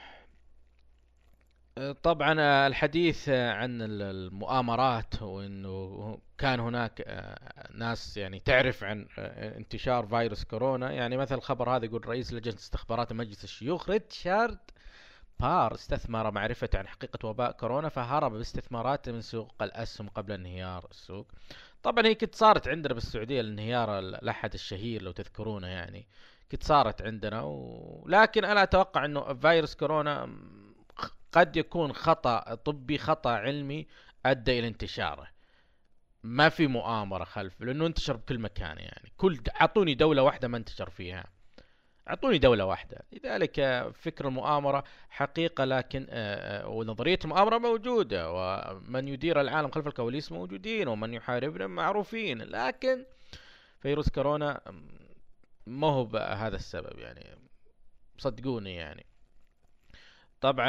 [SPEAKER 6] طبعا الحديث عن المؤامرات وانه كان هناك ناس يعني تعرف عن انتشار فيروس كورونا. يعني مثل الخبر هذا يقول رئيس لجنة استخبارات مجلس الشيوخ ريتشارد بار استثمر معرفة عن حقيقة وباء كورونا فهرب باستثماراته من سوق الأسهم قبل انهيار السوق. طبعا هي كنت صارت عندنا بالسعودية الانهيار الأحد الشهير لو تذكرونه، يعني كنت صارت عندنا و... لكن أنا أتوقع أنه فيروس كورونا قد يكون خطأ طبي، خطأ علمي أدى إلى انتشاره، ما في مؤامرة خلفه، لأنه انتشر بكل مكان. يعني كل أعطوني دولة واحدة ما انتشر فيها، أعطوني دولة واحدة. لذلك فكر المؤامرة حقيقة، لكن ونظرية المؤامرة موجودة، ومن يدير العالم خلف الكواليس موجودين، ومن يحاربنا معروفين. لكن فيروس كورونا ما هو بهذا السبب، يعني صدقوني. يعني طبعا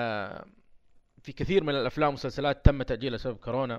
[SPEAKER 6] في كثير من الأفلام والمسلسلات تم تأجيلها بسبب كورونا،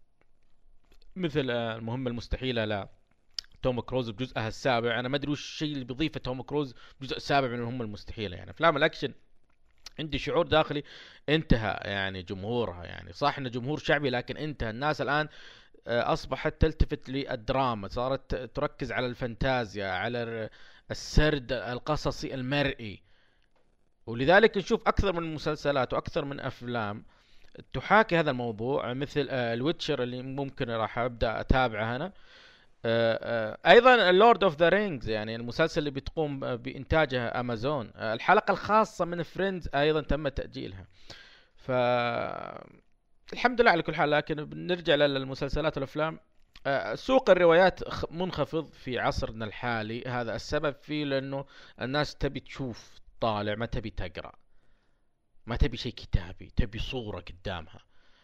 [SPEAKER 6] مثل المهمة المستحيلة لا توم كروز بجزءها السابع. انا ما ادري وش الشيء اللي بيضيفه توم كروز بجزء السابع من المهمة المستحيلة. يعني افلام الاكشن عندي شعور داخلي انتهى يعني جمهورها، يعني صح انه جمهور شعبي لكن انتهى. الناس الان اصبحت تلتفت للدراما، صارت تركز على الفانتازيا، على السرد القصصي المرئي. ولذلك نشوف اكثر من مسلسلات واكثر من افلام تحاكي هذا الموضوع، مثل الويتشر اللي ممكن راح ابدا اتابعه انا. ايضا اللورد اوف ذا رينجز، يعني المسلسل اللي بتقوم بانتاجه امازون. الحلقه الخاصه من فريندز ايضا تم تاجيلها. ف الحمد لله على كل حال. لكن بنرجع للمسلسلات والافلام، سوق الروايات منخفض في عصرنا الحالي. هذا السبب فيه لانه الناس تبي تشوف طالع، ما تبي تقرا، ما تبي شيء كتابي، تبي صورة قدامها.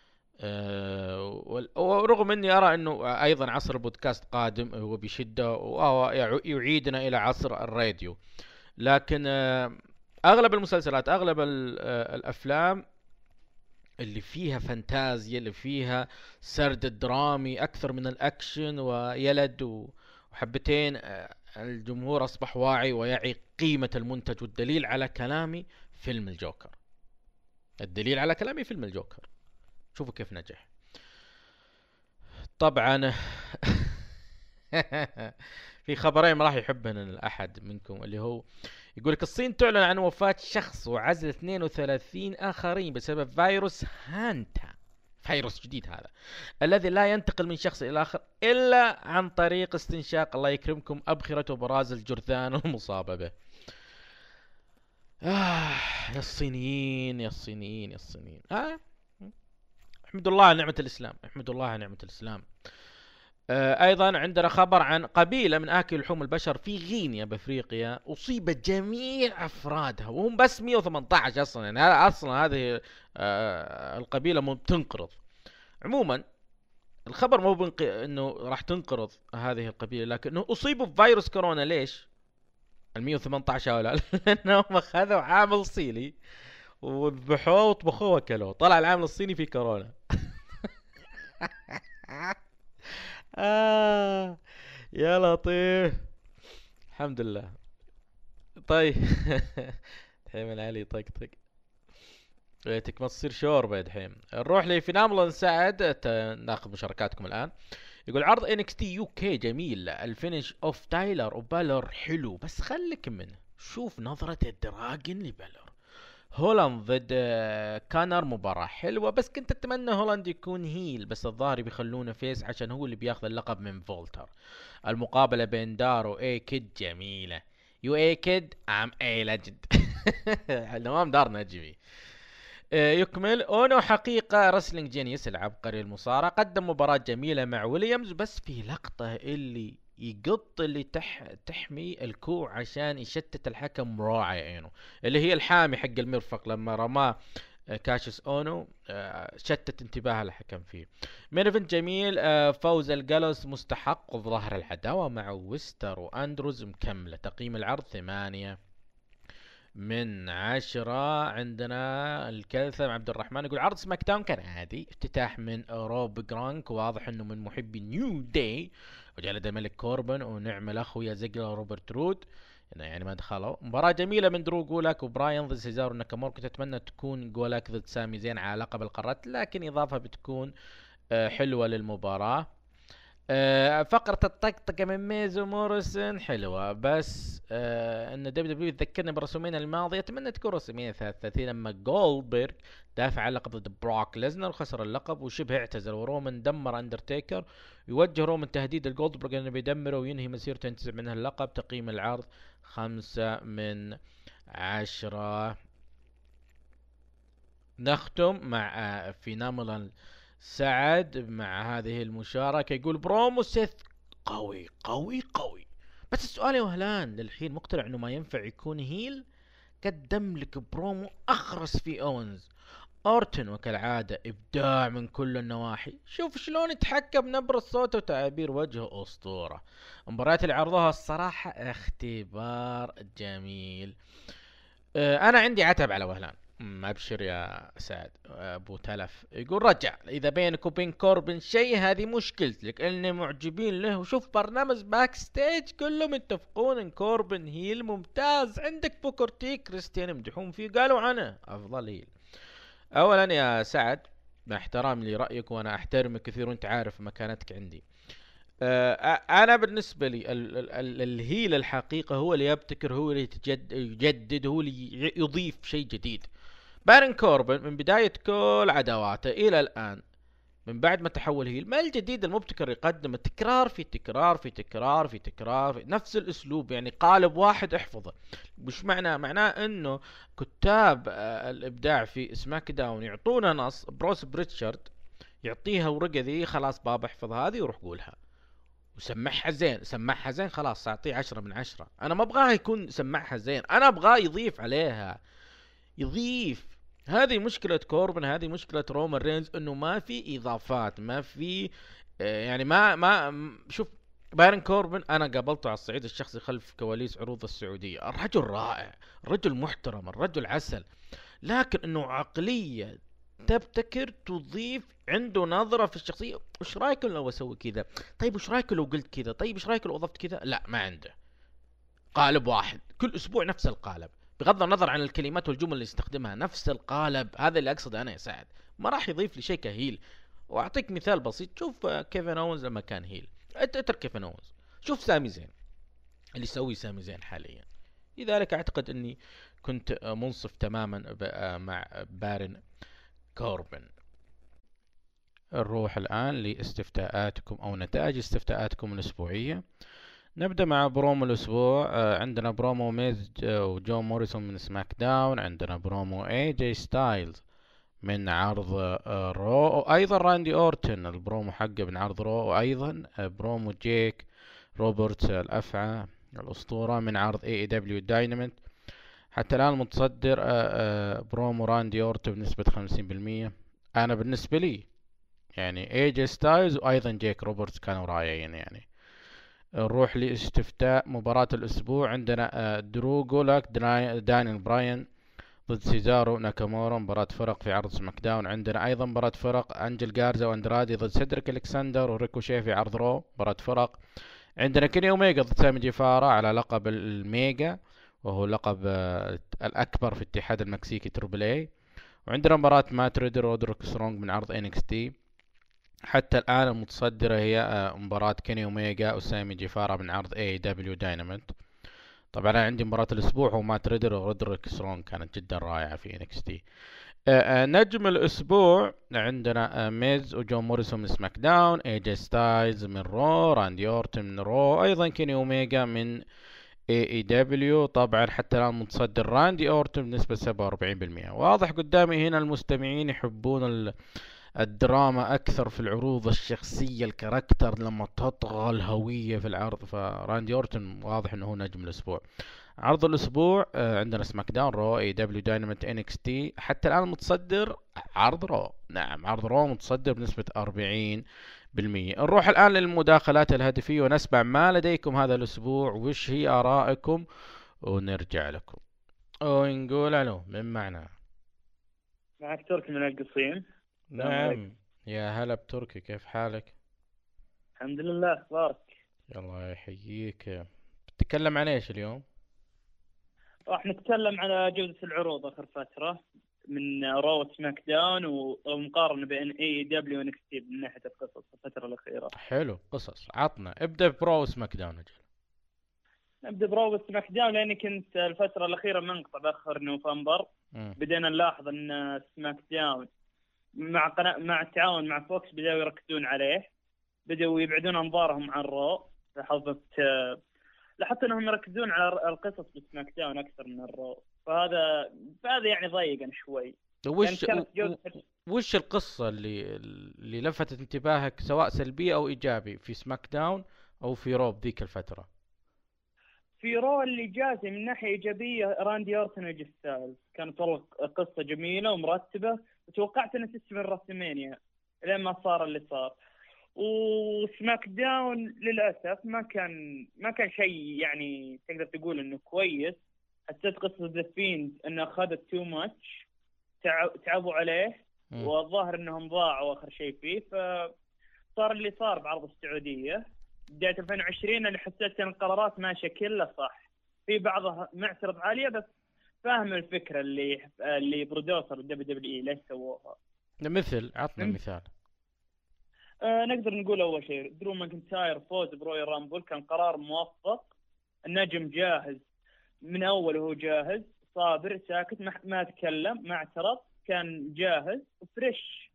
[SPEAKER 6] أه ورغم اني ارى انه ايضا عصر البودكاست قادم وبشدة، ويعيدنا الى عصر الراديو. لكن أه اغلب المسلسلات، اغلب الافلام اللي فيها فانتازيا، اللي فيها سرد درامي اكثر من الاكشن ويلد وحبتين، الجمهور اصبح واعي ويعي قيمة المنتج. والدليل على كلامي فيلم الجوكر، الدليل على كلامي فيلم الجوكر، شوفوا كيف نجح. طبعا في خبرين ما راح يحبهن الأحد منكم، اللي هو يقولك الصين تعلن عن وفاة شخص وعزل اثنين وثلاثين آخرين بسبب فيروس هانتا، فيروس جديد هذا الذي لا ينتقل من شخص إلى آخر إلا عن طريق استنشاق، الله يكرمكم، أبخرة وبراز الجرذان المصابة به. آه يا الصينيين يا الصينيين يا الصينيين. آه احمد الله على نعمة الإسلام، احمد الله على نعمة الإسلام. آه ايضا عندنا خبر عن قبيلة من آكل لحوم البشر في غينيا بافريقيا اصيب جميع افرادها، وهم بس مئة وثمانية عشر اصلا. يعني اصلا هذه آه القبيلة بتنقرض. عموما الخبر مو بنق... انه راح تنقرض هذه القبيلة، لكنه اصيبوا بفيروس كورونا. ليش المئة وثمانية عشر هؤلاء؟ لانهم اخذوا عامل صيني وذبحوه وطبخوه وكلوه، طلع العامل الصيني في كورونا. آه يا لطيف، الحمد لله. طيب دحين العلي طقطق، ريتك ما تصير شوربه دحين. نروح لفيناملون سعد، ناخذ مشاركاتكم الان. يقول عرض إن إكس تي يو كي جميل، الفينش اوف تايلر وبالر حلو، بس خليك منه، شوف نظرة الدراجن لبالر. هولاند ضد كانر مباراة حلوة، بس كنت اتمنى هولاند يكون هيل، بس الظاهر بيخلونه فيس عشان هو اللي بياخذ اللقب من فولتر. المقابلة بين دار واي كيد جميلة. يو اي كيد ام اي ليجند. نوام دار نجمي. آه، يكمل اونو حقيقة رسلينج جينيوس العبقري المصارع قدم مباراة جميلة مع ويليامز، بس في لقطة اللي يقط اللي تح تحمي الكوع عشان يشتت الحكم راعي عينه، اللي هي الحامي حق المرفق لما رماه كاشيس اونو شتت انتباه الحكم فيه. مين ايفنت جميل، فوز الجالوس مستحق، وظهر العداوة مع ويستر واندروز مكملة. تقييم العرض ثمانية من عشرة. عندنا الكلثم عبد الرحمن يقول عرض سماك داون كان عادي، افتتاح من روب جرانك، واضح انه من محبي نيو داي، وجلد الملك كوربن ونعمل اخويا زيجلر روبرت رود يعني ما دخلوا. مباراة جميلة من درو جولاك وبراين ضد سيزارو ناكامورا، كنت اتمنى تكون جولاك ضد سامي زين على لقب القارات، لكن اضافة بتكون حلوة للمباراة. آه فقرة الطقطقة من ميز وموريسون حلوة، بس آه ان دبليو دبليو تذكرنا برسومين الماضية، اتمنى تكون رسومين ثلاثة وثلاثين لما جولدبرغ دافع على اللقب ضد بروك ليزنر وخسر اللقب وشبه اعتزل، ورومان دمر اندرتيكر، يوجه رومان تهديد الجولدبرغ انه بيدمره وينهي مسيرته ينتزع منها اللقب. تقييم العرض خمسة من عشرة. نختم مع آه فينامولال سعد مع هذه المشاركة، يقول برومو سيث قوي قوي قوي، بس السؤال يا وهلان للحين مقتنع انه ما ينفع يكون هيل؟ قدم لك برومو اخرس في اونز. اورتن وكالعادة ابداع من كل النواحي، شوف شلون يتحكى بنبرة صوته وتعابير وجهه، اسطورة. مباريات اللي عرضوها الصراحة اختبار جميل. اه انا عندي عتب على وهلان، ابشر يا سعد ابو تلف، يقول رجع اذا بينك وبين كوربن شيء هذه مشكلتك، اني معجبين له وشوف برنامج باك ستيج كلهم يتفقون ان كوربن هيل ممتاز، عندك بوكر تي كريستيان يمدحون فيه قالوا عنه افضل هيل. اولا يا سعد مع احترامي لرايك وانا احترمك كثير وانت عارف مكانتك عندي، آه انا بالنسبه لي ال ال ال الهيل الحقيقه هو اللي يبتكر، هو اللي يجدد، هو اللي يضيف شيء جديد. بارن كوربن من بداية كل عداواته إلى الآن من بعد ما تحول هيل، ما الجديد المبتكر يقدم؟ تكرار في تكرار في تكرار في تكرار في نفس الأسلوب، يعني قالب واحد احفظه. مش معناه معناه إنه كتاب آه الإبداع في سماك داون يعطونا نص، بروس بريتشارد يعطيها ورقة ذي خلاص بابا احفظ هذه وروح قولها وسمعها زين، سمعها زين خلاص أعطيه عشرة من عشرة. أنا ما أبغاه يكون سمعها زين، أنا أبغاه يضيف عليها، يضيف. هذه مشكلة كوربن، هذه مشكلة رومان رينز، انه ما في اضافات، ما في آه يعني ما ما شوف بايرن كوربن انا قابلته على الصعيد الشخصي خلف كواليس عروض السعودية، الرجل رائع، الرجل محترم، الرجل عسل، لكن انه عقلية تبتكر، تضيف، عنده نظرة في الشخصية. وش رايكم لو اسوي كذا؟ طيب وش رايكم لو قلت كذا؟ طيب وش رايكم لو اضفت كذا؟ لا ما عنده، قالب واحد كل اسبوع نفس القالب، بغض النظر عن الكلمات والجمل اللي يستخدمها نفس القالب. هذا اللي اقصده انا يا سعد، ما راح يضيف لي شيء كهيل. واعطيك مثال بسيط، شوف كيفن اونز لما كان هيل، اترك كيفن اونز، شوف سامي زين اللي يسوي سامي زين حاليا. لذلك اعتقد اني كنت منصف تماما مع بارن كوربن. نروح الان لاستفتاءاتكم او نتائج استفتاءاتكم الاسبوعيه. نبدأ مع برومو الأسبوع. آه عندنا برومو ميز وجون موريسون من سماك داون، عندنا برومو اي جي ستايلز من عرض آه رو، وأيضا راندي أورتن البرومو حقه من عرض رو، وأيضا آه برومو جيك روبرتس الأفعى الأسطورة من عرض اي اي دبليو دايناميت. حتى الآن متصدر آه آه برومو راندي أورتن بنسبة خمسين بالمية. أنا بالنسبة لي يعني اي جي ستايلز وأيضا جيك روبرتس كانوا رائعين. يعني نروح لاستفتاء مباراة الأسبوع. عندنا درو جولاك دانيال براين ضد سيزارو ناكامورا، مباراة فرق في عرض سماك داون. عندنا أيضا مباراة فرق أنجل جارزا واندرادي ضد سيدريك ألكسندر وريكوشي في عرض رو، مباراة فرق. عندنا كيني أوميجا ضد سامي جيفارا على لقب الميجا، وهو اللقب الأكبر في الاتحاد المكسيكي تربل اي. وعندنا مباراة مات ريدر ورودريك سترونج من عرض ان اكس تي. حتى الآن المتصدرة هي مباراة كيني أوميجا وسامي جيفارا من عرض اي دبليو دايناميت. طبعا أنا عندي مباراة الأسبوع هو مات ريدر ورودريك سترونج، كانت جدا رائعة في ان اكس تي. نجم الأسبوع عندنا ميز وجون موريسون من سماك داون، اي جي ستايلز من رو، راندي أورتن من رو، أيضا كيني أوميجا من اي اي دبليو طبعا حتى الان متصدر راندي اورتون بنسبة سبعة وأربعين بالمئة. واضح قدامي هنا المستمعين يحبون ال- الدراما اكثر في العروض الشخصية، الكاركتر لما تطغى الهوية في العرض، فراندي اورتون واضح انه هو نجم الاسبوع. عرض الاسبوع آه، عندنا سماك داون، رو، اي دبليو دايناميت، ان اكس تي. حتى الان متصدر عرض رو. نعم، عرض رو متصدر بنسبة أربعين بالمئة. نروح الان للمداخلات الهاتفية ونسمع ما لديكم هذا الاسبوع، وش هي ارائكم، ونرجع لكم. ونقول الو، من معنا؟
[SPEAKER 4] معك تركي من القصيم.
[SPEAKER 6] نعم، يا هلا بتركي، كيف حالك؟
[SPEAKER 4] الحمد لله، اخبارك؟
[SPEAKER 6] الله يحييك. بتتكلم عن ايش اليوم؟
[SPEAKER 4] راح نتكلم على جودة العروض آخر فترة من رو سماك داون ومقارنة بين اي دبليو ونكس تي من ناحية القصص الفترة الأخيرة.
[SPEAKER 6] حلو، قصص، عطنا، ابدأ برو سماك داون. أجل
[SPEAKER 4] نبدأ برو سماك داون لأني كنت الفترة الأخيرة منقطع بآخر نوفمبر.
[SPEAKER 6] مم.
[SPEAKER 4] بدينا نلاحظ أن سماك داون مع قناة مع التعاون مع فوكس بدأوا يركزون عليه، بدأوا يبعدون أنظارهم عن رو. لاحظت لاحظت انهم يركزون على القصص بسماك داون اكثر من الرو، فهذا فهذا يعني ضيقا شوي.
[SPEAKER 6] وش
[SPEAKER 4] يعني كانت جودة
[SPEAKER 6] وش القصة اللي اللي لفتت انتباهك سواء سلبي او ايجابي في سماك داون او في روب ذيك الفترة؟
[SPEAKER 4] في رو اللي جاتي من ناحية إيجابية راندي أورتون وجي ستايلز، كانت والله قصة جميلة ومرتبة، وتوقعت أنها تستمر رسمينيا لين ما صار اللي صار. وسماك داون للأسف ما كان ما كان شيء يعني تقدر تقول إنه كويس. حسيت قصة ذا فيند إنه أخذت تو ماتش، تعبوا عليه
[SPEAKER 6] م.
[SPEAKER 4] والظاهر إنهم ضاعوا آخر شيء فيه، فصار اللي صار بعرض السعودية بداية ألفين وعشرين اللي حسيت أن القرارات ماشية كلها صح، في بعضها معترض عالية، بس فاهم الفكرة اللي اللي برودوسر الدبليو دبليو إي ليش سووها.
[SPEAKER 6] مثل عطنا
[SPEAKER 4] م.
[SPEAKER 6] مثال.
[SPEAKER 4] آه نقدر نقول أول شيء درو ماكنتاير فوز بروي رامبول كان قرار موفق. النجم جاهز من أول وهو جاهز، صابر ساكت ما, ما تكلم ما اعترض، كان جاهز وفريش،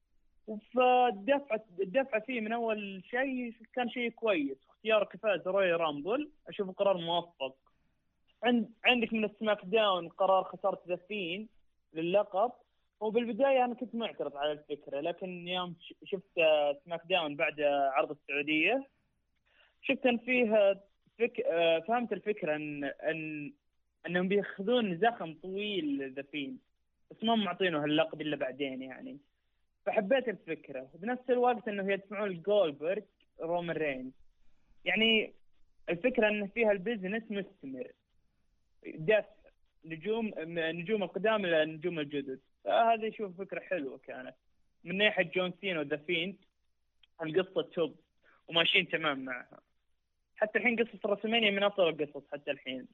[SPEAKER 4] فالدفعة الدفعة فيه من أول شيء كان شيء كويس. اختيار كفاز روي رامبول أشوفه قرار موفق. عند عندك من السماك داون قرار خسارة ذا فين للقب، وبالبداية أنا كنت معترض على الفكرة، لكن يوم شفت سماك داون بعد عرض السعودية شفت أن فيه فك... فهمت الفكرة أن أن أنهم بيأخذون زخم طويل ذا فين، بس ما معطينه هاللقب إلا بعدين يعني. فحبيت الفكرة. بنفس الوقت أنه يدفعون جولدبرغ رومان رينز، يعني الفكرة أن فيها البيزنس مستمر، دفع نجوم نجوم القدام إلى نجوم الجدد. فهذا شوف فكرة حلوة كانت من ناحية جون سينا وذا فيند. القصة توب وماشيين تمام معها، حتى الحين قصة رسمينيا من أطول القصص حتى الحين.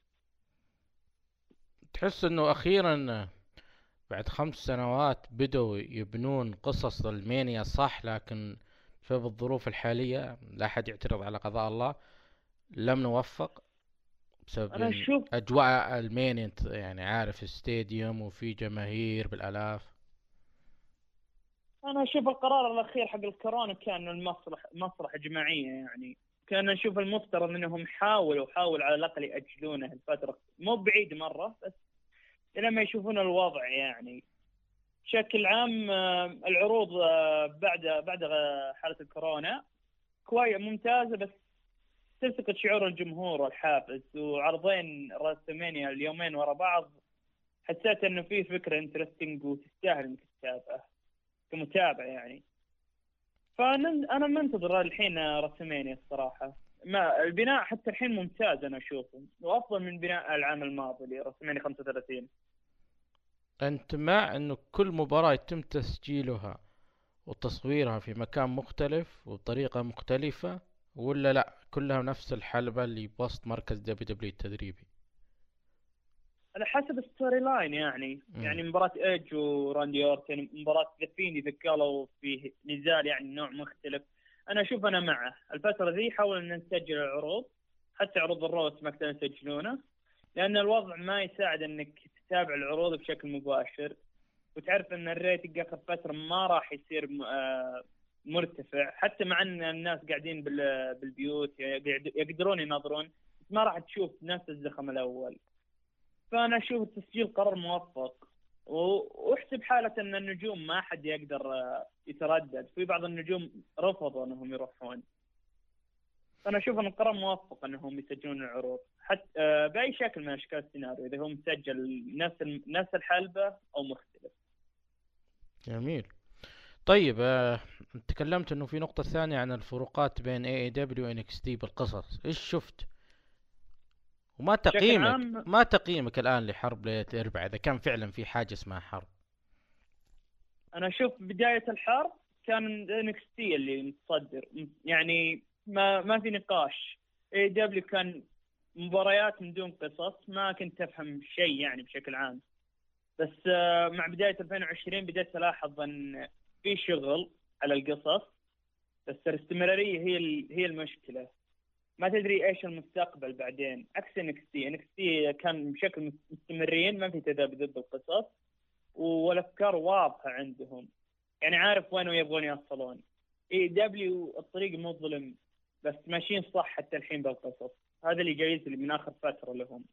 [SPEAKER 6] تحس انه اخيرا بعد خمس سنوات بدوا يبنون قصص المانيا صح، لكن بسبب الظروف الحالية لا أحد يعترض على قضاء الله لم نوفق بسبب
[SPEAKER 4] أنا أشوف
[SPEAKER 6] أجواء المانيا، يعني عارف استاديوم وفي جماهير بالآلاف.
[SPEAKER 4] أنا أشوف القرار الأخير حق الكورونا كان المصلحة مصلحة جماعية، يعني كان نشوف المفترض أنهم حاولوا حاولوا على الأقل يأجلونه الفترة مو بعيد مرة، بس لما يشوفون الوضع يعني. بشكل عام العروض بعد بعد حالة الكورونا كويس ممتازة، بس تلتقط شعور الجمهور والحافز. وعرضين راسلمانيا اليومين ورا بعض حسيت انه في فكرة انترستينج وتستاهل انك تتابعه كمتابع يعني. فانا منتظر الحين راسلمانيا الصراحة. ما البناء حتى الحين ممتاز انا اشوفه، وافضل من بناء العام الماضي لراسلمانيا خمسة وثلاثين.
[SPEAKER 6] أنت مع أنه كل مباراة يتم تسجيلها وتصويرها في مكان مختلف وبطريقة مختلفة، ولا لا كلها نفس الحلبة اللي بوسط مركز دبليو دبليو التدريبي؟
[SPEAKER 4] على حسب الستوري لاين يعني. م. يعني مباراة ايج وراندي اورتن، مباراة ذا فيند إذا قالوا فيه نزال يعني نوع مختلف، أنا أشوف أنا معه. الفترة ذي حاول أن نسجل العروض، حتى عروض الروس ما كانوا يسجلونه، لأن الوضع ما يساعد أنك تتابع العروض بشكل مباشر، وتعرف أن الريتنج آخر فترة ما راح يصير مرتفع، حتى مع أن الناس قاعدين بالبيوت يقدرون ينظرون، ما راح تشوف نفس الزخم الاول. فانا اشوف التسجيل قرار موفق، واحسب حاله ان النجوم ما حد يقدر يتردد، في بعض النجوم رفضوا انهم يروحون. فانا اشوف ان القرار موفق انهم يسجلون العروض حتى باي شكل من اشكال السيناريو، اذا هو مسجل نفس نفس الحلبه او مختلف.
[SPEAKER 6] جميل. طيب آه، تكلمت انه في نقطة ثانية عن الفروقات بين إيه إي دبليو و إن إكس تي بالقصص، ايش شفت؟ وما تقييمك
[SPEAKER 4] عام...
[SPEAKER 6] ما تقييمك الان لحرب ليلة الاربعاء، اذا كان فعلا في حاجة اسمها حرب؟
[SPEAKER 4] انا اشوف بداية الحرب كان إن إكس تي اللي متصدر، يعني ما ما في نقاش. إيه دبليو كان مباريات من دون قصص، ما كنت افهم شيء يعني بشكل عام. بس مع بداية ألفين وعشرين بدأت ألاحظ أن في شغل على القصص، بس الاستمرارية هي هي المشكلة. ما تدري إيش المستقبل بعدين، عكس إن إكس تي. إن إكس تي كان بشكل مستمرين، ما في تذبذب بالقصص، والأفكار واضحة عندهم، يعني عارف وين يبغون يوصلون. إي دبليو الطريق مظلم، بس ماشيين صح حتى الحين بالقصص. هذا اللي جايز اللي من آخر فترة لهم.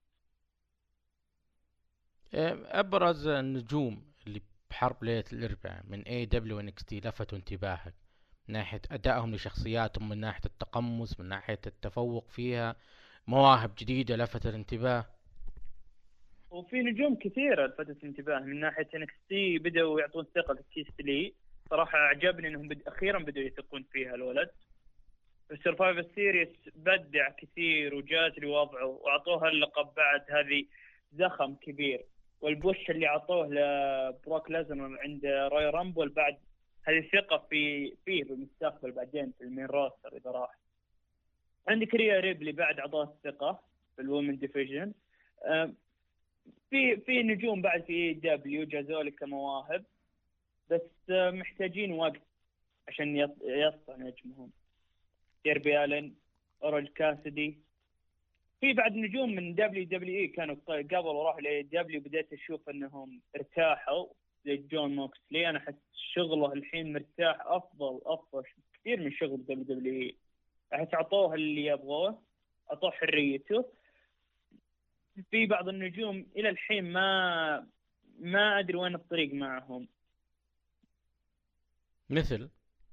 [SPEAKER 6] ابرز النجوم اللي بحرب ليلة الاربعاء من إيه دبليو و إن إكس تي لفتوا انتباهك من ناحية ادائهم لشخصياتهم، من ناحية التقمص، من ناحية التفوق فيها، مواهب جديدة لفتت الانتباه؟
[SPEAKER 4] وفي نجوم كثيرة لفتت الانتباه. من ناحية إن إكس تي بدأوا يعطون ثقة لكيس لي، صراحة عجبني انهم بد... اخيرا بدأوا يثقون فيها الولد. السرفايفر سيريس بدع كثير وجات لوضعه، واعطوها اللقب بعد هذه زخم كبير. والبوش اللي عطوه لبروك لازنر عند روي رامبول بعد هذه ثقة في فيه بالمستقبل بعدين في المين روستر إذا راح. عندك ريا ريبلي بعد عطوه الثقة في الومن ديفيجن. في في نجوم بعد في دبليو جازولي كمواهب، بس محتاجين وقت عشان يسطع نجمهم. ديربي آلين، أورنج كاسدي. في بعد نجوم من دبليو دبليو اي كانوا قبل وراحوا ل دبليو، بديت اشوف انهم ارتاحوا زي جون موكسلي. انا احس شغله الحين مرتاح افضل افضل كثير من شغل دبليو دبليو اي. احس اعطوه اللي يبغوه، اعطوه حريته. في بعض النجوم الى الحين ما ما ادري وين الطريق معهم،
[SPEAKER 6] مثل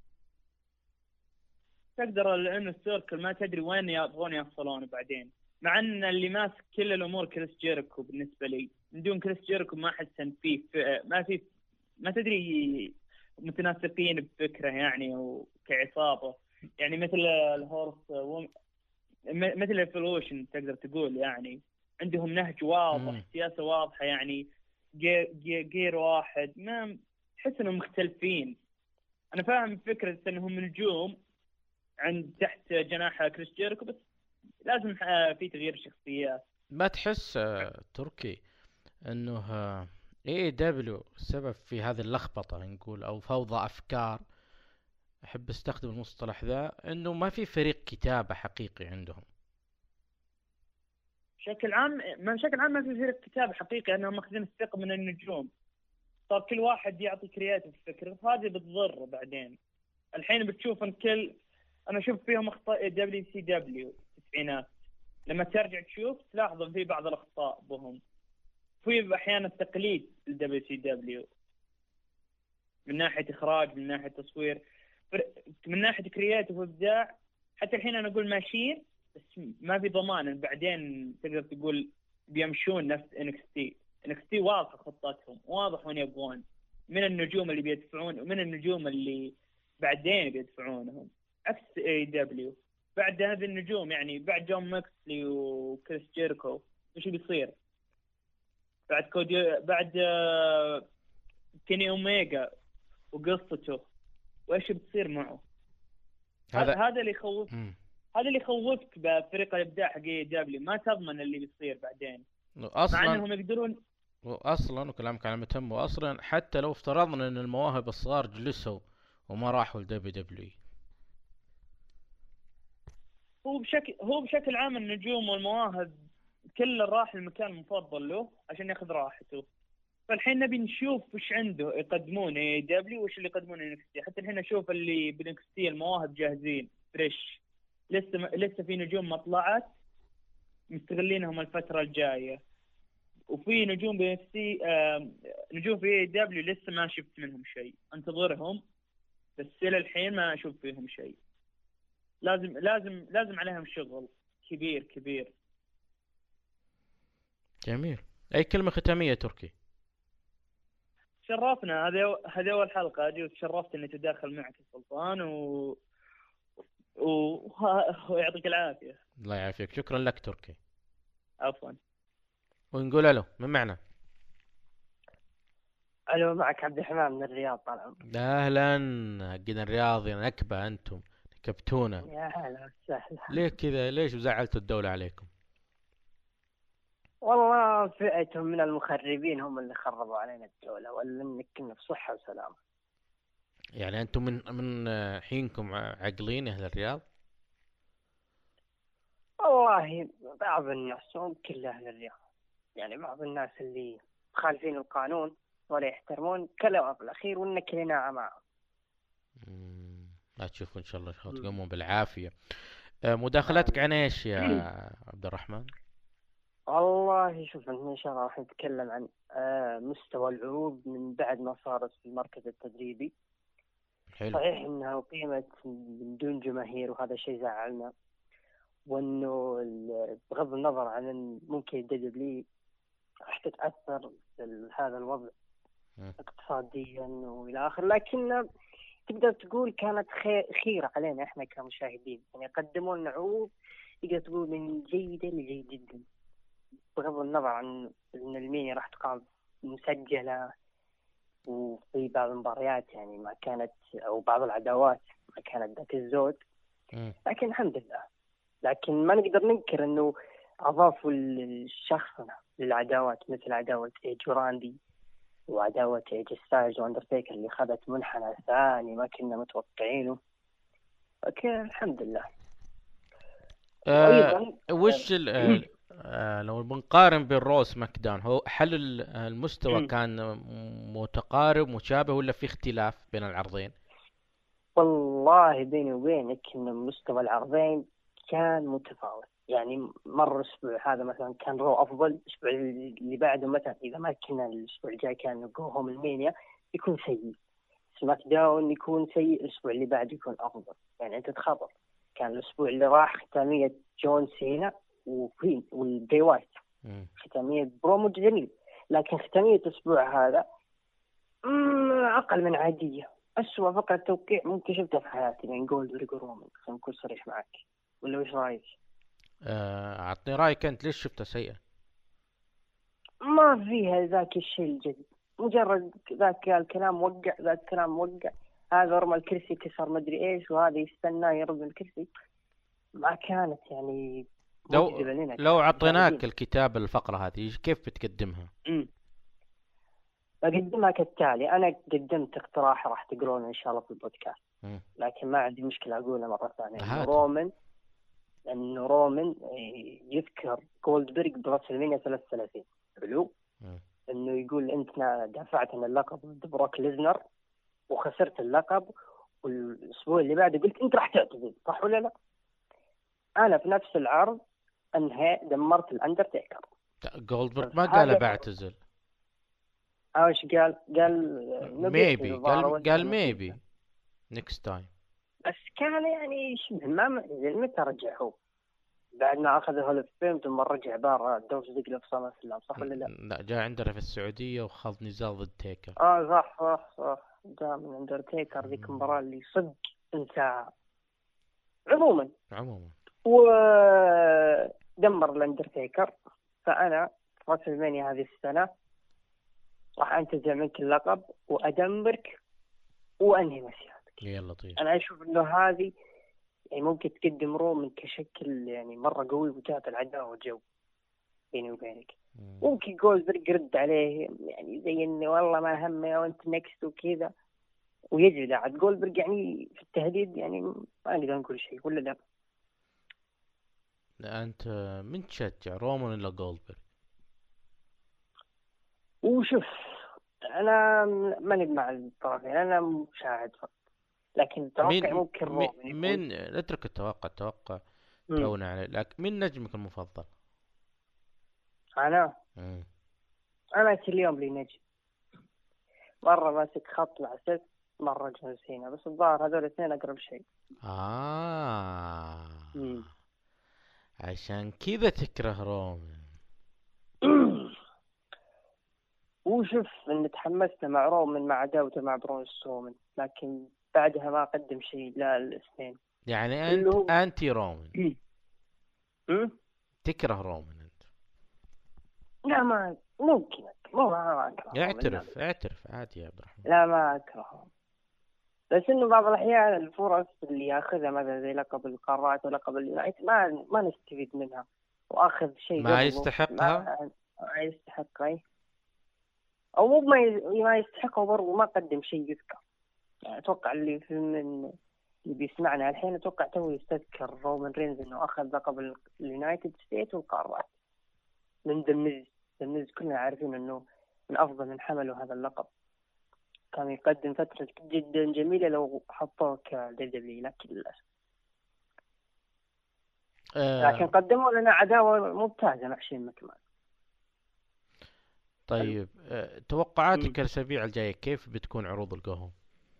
[SPEAKER 4] تقدر لانه السيركل ما تدري وين يبغون يوصلون بعدين. مع ان اللي ماسك كل الامور كريس جيريكو بالنسبه لي. من دون كريس جيريكو ما احس ان فيه ما في ما تدري متناسقين بفكره يعني وكعصابه، يعني مثل الهورس مثل الفلوشن تقدر تقول. يعني عندهم نهج واضح،
[SPEAKER 6] مم.
[SPEAKER 4] سياسه واضحه، يعني جير, جير, جير واحد. ما تحس انهم مختلفين. انا فاهم فكره انهم نجوم عند تحت جناح كريس جيريكو، بس لازم في تغيير شخصيات.
[SPEAKER 6] ما تحس آه، تركي انه اي دبليو السبب في هذه اللخبطة نقول او فوضى افكار، احب استخدم المصطلح ذا، انه ما في فريق كتابة حقيقي عندهم
[SPEAKER 4] بشكل عام؟ ما بشكل عام ما في فريق كتابة حقيقي، انهم ماخذين الثقة من النجوم. صار كل واحد يعطي كرياتيف فكرة، هذه بتضر بعدين. الحين بتشوف ان كل انا اشوف فيهم اخطاء دبليو سي دبليو التسعينات، لما ترجع تشوف تلاحظ في بعض الاخطاء بهم. في احيانا تقليد لدبليو سي دبليو من ناحيه اخراج، من ناحيه تصوير، من ناحيه كرياتيف وابداع. حتى الحين انا اقول ماشيين، بس ما في ضمان ان بعدين تقدر تقول بيمشون نفس إن إكس تي. إن إكس تي واضحه خطتهم، واضح وين يبغون، من النجوم اللي بيدفعون ومن النجوم اللي بعدين بيدفعونهم. عكس اي دبليو بعد هذه النجوم، يعني بعد جون ماكسلي وكريس جيريكو ايش بيصير؟ بعد كودي، بعد كيني اوميجا وقصته، وايش بتصير معه؟ هذا هذا اللي يخوف.
[SPEAKER 6] مم.
[SPEAKER 4] هذا اللي يخوفك بفريق الابداع حق اي دبليو، ما تضمن اللي بيصير بعدين.
[SPEAKER 6] اصلا
[SPEAKER 4] مع انهم يقدرون.
[SPEAKER 6] واصلا وكلامك على متم، واصلا حتى لو افترضنا ان المواهب الصغار جلسوا وما راحوا لدبليو دبليو،
[SPEAKER 4] هو بشكل هو بشكل عام النجوم والمواهب كل راح المكان المفضل له عشان ياخذ راحته. فالحين نبي نشوف وش عنده يقدمون اي دبليو وش اللي يقدمون إن إكس تي. حتى الحين اشوف اللي بإن إكس تي المواهب جاهزين فريش، لسه م... لسه في نجوم ما طلعت، مستغلينهم الفترة الجاية. وفي نجوم بي اف سي آه نجوم في اي دبليو لسه ما شفت منهم شيء، انتظرهم بس الى الحين ما اشوف فيهم شيء. لازم لازم لازم عليهم شغل كبير كبير.
[SPEAKER 6] جميل. اي كلمة ختامية تركي؟
[SPEAKER 4] شرفنا، هذه هذه اول حلقة اجي وتشرفت اني اتداخل معك سلطان و... و... ويعطيك العافية.
[SPEAKER 6] الله يعافيك، شكرا لك تركي.
[SPEAKER 4] عفوا.
[SPEAKER 6] ونقول الو، من معنا؟
[SPEAKER 8] الو، معك عبد الرحمن من الرياض طال
[SPEAKER 6] اهلا، حقنا الرياض يا نكبة، انتم نكبتونا.
[SPEAKER 8] يا هلا وسهلا.
[SPEAKER 6] ليه كذا؟ ليش زعلتوا الدولة عليكم؟
[SPEAKER 8] والله فئة من المخربين هم اللي خربوا علينا الدولة، ولا انك كنا في صحة وسلامة.
[SPEAKER 6] يعني انتم من من حينكم عاقلين اهل الرياض؟
[SPEAKER 8] والله بعض الناس، مو كل اهل الرياض، يعني بعض الناس اللي مخالفين القانون ولا يحترمون كلامهم في الاخير ونكلنا معهم.
[SPEAKER 6] لا تشوفوا ان شاء الله تقومون بالعافية. مداخلتك عن ايش يا عبد الرحمن؟
[SPEAKER 8] والله شوف، ان شاء الله راح نتكلم عن مستوى العروض من بعد ما صارت في المركز التدريبي.
[SPEAKER 6] حلو.
[SPEAKER 8] صحيح انها اقيمت من دون جماهير وهذا شيء زعلنا، وانه بغض النظر عن ممكن الدبليو راح تتاثر بهذا الوضع اقتصاديا والى اخره، لكن تقدر تقول كانت خير علينا احنا كمشاهدين. يعني قدموا لنا عروض تقدر تقول من جيده لجيد جدا، بغض النظر عن ان المينيا راح تقام مسجله، وفي بعض المباريات يعني ما كانت، او بعض العداوات ما كانت ذاك الزود، لكن الحمد لله. لكن ما نقدر ننكر انه اضافوا الشخصنه للعداوات، مثل عداوه ايج وراندي وعداوه ايج ستايلز واندرتيكر اللي خذت منحنى ثاني ما كنا متوقعينه. لكن الحمد لله.
[SPEAKER 6] آه وش آه لو بنقارن بين روس ماكداون، هو هل المستوى كان متقارب مشابه ولا في اختلاف بين العرضين؟
[SPEAKER 8] والله بيني وبينك ان مستوى العرضين كان متفاوت. يعني مر الاسبوع هذا مثلا كان رو افضل، الاسبوع اللي بعده مثلا اذا ما كنا الاسبوع الجاي كان جو هوم المانيا يكون سيء، سماك داون يكون سيء، الاسبوع اللي بعده يكون افضل. يعني انت تخبر كان الاسبوع اللي راح ختاميه جون سينا وفين والبري وايت، ختاميه برومو جميل، لكن ختاميه الاسبوع هذا اقل من عاديه. أسوأ فقرة توقيع ممكن شفتها في حياتي من جولدبرغ ورومان، خلينا نكون صريح معك. ولا وش رايك؟
[SPEAKER 6] أعطني رأيك أنت، ليش شفتها سيئة؟
[SPEAKER 8] ما فيها ذاك الشيء الجديد، مجرد ذاك الكلام وقع، ذاك الكلام وقع، هذا رمى الكرسي كسر مدري إيش، وهذا يستنى يرمي الكرسي. ما كانت يعني
[SPEAKER 6] لو لو عطيناك الكتاب الفقرة هذه كيف بتقدمها؟
[SPEAKER 8] امم أقدمها كالتالي. أنا قدمت اقتراح راح تقرونه إن شاء الله في البودكاست، لكن ما عندي مشكلة أقوله مرة ثانية. رومان، لأنه رومان يذكر جولدبرغ براسلمانيا ثلاثة وثلاثين، حلو؟ إنه يقول أنت دافعت عن اللقب ضد بروك ليزنر وخسرت اللقب، والأسبوع اللي بعده قلت أنت راح تعتزل، صح ولا لا؟ أنا في نفس العرض أنهي دمرت الأندرتيكر.
[SPEAKER 6] جولدبرغ ما قال بعتزل.
[SPEAKER 8] ايش قال؟ قال
[SPEAKER 6] ميبي، قال قال ميبي نيكست تايم.
[SPEAKER 8] بس كان يعني شبه ما متى رجعوه بعد ما اخذ الهول اوف فيم ثم رجع بار دولف زيجلر في سمر سلام، صح ولا لا؟
[SPEAKER 6] لا، جاء عندنا في السعوديه وخاض نزال ضد تيكر.
[SPEAKER 8] اه صح صح صح، جاء من اندرتيكر ذيك المباراه اللي صدق انساها. عموما
[SPEAKER 6] عموما
[SPEAKER 8] ودمر الاندرتيكر. فانا في راس المانيا هذه السنه راح انتزع منك اللقب وادمرك وانهي مسيرتك.
[SPEAKER 6] يا لطيف.
[SPEAKER 8] انا اشوف انه هذه يعني ممكن تقدم رومان كشكل يعني مره قوي وجات العداوه جو بيني وبينك. ممكن جولدبرغ يرد عليه يعني زي انه والله ما همي وانت نكست وكذا ويجلد عاد جولدبرغ. يعني في التهديد يعني ما نقدر نقول شيء ولا لا.
[SPEAKER 6] لا انت من تشجع رومان ولا جولدبرغ؟
[SPEAKER 8] وشوف انا ماني مع الطرفين، انا مشاهد فقط، لكن اتوقع ممكن رومان
[SPEAKER 6] من اترك التوقع التوقع تونا عليه. لكن من نجمك المفضل؟
[SPEAKER 8] انا
[SPEAKER 6] مم.
[SPEAKER 8] انا كل يوم لي نجم، مره ماسك خط مع ست، مره جون سينا، بس الظاهر هذول الاثنين اقرب شيء.
[SPEAKER 6] آه
[SPEAKER 8] مم.
[SPEAKER 6] عشان كذا تكره رومان.
[SPEAKER 8] وشوف ان تحمست مع رومان مع عداوته مع برون سترومان، لكن بعدها ما قدم شيء لا الاثنين.
[SPEAKER 6] يعني
[SPEAKER 8] اللي
[SPEAKER 6] أنت
[SPEAKER 8] هو-
[SPEAKER 6] أنتي رومان،
[SPEAKER 8] مم؟
[SPEAKER 6] تكره رومان أنت.
[SPEAKER 8] لا ما ممكن مو ما اكره رومان،
[SPEAKER 6] اعترف اعترف عادي يا عبد الرحمن.
[SPEAKER 8] لا ما اكره، بس انه بعض الاحيان الفرص اللي ياخذها مثلا زي لقب القارات ولقب اليونايتد ما ما نستفيد منها، واخذ شيء
[SPEAKER 6] ما
[SPEAKER 8] قبله
[SPEAKER 6] يستحقها؟
[SPEAKER 8] ما, ما يستحق اي، او مو ما ي- ما يستحقه برضه، ما قدم شيء يذكر. يعني اتوقع اللي في من اللي بيسمعنا الحين اتوقع تو يستذكر رومان رينز انه اخذ لقب ال- اليونايتد ستيت والقارات من دمز دمز كلنا عارفين انه من افضل من حملوا هذا اللقب، كان يقدم فترة جدا جميلة لو حطوه كدبليو، لكن للأسف
[SPEAKER 6] آه
[SPEAKER 8] لكن قدموا لنا عداوة ممتازة مع شين ماكمان.
[SPEAKER 6] طيب آه توقعاتك الأسابيع الجاية كيف بتكون عروض القهوة؟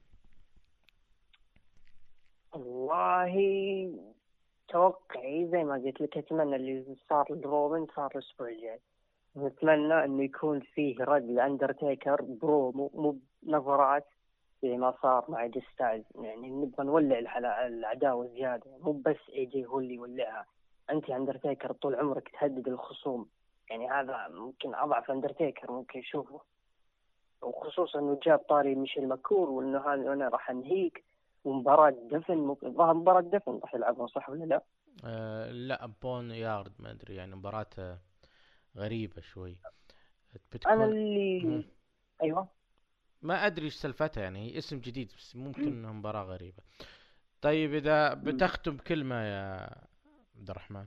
[SPEAKER 8] والله توقعي زي ما قلت لك، أتمنى اللي صار لرومان صار الأسبوع الجاي، نتمنى إنه يكون فيه رد لأندرتيكر برو، مو مو نظرات زي ما صار مع ايجي ستايلز. يعني نبغى نولع الحلا- العداوة زيادة، مو بس اي جي هو اللي يولعها. انت اندرتيكر طول عمرك تهدد الخصوم، يعني هذا ممكن اضعف اندرتيكر ممكن يشوفه، وخصوصا انه جاب طاري ميشيل ماكور، وانه هذا انا راح انهيك، ومباراة دفن، ظهر مباراة دفن راح يلعبها صح ولا لا؟
[SPEAKER 6] آه لا بون يارد ما ادري، يعني مباراة آه، غريبة شوي بتكون.
[SPEAKER 8] انا اللي
[SPEAKER 6] مم.
[SPEAKER 8] ايوه
[SPEAKER 6] ما ادري ايش سالفتها، يعني هي اسم جديد بس ممكن انها مباراة غريبة. طيب اذا بتختم كلمة يا عبد الرحمن.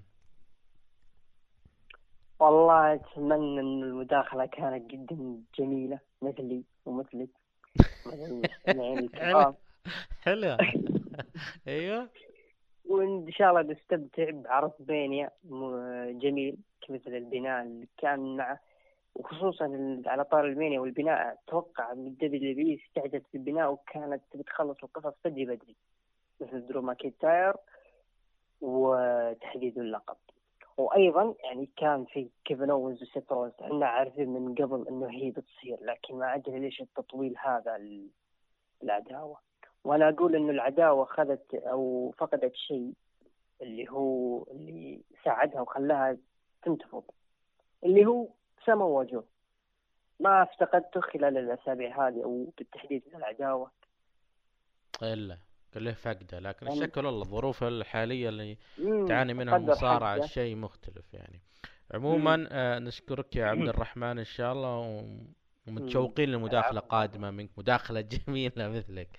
[SPEAKER 8] والله اتمنى ان المداخلة كانت جدا جميلة مثلي ومثلك مثل المستمعين الكرام،
[SPEAKER 6] حلو. ايوه
[SPEAKER 8] وإن شاء الله نستمتع بعرض بينيا م- جميل كمثل البناء اللي كان معه، وخصوصا ال- على طار البينيا والبناء. أتوقع من الدبليو دبليو استعجلت في البناء وكانت بتخلص القصص بدري بدري، مثل درو ماكنتاير وتحديد اللقب. وأيضا يعني كان في كيفن أوينز وسيث رولينز، احنا عارفين من قبل إنه هي بتصير، لكن ما أدري ليش التطويل هذا ال- العداوة. وأنا أقول إنه العداوة خذت أو فقدت شيء اللي هو اللي ساعدها وخلاها تنتفض، اللي هو سما وجو، ما افتقدته خلال الأسابيع هذه أو بالتحديد من العداوة.
[SPEAKER 6] الا كله فقده، لكن
[SPEAKER 8] يعني-
[SPEAKER 6] الشكل والله الظروف الحالية اللي
[SPEAKER 8] مم،
[SPEAKER 6] تعاني منها
[SPEAKER 8] قدر
[SPEAKER 6] المصارعة
[SPEAKER 8] حقه.
[SPEAKER 6] شيء مختلف يعني. عموما آه نشكرك يا عبد الرحمن ان شاء الله، و- ومتشوقين لمداخلة
[SPEAKER 8] العفو.
[SPEAKER 6] قادمة منك، مداخلة جميلة مثلك.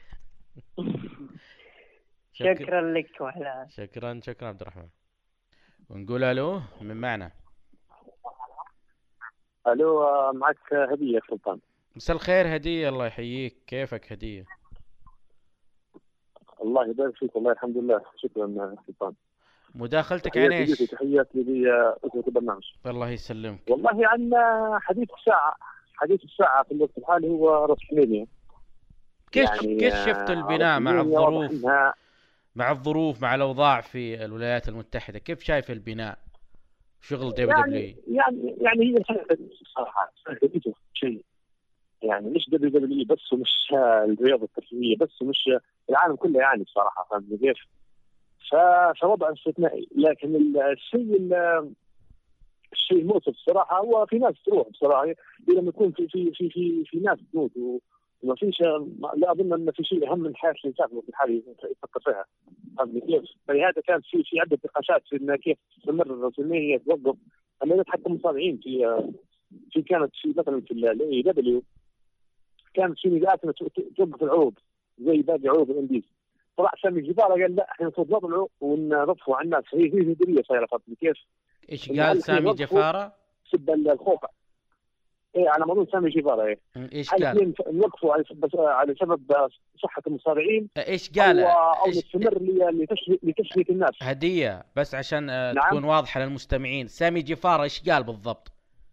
[SPEAKER 8] شكرا لك وعلى
[SPEAKER 6] شكرا شكرا عبد الرحمن. ونقول الو من معنا.
[SPEAKER 9] الو معك هديه سلطان.
[SPEAKER 6] مساء الخير هدية، الله يحييك، كيفك هدية؟
[SPEAKER 9] الله يبارك فيك، والله الحمد لله، شكرا سلطان.
[SPEAKER 6] مداخلتك عن
[SPEAKER 9] تحياتي لك
[SPEAKER 6] ايش؟
[SPEAKER 9] وتحياتي لأسرة البرنامج.
[SPEAKER 6] الله يسلمك.
[SPEAKER 9] والله عن حديث الساعة، حديث الساعة في الوقت الحالي هو رسمينيا.
[SPEAKER 6] كيف
[SPEAKER 9] يعني
[SPEAKER 6] كيف شفت البناء مع
[SPEAKER 9] رسمينيا واضح
[SPEAKER 6] الظروف
[SPEAKER 9] إنها
[SPEAKER 6] مع الظروف مع الأوضاع في الولايات المتحدة، كيف شايف البناء شغل دبليو دبليو؟
[SPEAKER 9] يعني يعني يعني هي سنة الصراحة سنة شيء، يعني مش دبليو دبليو بس، ومش الرياضة الترفيهية بس، ومش العالم كله يعني بصراحة، فاهم كيف؟ ف- فوضع استثنائي. لكن الشيء ال- الشيء المؤسف الصراحة هو في ناس تروح بصراحة لما يكون في في في في, في ناس تموت، وما فيش، لا أظن أن في شيء أهم من حياة الإنسان في الحالي يفكر فيها، فاهم كيف؟ فلهذا كان في في عدة نقاشات في إن كيف تستمر الرسمية توقف. أما يتحكم المصارعين في في كانت في مثلا في الاي دبليو كانت في نداءات انها توقف العروض زي باقي عروض الانديز. طلع سامي جيفارا قال لا احنا المفروض نطلعوا ونرفعوا عن الناس، هي هي هدريه صايره فاطمه كيف؟
[SPEAKER 6] ايش قال سامي جفارة؟
[SPEAKER 9] سب الخوف. ايه على موضوع سامي جيفارا ايه
[SPEAKER 6] ايش قال؟
[SPEAKER 9] نوقفوا على سبب على سبب صحه المصارعين.
[SPEAKER 6] ايش قال؟
[SPEAKER 9] او, أو
[SPEAKER 6] إيش...
[SPEAKER 9] نستمر لتشويه لتشويه الناس.
[SPEAKER 6] هدية بس عشان آه
[SPEAKER 9] نعم؟
[SPEAKER 6] تكون واضحة للمستمعين، سامي جفارة ايش قال بالضبط؟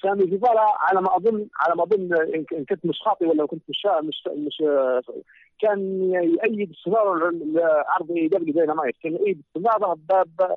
[SPEAKER 9] سامي جيفارا على ما اظن على ما اظن ان كنت مش خاطئ ولا كنت مش مش مش كان يؤيد استمرار عرض اي دبليو داينامايت، كان يؤيد استمراره ب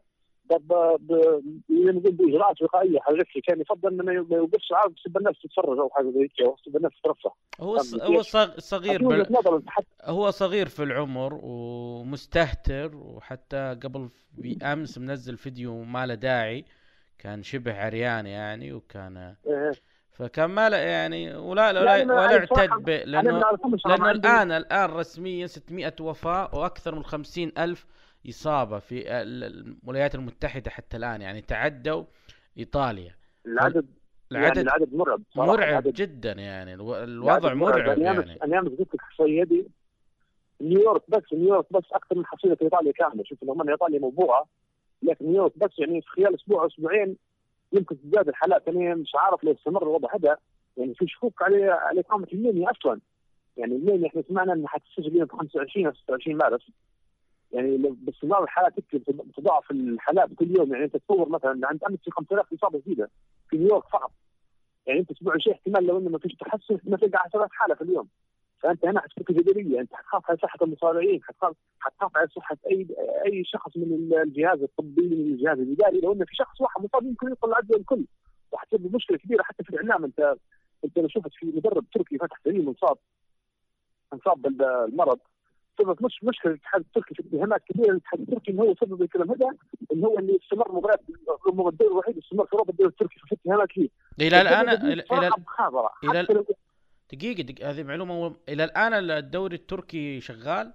[SPEAKER 9] باجراءات وقائيه. حضرتك كان يفضل انه ما يوقفش عرض يسيب الناس تتفرج او حاجه زي كذا، يسيب الناس ترفه.
[SPEAKER 6] هو هو صغير بال... هو صغير في العمر ومستهتر، وحتى قبل بامس منزل فيديو ما له داعي، كان شبه عريان يعني، وكان فكان ما له يعني ولا ولا ولا اعتد لانه لانه الان الان رسميا ستمائة وفاه واكثر من خمسين ألف إصابة في الولايات المتحدة حتى الآن، يعني تعدوا إيطاليا.
[SPEAKER 9] العدد
[SPEAKER 6] العدد
[SPEAKER 9] يعني العدد مرعب
[SPEAKER 6] مرعب العدد جدا يعني، الوضع مرعب يعني.
[SPEAKER 9] أنا أمس قلت لك حصيلة دي نيويورك بس، نيويورك بس أكثر من حصيلة إيطاليا كاملة. شوف لما إيطاليا موضوعة، لكن نيويورك بس يعني في خلال أسبوع أسبوعين يمكن تزداد الحالات. أنا مش عارف لو استمر الوضع هذا، يعني في شكوك على على إقامة المانيا أصلا. يعني المانيا إحنا سمعنا إن حتسجل يوم خمسة وعشرين أو ستة وعشرين مارس، يعني باستمرار الحالات تضاعف الحالات كل يوم. يعني انت تصور مثلا عند امس في خمسة آلاف اصابه جديده في نيويورك فقط، يعني انت اسبوع شيء احتمال لو انه ما فيش تحسن ما تلقى عشرات حاله في اليوم. فانت هنا حتكون في جدليه، انت حتخاف على صحه المصارعين، حتخاف حتخاف على صحه اي اي شخص من الجهاز الطبي من الجهاز الاداري. لو انه في شخص واحد مصاب يمكن يدخل العدوى الكل، وحتسبب مشكله كبيره حتى في الاعلام. انت انت لو شفت في مدرب تركي فتح سليم مصاب انصاب بالمرض، سبب مش مشكله الاتحاد التركي في اتهامات كبيره للاتحاد التركي انه هو سبب الكلام هذا، انه هو اللي استمر مباريات الدوري الوحيد اللي استمر في اوروبا الدوري التركي في اتهامات ليه
[SPEAKER 6] الى الان. الى
[SPEAKER 9] الى
[SPEAKER 6] الى دقيقه دقيقه هذه معلومه. الى الان الدوري التركي شغال؟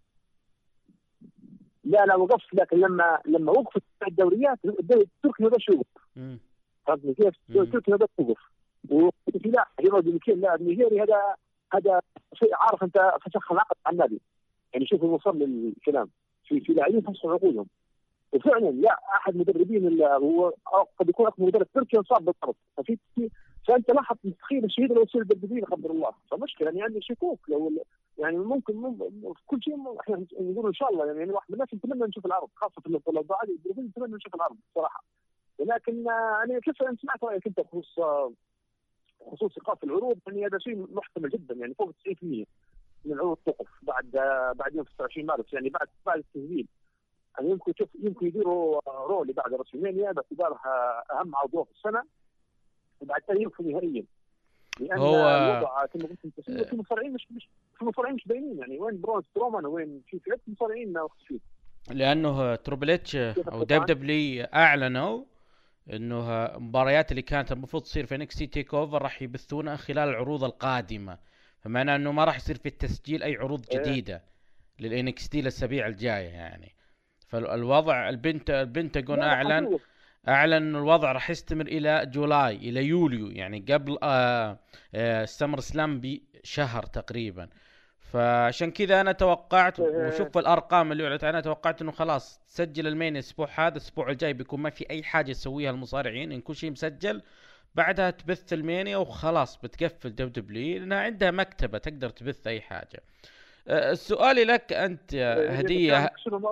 [SPEAKER 9] لا لا وقف، لكن لما لما وقفت الدوريات الدوري التركي ما بقاش يوقف. فهمتني كيف؟ الدوري التركي ما بقاش يوقف. وفي لاعب يرد يمكن لاعب نيجيري هذا هذا شيء عارف انت فسخ العقد مع النادي. يعني شوف وصل للكلام في في لاعبين فسخوا عقودهم، وفعلا لا احد مدربين اللي هو قد يكون اكبر مدرب تركي انصاب بالطرد. ففي فانت لاحظ مستحيل الشهيد لو يصير بالبديل لا قدر الله. فمشكله يعني عندي شكوك لو يعني ممكن, ممكن كل شيء احنا نقول ان شاء الله. يعني واحد من الناس نتمنى نشوف العرض، خاصه في الاوضاع هذه نتمنى نشوف العرض بصراحه. ولكن انا كيف انا سمعت رايك انت بخصوص خصوص ايقاف العروض، يعني هذا شيء محتمل جدا. يعني فوق تسعين بالمئة من العروض توقف بعد بعد يوم ستة وعشرين مارس، يعني بعد بعد التسجيل. يعني يمكن شوف يمكن يديروا رو اللي بعد رسمينيا باعتبارها اهم عرض في السنه، وبعد ثاني يمكن نهائيا. لان
[SPEAKER 6] هو
[SPEAKER 9] الوضع كما قلت انت في مصارعين مش مش في مصارعين مش باينين. يعني وين برون سترومان وين في في مصارعين مختفين،
[SPEAKER 6] لانه تربل اتش او دب دبليو اعلنوا انه مباريات اللي كانت المفروض تصير في انكس تي تيك اوفر راح يبثونها خلال العروض القادمه، فمعنى انه ما راح يصير في التسجيل اي عروض جديده للانكس تي للاسابيع الجايه يعني. فالوضع البنت البنتاغون اعلن اعلن ان الوضع راح يستمر الى جولاي الى يوليو، يعني قبل آه آه سمر سلام بشهر تقريبا. فعشان كذا انا توقعت وشوف الارقام اللي اعلنت عنها، توقعت انه خلاص تسجل المين الاسبوع هذا، الاسبوع الجاي بيكون ما في اي حاجه يسويها المصارعين، ان كل شيء مسجل. بعدها تبث المانيا وخلاص بتقفل دب دبليو لانها عندها مكتبه تقدر تبث اي حاجه. أه سؤالي لك انت يا هديه،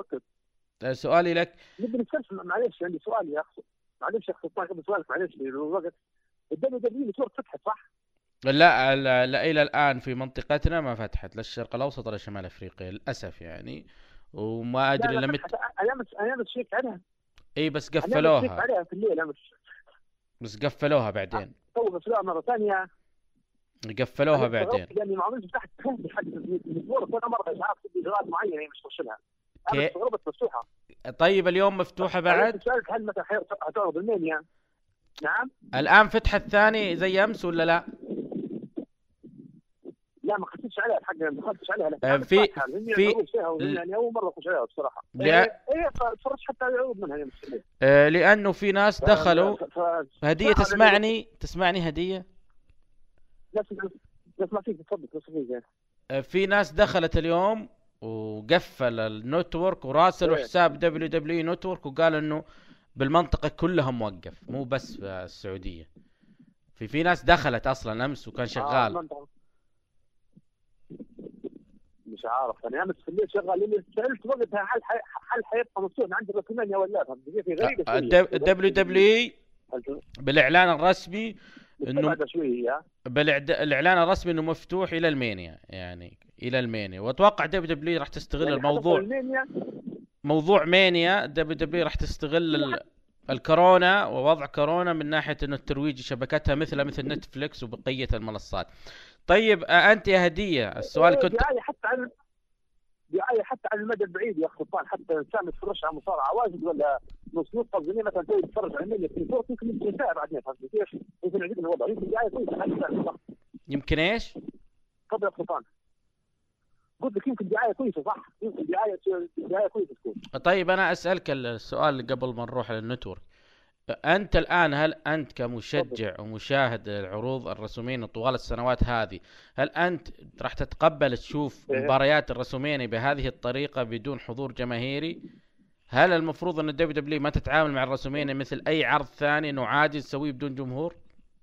[SPEAKER 6] سؤالي لك
[SPEAKER 9] نبي نتكلم. معلش عندي سؤال يا اخي، معلش يا اخي قبل سؤالك معلش الوقت. الدبليو دبليو نتورك فتحت صح؟
[SPEAKER 6] لا لا, لا الى الان في منطقتنا ما فتحت، لا الشرق الاوسط ولا شمال افريقيا للاسف يعني. وما ادري لم
[SPEAKER 9] ايام ايام الشيك عليها.
[SPEAKER 6] اي بس قفلوها
[SPEAKER 9] عليها في الليل امس،
[SPEAKER 6] بس قفلوها بعدين.
[SPEAKER 9] تو قفلوها مره ثانيه،
[SPEAKER 6] قفلوها بعدين
[SPEAKER 9] لاني ما عملتش تحت حد النتورك ولا مره مش عارف اجراءات معينه هي مش توصلها. انا استغربت مفتوحه.
[SPEAKER 6] طيب اليوم مفتوحه بعد؟
[SPEAKER 9] سالت هل مثلا حتعرض المانيا؟ نعم
[SPEAKER 6] الان فتحت ثاني زي امس ولا لا؟
[SPEAKER 9] لا ما خدتش عليها الحق، ما خدتش عليها.
[SPEAKER 6] لا في في
[SPEAKER 9] يعني اول مره اخش عليها بصراحه.
[SPEAKER 6] لا
[SPEAKER 9] ايه اتفرجت حتى على العروض منها يوم السبت.
[SPEAKER 6] آه لانه في ناس دخلوا. ف... ف... هديه تسمعني تسمعني هديه؟
[SPEAKER 9] لا اسمع فيك تفضل تفضل.
[SPEAKER 6] آه في ناس دخلت اليوم وقفل النتورك وراسلوا حساب دبليو دبليو نتورك وقال انه بالمنطقه كلها موقف مو بس في السعوديه. في في ناس دخلت اصلا امس وكان شغال.
[SPEAKER 9] آه مش عارف انا امس في الليل شغال لاني سالت وقتها هل هل حيبقى مفتوح عند الرسمين ولا لا. في غريبه
[SPEAKER 6] الدبليو دبليو بالاعلان الرسمي
[SPEAKER 9] مستبعدة شوي هي.
[SPEAKER 6] بالاعلان الرسمي انه مفتوح الى المانيا، يعني الى المانيا، واتوقع دبليو دبليو راح تستغل
[SPEAKER 9] يعني
[SPEAKER 6] الموضوع موضوع مانيا. دبليو دبليو راح تستغل ال... الكورونا ووضع كورونا من ناحيه انه الترويج شبكتها مثل مثل نتفليكس وبقيه المنصات. طيب انت يا هديه السؤال كنت
[SPEAKER 9] دعايه حتى على دعايه حتى على المدى البعيد يا اخي سلطان، حتى انسان ما يتفرجش على مصارعه واجد ولا نص نص قصدي مثلا تقعد تتفرج على المانيا في صوت يمكن يمكن ساعه بعدين فهمت كيف؟ يمكن يعجبني الوضع، يمكن دعايه كويسه.
[SPEAKER 6] يمكن ايش؟
[SPEAKER 9] تفضل يا سلطان. قلت لك يمكن دعايه كويسه صح؟ يمكن دعايه دعايه كويسه تكون.
[SPEAKER 6] طيب انا اسالك السؤال قبل ما نروح للنتورك. انت الان هل انت كمشجع ومشاهد العروض الرسومين طوال السنوات هذه، هل انت راح تتقبل تشوف مباريات الرسومين بهذه الطريقه بدون حضور جماهيري؟ هل المفروض ان الدبليو دبليو ما تتعامل مع الرسومين مثل اي عرض ثاني انه عادي تسويه بدون جمهور؟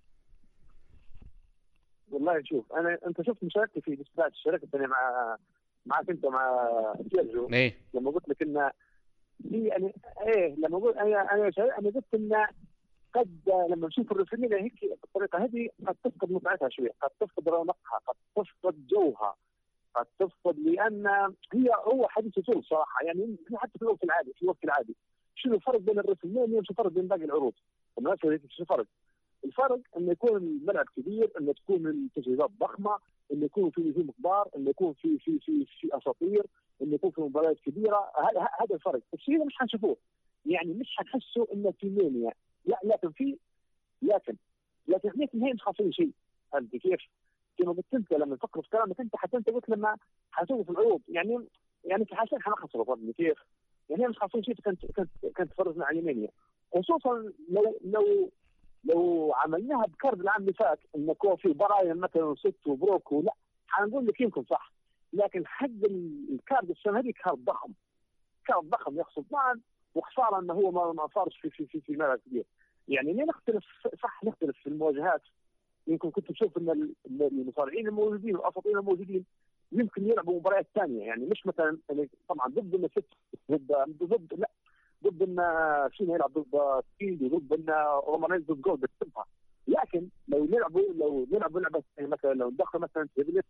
[SPEAKER 9] والله شوف انا انت شفت مشاركتي في الاستوديوهات شاركت انا مع معك انت مع سيرجيو
[SPEAKER 6] ايه
[SPEAKER 9] لما قلت لك ان هي يعني ايه لما قلت انا انا انا قلت ان قد لما نشوف الرسومين هيك بالطريقه هذه قد تفقد متعتها شويه، قد تفقد رونقها، قد تفقد جوها، قد تفقد لان هي هو حديث يطول صراحه. يعني حتى في الوقت العادي في الوقت العادي شنو الفرق بين الرسومين وشنو الفرق بين باقي العروض؟ بالمناسبه شو الفرق؟ الفرق انه يكون الملعب كبير، انه تكون التجهيزات ضخمه، انه يكون في نجوم كبار، انه يكون في في في في اساطير، انه يكون في مباريات كبيره. هذا الفرق. الشيء اللي مش حنشوفوه يعني مش حنحسوا انه في مانيا، لا لكن في لكن لكن لكن هي مش حاصل شيء. فهمت كيف؟ كما قلت انت لما تفكر في كلامك انت حتى انت قلت لما حاسوه في العروض يعني يعني في حالتين حنخسروا. فهمت كيف؟ يعني هي مش حاصل شيء كانت كانت كانت تفرجنا على مانيا، خصوصا لو لو لو عملناها بكارد العام اللي فات انه يكون في براين مثلا ست وبروك ولا حنقول لك يمكن صح، لكن حق الكارد السنه هذه كارد ضخم كارد ضخم يقصد طبعا، وخساره انه هو ما ما صارش في في في في ملعب كبير. يعني ليه نختلف صح نختلف في المواجهات. يمكن كنت تشوف ان المصارعين الموجودين والاساطير الموجودين يمكن يلعبوا مباريات ثانيه، يعني مش مثلا يعني طبعا ضد ان ست ضد ضد لا ضد ان فينا يلعب ضد ستيل وضد ان رومان ضد جولد بتبقى. لكن لو نلعبوا لو نلعبوا لعبه مثلا لو ندخل مثلا تريبل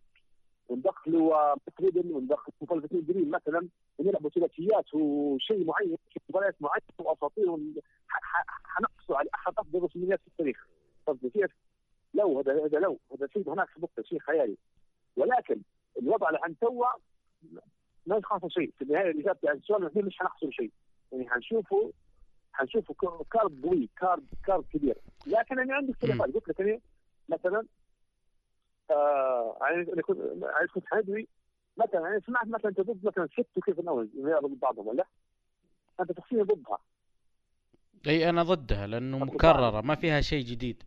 [SPEAKER 9] وندخلوا تقريبا وندخل مخالفتين جديد مثلا ونلعبوا ثلاثيات وشيء معين في مباريات معينه واساطير حنقصوا على احد افضل رسميات في التاريخ. قصدي كيف؟ لو هذا هذا لو هذا شيء هناك في شيء خيالي، ولكن الوضع اللي حنسوى ما يخاف شيء. في النهايه اللي جابت على السؤال احنا مش حنحصل شيء، يعني حنشوفوا حنشوفوا كارد قوي كارد كارد كبير. لكن انا عندي اختلافات قلت لك انا مثلا آه انا كنت عايز كنت حادوي مثلا انا سمعت مثلا انت ضد مثلا ست وكيف نوز ضد بعضهم ولا انت تفصيل ضدها؟
[SPEAKER 6] اي انا ضدها لانه مكرره ما فيها شيء جديد.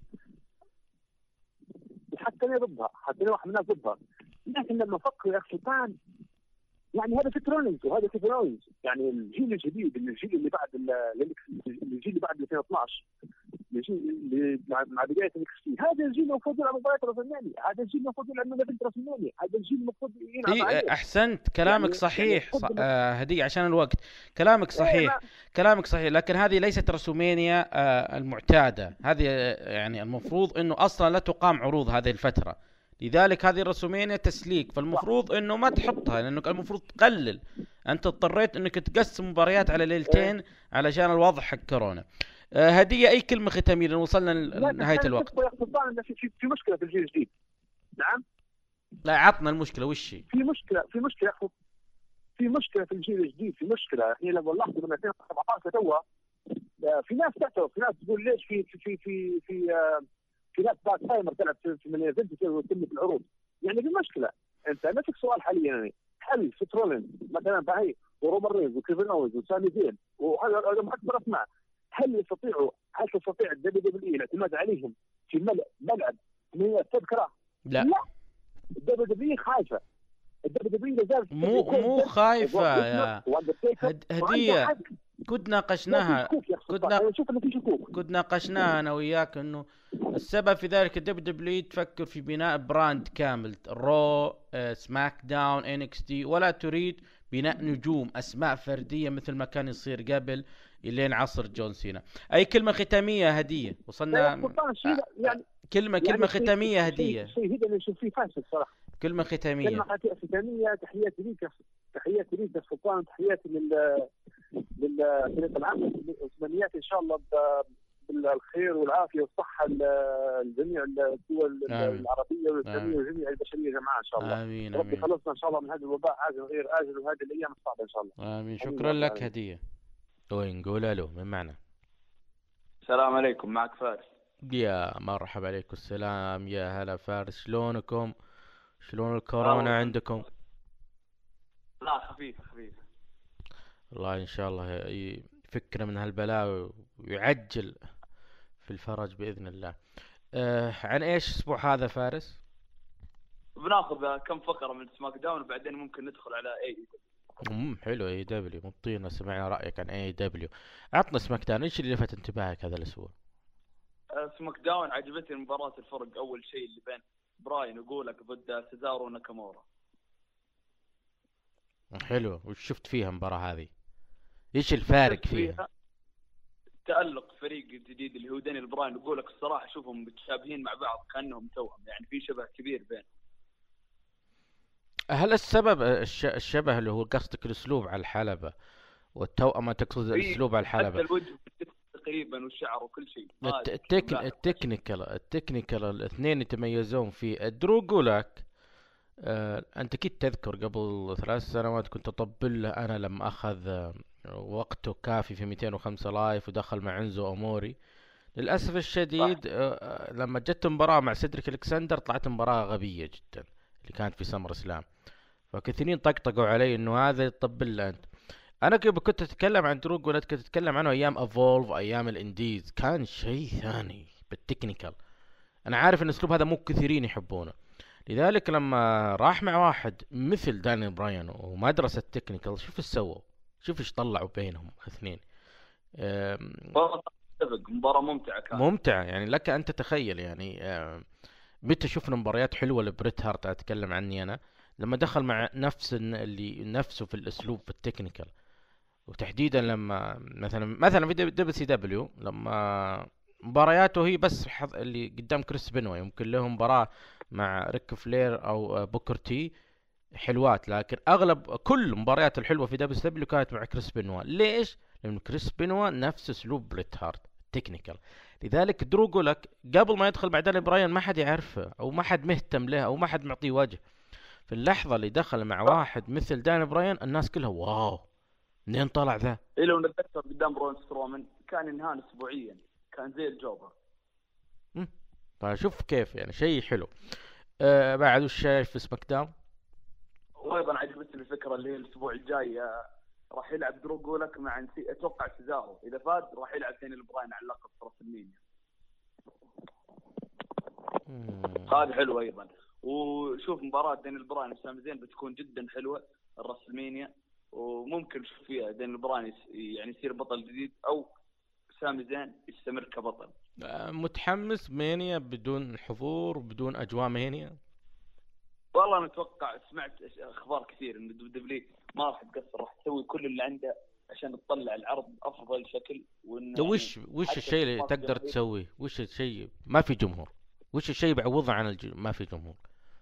[SPEAKER 9] حتى انا ضدها حتى انا واحد من الناس ضدها، لكن لما افكر يا اخي سلطان يعني هذا في ترولينج وهذا في ترولينج. يعني الجيل الجديد الجيل اللي بعد الجيل اللي بعد ألفين واثناشر الجيل اللي مع بدايه الاكس هذا الجيل المفروض يلعب مباريات رسمية، هذا الجيل المفروض يلعب مباريات رسمية، هذا الجيل المفروض يلعب
[SPEAKER 6] إيه احسنت كلامك يعني صحيح يعني آه هدية عشان الوقت كلامك صحيح إيه كلامك صحيح، لكن هذه ليست رسومينيا آه المعتاده. هذه يعني المفروض انه اصلا لا تقام عروض هذه الفتره، لذلك هذه الرسومينيا تسليك، فالمفروض انه ما تحطها لانك المفروض تقلل. انت اضطريت انك تقسم مباريات على ليلتين علشان الوضع حق كورونا. آه هدية اي كلمه ختاميه لان وصلنا لنهايه الوقت.
[SPEAKER 9] في في مشكله في الجيل الجديد. نعم
[SPEAKER 6] لا عطنا المشكله وش هي؟
[SPEAKER 9] في مشكله في مشكله في مشكله في الجيل الجديد في مشكله. احنا لو لاحظوا من ألفين وسبعطعش توا في ناس تعترف، في ناس تقول ليش في في في في في, في ناس باك تايمر تلعب في من الايفنت وتم في العروض. يعني في مشكله. انت نفسك سؤال حاليا يعني هل في ترولين مثلا باهي ورومان رينز وكيفن اوز وسامي زين وهذا اكبر اسماء، هل يستطيعوا هل تستطيع الدبليو دبليو اي الاعتماد عليهم في ملعب من التذكره؟
[SPEAKER 6] لا
[SPEAKER 9] لا الدبليو دبليو خايفه. الدبليو دبليو لازال
[SPEAKER 6] مو مو خايفه يا هدية. كنت ناقشناها كنت كنت ناقشناها انا وياك انه السبب في ذلك الدبليو دبليو تفكر في بناء براند كامل رو سماك داون ان اكس تي، ولا تريد بناء نجوم اسماء فرديه مثل ما كان يصير قبل الين عصر جون سينا. اي كلمه ختاميه هديه وصلنا
[SPEAKER 9] يعني
[SPEAKER 6] كلمة
[SPEAKER 9] يعني
[SPEAKER 6] كلمة
[SPEAKER 9] شيء-
[SPEAKER 6] ختامية
[SPEAKER 9] شيء-
[SPEAKER 6] هدية.
[SPEAKER 9] شيء هذا اللي نشوف فيه فاشل صراحه.
[SPEAKER 6] كلمة ختامية.
[SPEAKER 9] كلمه خت- ختاميه. تحياتي ليك تحياتي ليك يا سلطان، تحياتي لل للفريق العمل، وتمنياتي ان شاء الله ب- بالخير والعافيه والصحه لجميع الدول
[SPEAKER 6] آمين.
[SPEAKER 9] العربيه والاسلاميه
[SPEAKER 6] آمين.
[SPEAKER 9] وجميع البشريه جماعه ان شاء الله.
[SPEAKER 6] آمين
[SPEAKER 9] ربي
[SPEAKER 6] آمين
[SPEAKER 9] خلصنا ان شاء الله من هذا الوباء عاجل غير آجل، وهذه الايام الصعبه ان شاء الله.
[SPEAKER 6] آمين. شكرا
[SPEAKER 9] آمين يا رب
[SPEAKER 6] لك
[SPEAKER 9] العالمين.
[SPEAKER 6] هدية. ونقول ألو من معنا.
[SPEAKER 10] السلام عليكم، معك فارس.
[SPEAKER 6] يا مرحبا عليكم السلام، يا هلا فارس، شلونكم؟ شلون الكورونا
[SPEAKER 10] والله.
[SPEAKER 6] عندكم؟
[SPEAKER 10] لا خفيف خفيف.
[SPEAKER 6] الله إن شاء الله ي- يفكنا من هالبلاء ويعجل في الفرج بإذن الله. أه عن إيش الأسبوع هذا فارس؟
[SPEAKER 10] بناخذ كم فقرة من سماك داون وبعدين ممكن ندخل على اي.
[SPEAKER 6] امم حلو اي دبليو، مطينا سمعنا رأيك عن اي دبليو. عطنا سماك داون، ايش اللي لفت انتباهك هذا الأسبوع؟
[SPEAKER 10] سماك داون عجبتني مباراة الفرق. أول شيء اللي بين براين وجولك ضد سيزارو وناكامورا.
[SPEAKER 6] حلو، وش شفت فيها المباراة هذه؟ ايش الفارق فيها؟
[SPEAKER 10] تألق فريق جديد اللي هو دانيال براين وجولك، الصراحة أشوفهم متشابهين مع بعض كأنهم توأم، يعني في شبه كبير بين.
[SPEAKER 6] هل السبب الش... الشبه اللي هو قصدك الاسلوب على الحلبة والتوأمة، تقصد الاسلوب على
[SPEAKER 10] حتى
[SPEAKER 6] الحلبة؟
[SPEAKER 10] الوجه تقريبا والشعر وكل شيء.
[SPEAKER 6] الت... التك... التكنيكال التكنيكال الاثنين يتميزون فيه. درو جولك آه... انت اكيد تذكر قبل ثلاث سنوات كنت اطبل له انا لما اخذ آه... وقته كافي في مئتين وخمسة لايف ودخل مع انزو اموري. للاسف الشديد آه... لما جت مباراة مع سيدريك الكسندر طلعت مباراة غبية جدا اللي كانت في سمر اسلام، فكثيرين طقطقوا علي انه هذا يطبل له انت. انا كنت اتكلم عن درو جولك، كنت اتكلم عنه ايام افولف، ايام الانديز، كان شيء ثاني بالتكنيكال. انا عارف ان الاسلوب هذا مو كثيرين يحبونه، لذلك لما راح مع واحد مثل داني براين ومدرسة تكنيكال، شوف ايش سووا، شوف ايش طلعوا بينهم الاثنين.
[SPEAKER 10] مباراة ممتعة كانت.
[SPEAKER 6] ممتعة يعني لك ان تتخيل. يعني متى شفنا مباريات حلوة لبريت هارت، اتكلم عني انا، لما دخل مع نفس اللي نفسه في الاسلوب في التكنيكال، وتحديدا لما مثلا مثلا في دبليو سي دبليو لما مبارياته هي بس حظ اللي قدام كريس بنوي، يمكن له مباراة مع ريك فلير او بوكر تي حلوات، لكن اغلب كل مباريات الحلوة في دبليو سي دبليو كانت مع كريس بنوي. ليش؟ لأن كريس بنوي نفس اسلوب بريت هارت تكنيكال. لذلك درو جولك قبل ما يدخل مع داني براين ما حد يعرفه او ما حد مهتم له او ما حد معطيه وجه. في اللحظة اللي دخل مع واحد مثل داني براين الناس كلها واو، منين طلع ذا؟
[SPEAKER 10] إيه لو نتذكر قدام برون سترومان كان ينهان اسبوعيا، كان زي الجوبر.
[SPEAKER 6] امم فشوف كيف يعني شيء حلو. آه بعد وش شايف في سماك داون؟
[SPEAKER 10] وايضا عجبتني الفكرة اللي هي الاسبوع الجاي آه راح يلعب درو جولك مع نسي... اتوقع سيزارو، اذا فاز راح يلعب دانيال براين على اللقب في راس المينيا. هذا حلو ايضا. وشوف مباراة دانيال براين وسامي زين بتكون جدا حلوة الراس المينيا، وممكن نشوف فيها دانيال براين يعني يصير بطل جديد او سامي زين يستمر كبطل.
[SPEAKER 6] متحمس مانيا بدون حضور وبدون اجواء مانيا؟
[SPEAKER 10] والله انا اتوقع، سمعت اخبار كثير ان دبليو ما راح تقصر، راح تسوي كل اللي عنده عشان تطلع العرض بافضل شكل. وان
[SPEAKER 6] وش
[SPEAKER 10] يعني
[SPEAKER 6] وش الشيء اللي تقدر تسويه؟ وش الشيء؟ ما في جمهور، وش الشيء بعوضه عن الج... ما في جمهور؟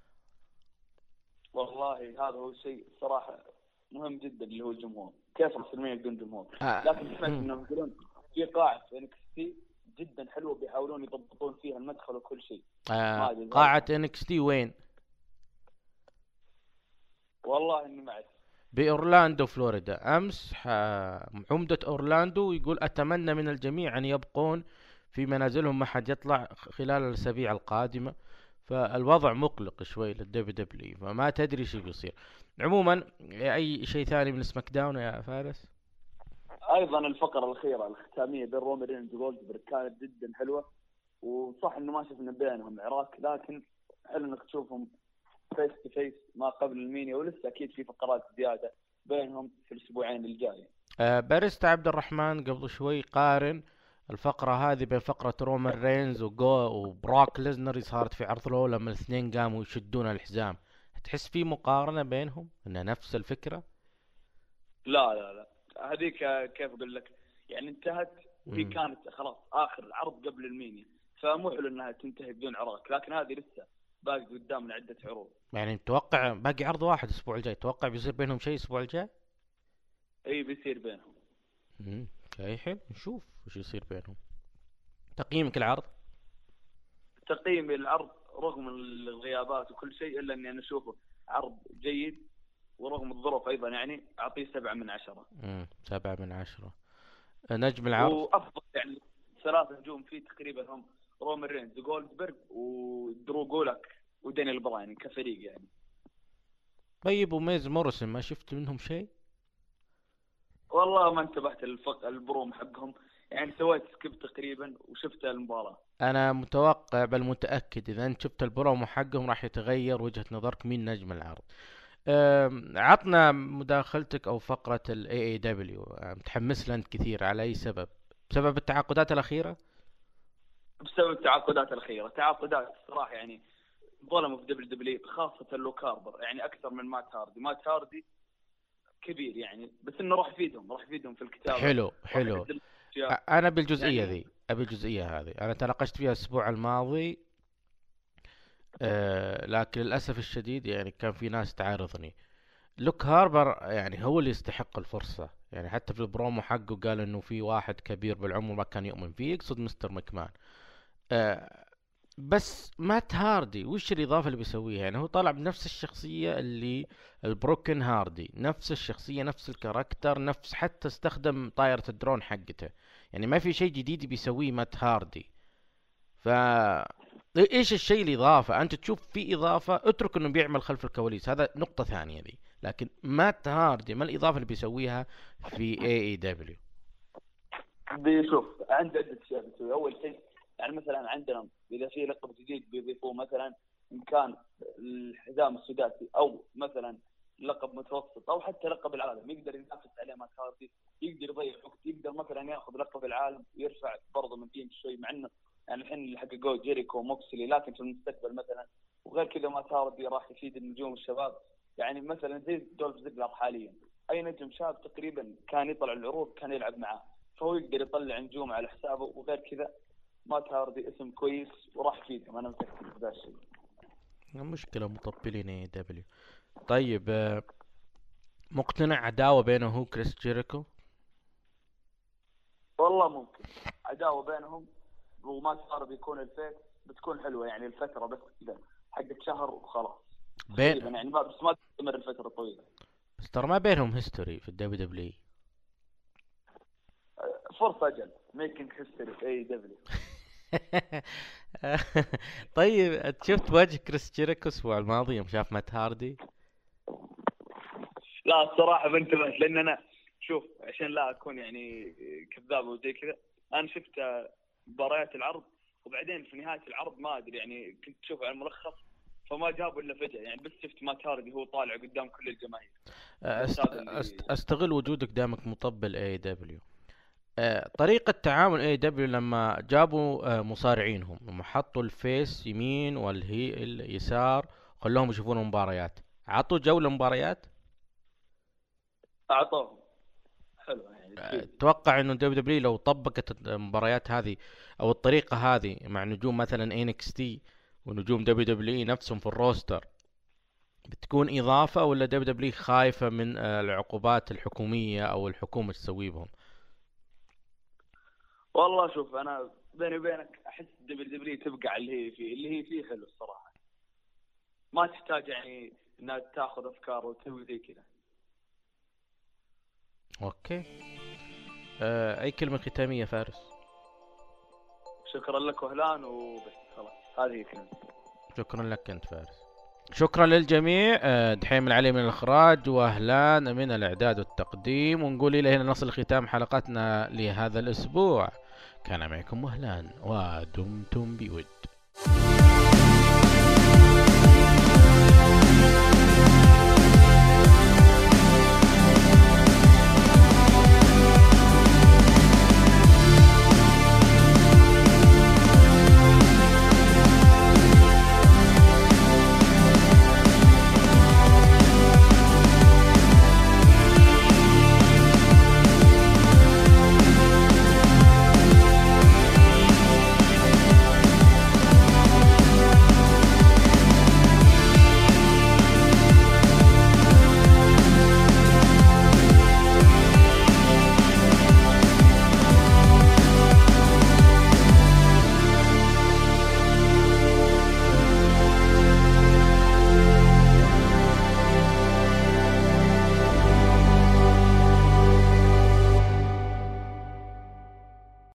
[SPEAKER 10] والله هذا هو الشيء صراحة مهم جدا اللي هو الجمهور. كيف رسلمية بدون جمهور؟
[SPEAKER 6] آه.
[SPEAKER 10] لكن سمعت انهم يقولون في قاعة في انكس تي جدا حلوة بيحاولون يضبطون فيها المدخل وكل شيء.
[SPEAKER 6] آه. قاعة انكس تي وين؟
[SPEAKER 10] والله اني ما اعرف.
[SPEAKER 6] بأورلاندو فلوريدا. امس عمدة اورلاندو يقول اتمنى من الجميع ان يبقون في منازلهم، ما حد يطلع خلال الاسابيع القادمة. فالوضع مقلق شوي للدبليو دبليو، فما تدري شو بيصير. عموما اي شيء ثاني من سماك داون يا فارس؟
[SPEAKER 10] ايضا الفقرة الاخيرة الختامية بين رومان رينز وجولدبرغ كانت جدا حلوة، وصح انه ما شفنا بينهم عراك، لكن حلو انك تشوفهم فيس تو فيس ما قبل المينيا، ولسه اكيد في فقرات زيادة بينهم في الاسبوعين الجايين.
[SPEAKER 6] آه باريستا عبد الرحمن قبل شوي قارن الفقرة هذه بين فقرة رومان رينز وجو وبراك ليزنر صارت في عرض لو لما الاثنين قاموا يشدون الحزام. تحس في مقارنة بينهم انها نفس الفكرة؟
[SPEAKER 10] لا لا لا هذيك كيف اقول لك، يعني انتهت وهي كانت خلاص اخر عرض قبل المينيا. فمو حلو انها تنتهي بدون عراك، لكن هذه لسه باقي قدامنا عده عروض.
[SPEAKER 6] يعني متوقع باقي عرض واحد الاسبوع الجاي، توقع بيصير بينهم شيء الاسبوع الجاي؟
[SPEAKER 10] اي بيصير بينهم.
[SPEAKER 6] امم اوكي حلو، نشوف وش يصير بينهم. تقييمك العرض؟
[SPEAKER 10] تقييمي العرض رغم الغيابات وكل شيء الا اني انا اشوفه عرض جيد، ورغم الظروف ايضا يعني اعطيه سبعة من عشرة.
[SPEAKER 6] امم سبعة من عشرة. نجم العرض؟
[SPEAKER 10] وافضل يعني ثلاث نجوم فيه تقريبا هم رومان رينز وجولدبرغ ودرو جولك ودانيال براين كفريق يعني.
[SPEAKER 6] طيب وميز موريسون ما شفت منهم شيء؟
[SPEAKER 10] والله ما انتبهت للفق البروم حقهم، يعني سويت سكيب تقريبا وشفت المباراة.
[SPEAKER 6] انا متوقع بل متأكد اذا انت شفت البرومو حقهم راح يتغير وجهة نظرك مين نجم العرض. عطنا مداخلتك او فقرة ال إيه إيه دبليو، متحمس لها كثير، على اي سبب؟ بسبب التعاقدات الاخيرة؟
[SPEAKER 10] بسبب التعاقدات الاخيرة، تعاقدات صراحة يعني ظلموا في دبليو دبليو، خاصة لو كاربر يعني اكثر من مات هاردي. مات هاردي كبير يعني، بس انه راح يفيدهم، راح يفيدهم في الكتابة.
[SPEAKER 6] حلو حلو. انا بالجزئية
[SPEAKER 10] يعني
[SPEAKER 6] ذي ابي الجزئية هذه انا تناقشت فيها الاسبوع الماضي، أه لكن للاسف الشديد يعني كان في ناس تعارضني. لوك هاربر يعني هو اللي يستحق الفرصة، يعني حتى في البرومو حقه قال انه في واحد كبير بالعمر ما كان يؤمن فيه، يقصد مستر مكمان. أه بس مات هاردي وش الإضافة اللي بيسويها؟ يعني هو طلع بنفس الشخصية اللي البروكن هاردي، نفس الشخصية نفس الكاركتر، نفس حتى استخدم طائرة الدرون حقته، يعني ما في شيء جديد بيسويه مات هاردي. ف ايش الشيء الإضافة؟ انت تشوف في إضافة، اترك انه بيعمل خلف الكواليس، هذا نقطة ثانية ذي، لكن مات هاردي ما الإضافة اللي بيسويها في إيه إيه دبليو؟
[SPEAKER 10] بيشوف عنده عدة أشياء بيسوي. أول شيء يعني مثلا عندنا إذا في لقب جديد بيضيفوه، مثلا إن كان الحزام السداسي أو مثلا لقب متوسط أو حتى لقب العالم، يقدر ينافس عليه مات هاردي، يقدر يضيع وقت، يقدر مثلا ياخذ لقب العالم ويرفع برضه من قيمته شوي، مع إنه يعني الحين اللي حققوه جيريكو وموكسلي، لكن في المستقبل مثلا. وغير كذا مات هاردي راح يفيد النجوم الشباب، يعني مثلا زي دولف زيجلر حاليا، أي نجم شاب تقريبا كان يطلع العروض كان يلعب معاه، فهو يقدر يطلع نجوم على حسابه. وغير كذا مات هاردي اسم كويس وراح يفيدهم، انا متاكد بهذا الشيء.
[SPEAKER 6] المشكله مطبلين اي دبليو. طيب مقتنع عداوه بينه هو كريس جيريكو؟
[SPEAKER 10] والله ممكن عداوه بينهم، ومات هاردي يكون الفيس، بتكون حلوه يعني الفتره بس كذا حقت شهر وخلاص
[SPEAKER 6] بين
[SPEAKER 10] يعني، ما بس ما تستمر الفتره الطويله.
[SPEAKER 6] بس ترى ما بينهم هيستوري في الدبليو دبليو.
[SPEAKER 10] فرصه اجل ميكينج هيستوري في اي دبليو.
[SPEAKER 6] طيب شفت وجه كريس جيريكو الاسبوع الماضي يوم شاف مات هاردي؟
[SPEAKER 10] لا الصراحه بنتبه، لان انا شوف عشان لا اكون يعني كذاب وزي كذا، انا شفت مباريات العرض وبعدين في نهايه العرض ما ادري يعني كنت اشوف على الملخص، فما جابوا الا فجأة يعني، بس شفت مات هاردي هو طالع قدام كل الجماهير.
[SPEAKER 6] أست... أست... استغل وجودك دامك مطبل اي دبليو. أه طريقة تعامل اي دبليو لما جابوا أه مصارعينهم، لما حطوا الفيس يمين والهي اليسار خلوهم يشوفون المباريات، عطوا جولة مباريات؟
[SPEAKER 10] اعطوهم حلو يعني.
[SPEAKER 6] اتوقع انه دبليو دبليو لو طبقت المباريات هذه او الطريقة هذه مع نجوم مثلا إن إكس تي ونجوم دبليو دبليو نفسهم في الروستر، بتكون اضافة ولا دبليو دبليو خايفة من العقوبات الحكومية او الحكومة تسوي بهم؟
[SPEAKER 10] والله شوف انا بيني وبينك احس دبليو دبليو تبقى اللي هي فيه، اللي هي فيه حلو الصراحة، ما تحتاج يعني انها تاخذ افكار وتسوي زي كذا.
[SPEAKER 6] اوكي أه اي كلمة ختامية فارس؟
[SPEAKER 10] شكرا لك وهلان وبس خلاص هذه كلمة.
[SPEAKER 6] شكرا لك انت فارس. شكرا للجميع. دحيم العلي من الاخراج واهلان من الاعداد والتقديم، ونقول الى هنا نصل ختام حلقتنا لهذا الاسبوع. كان معكم وهلان ودمتم بود.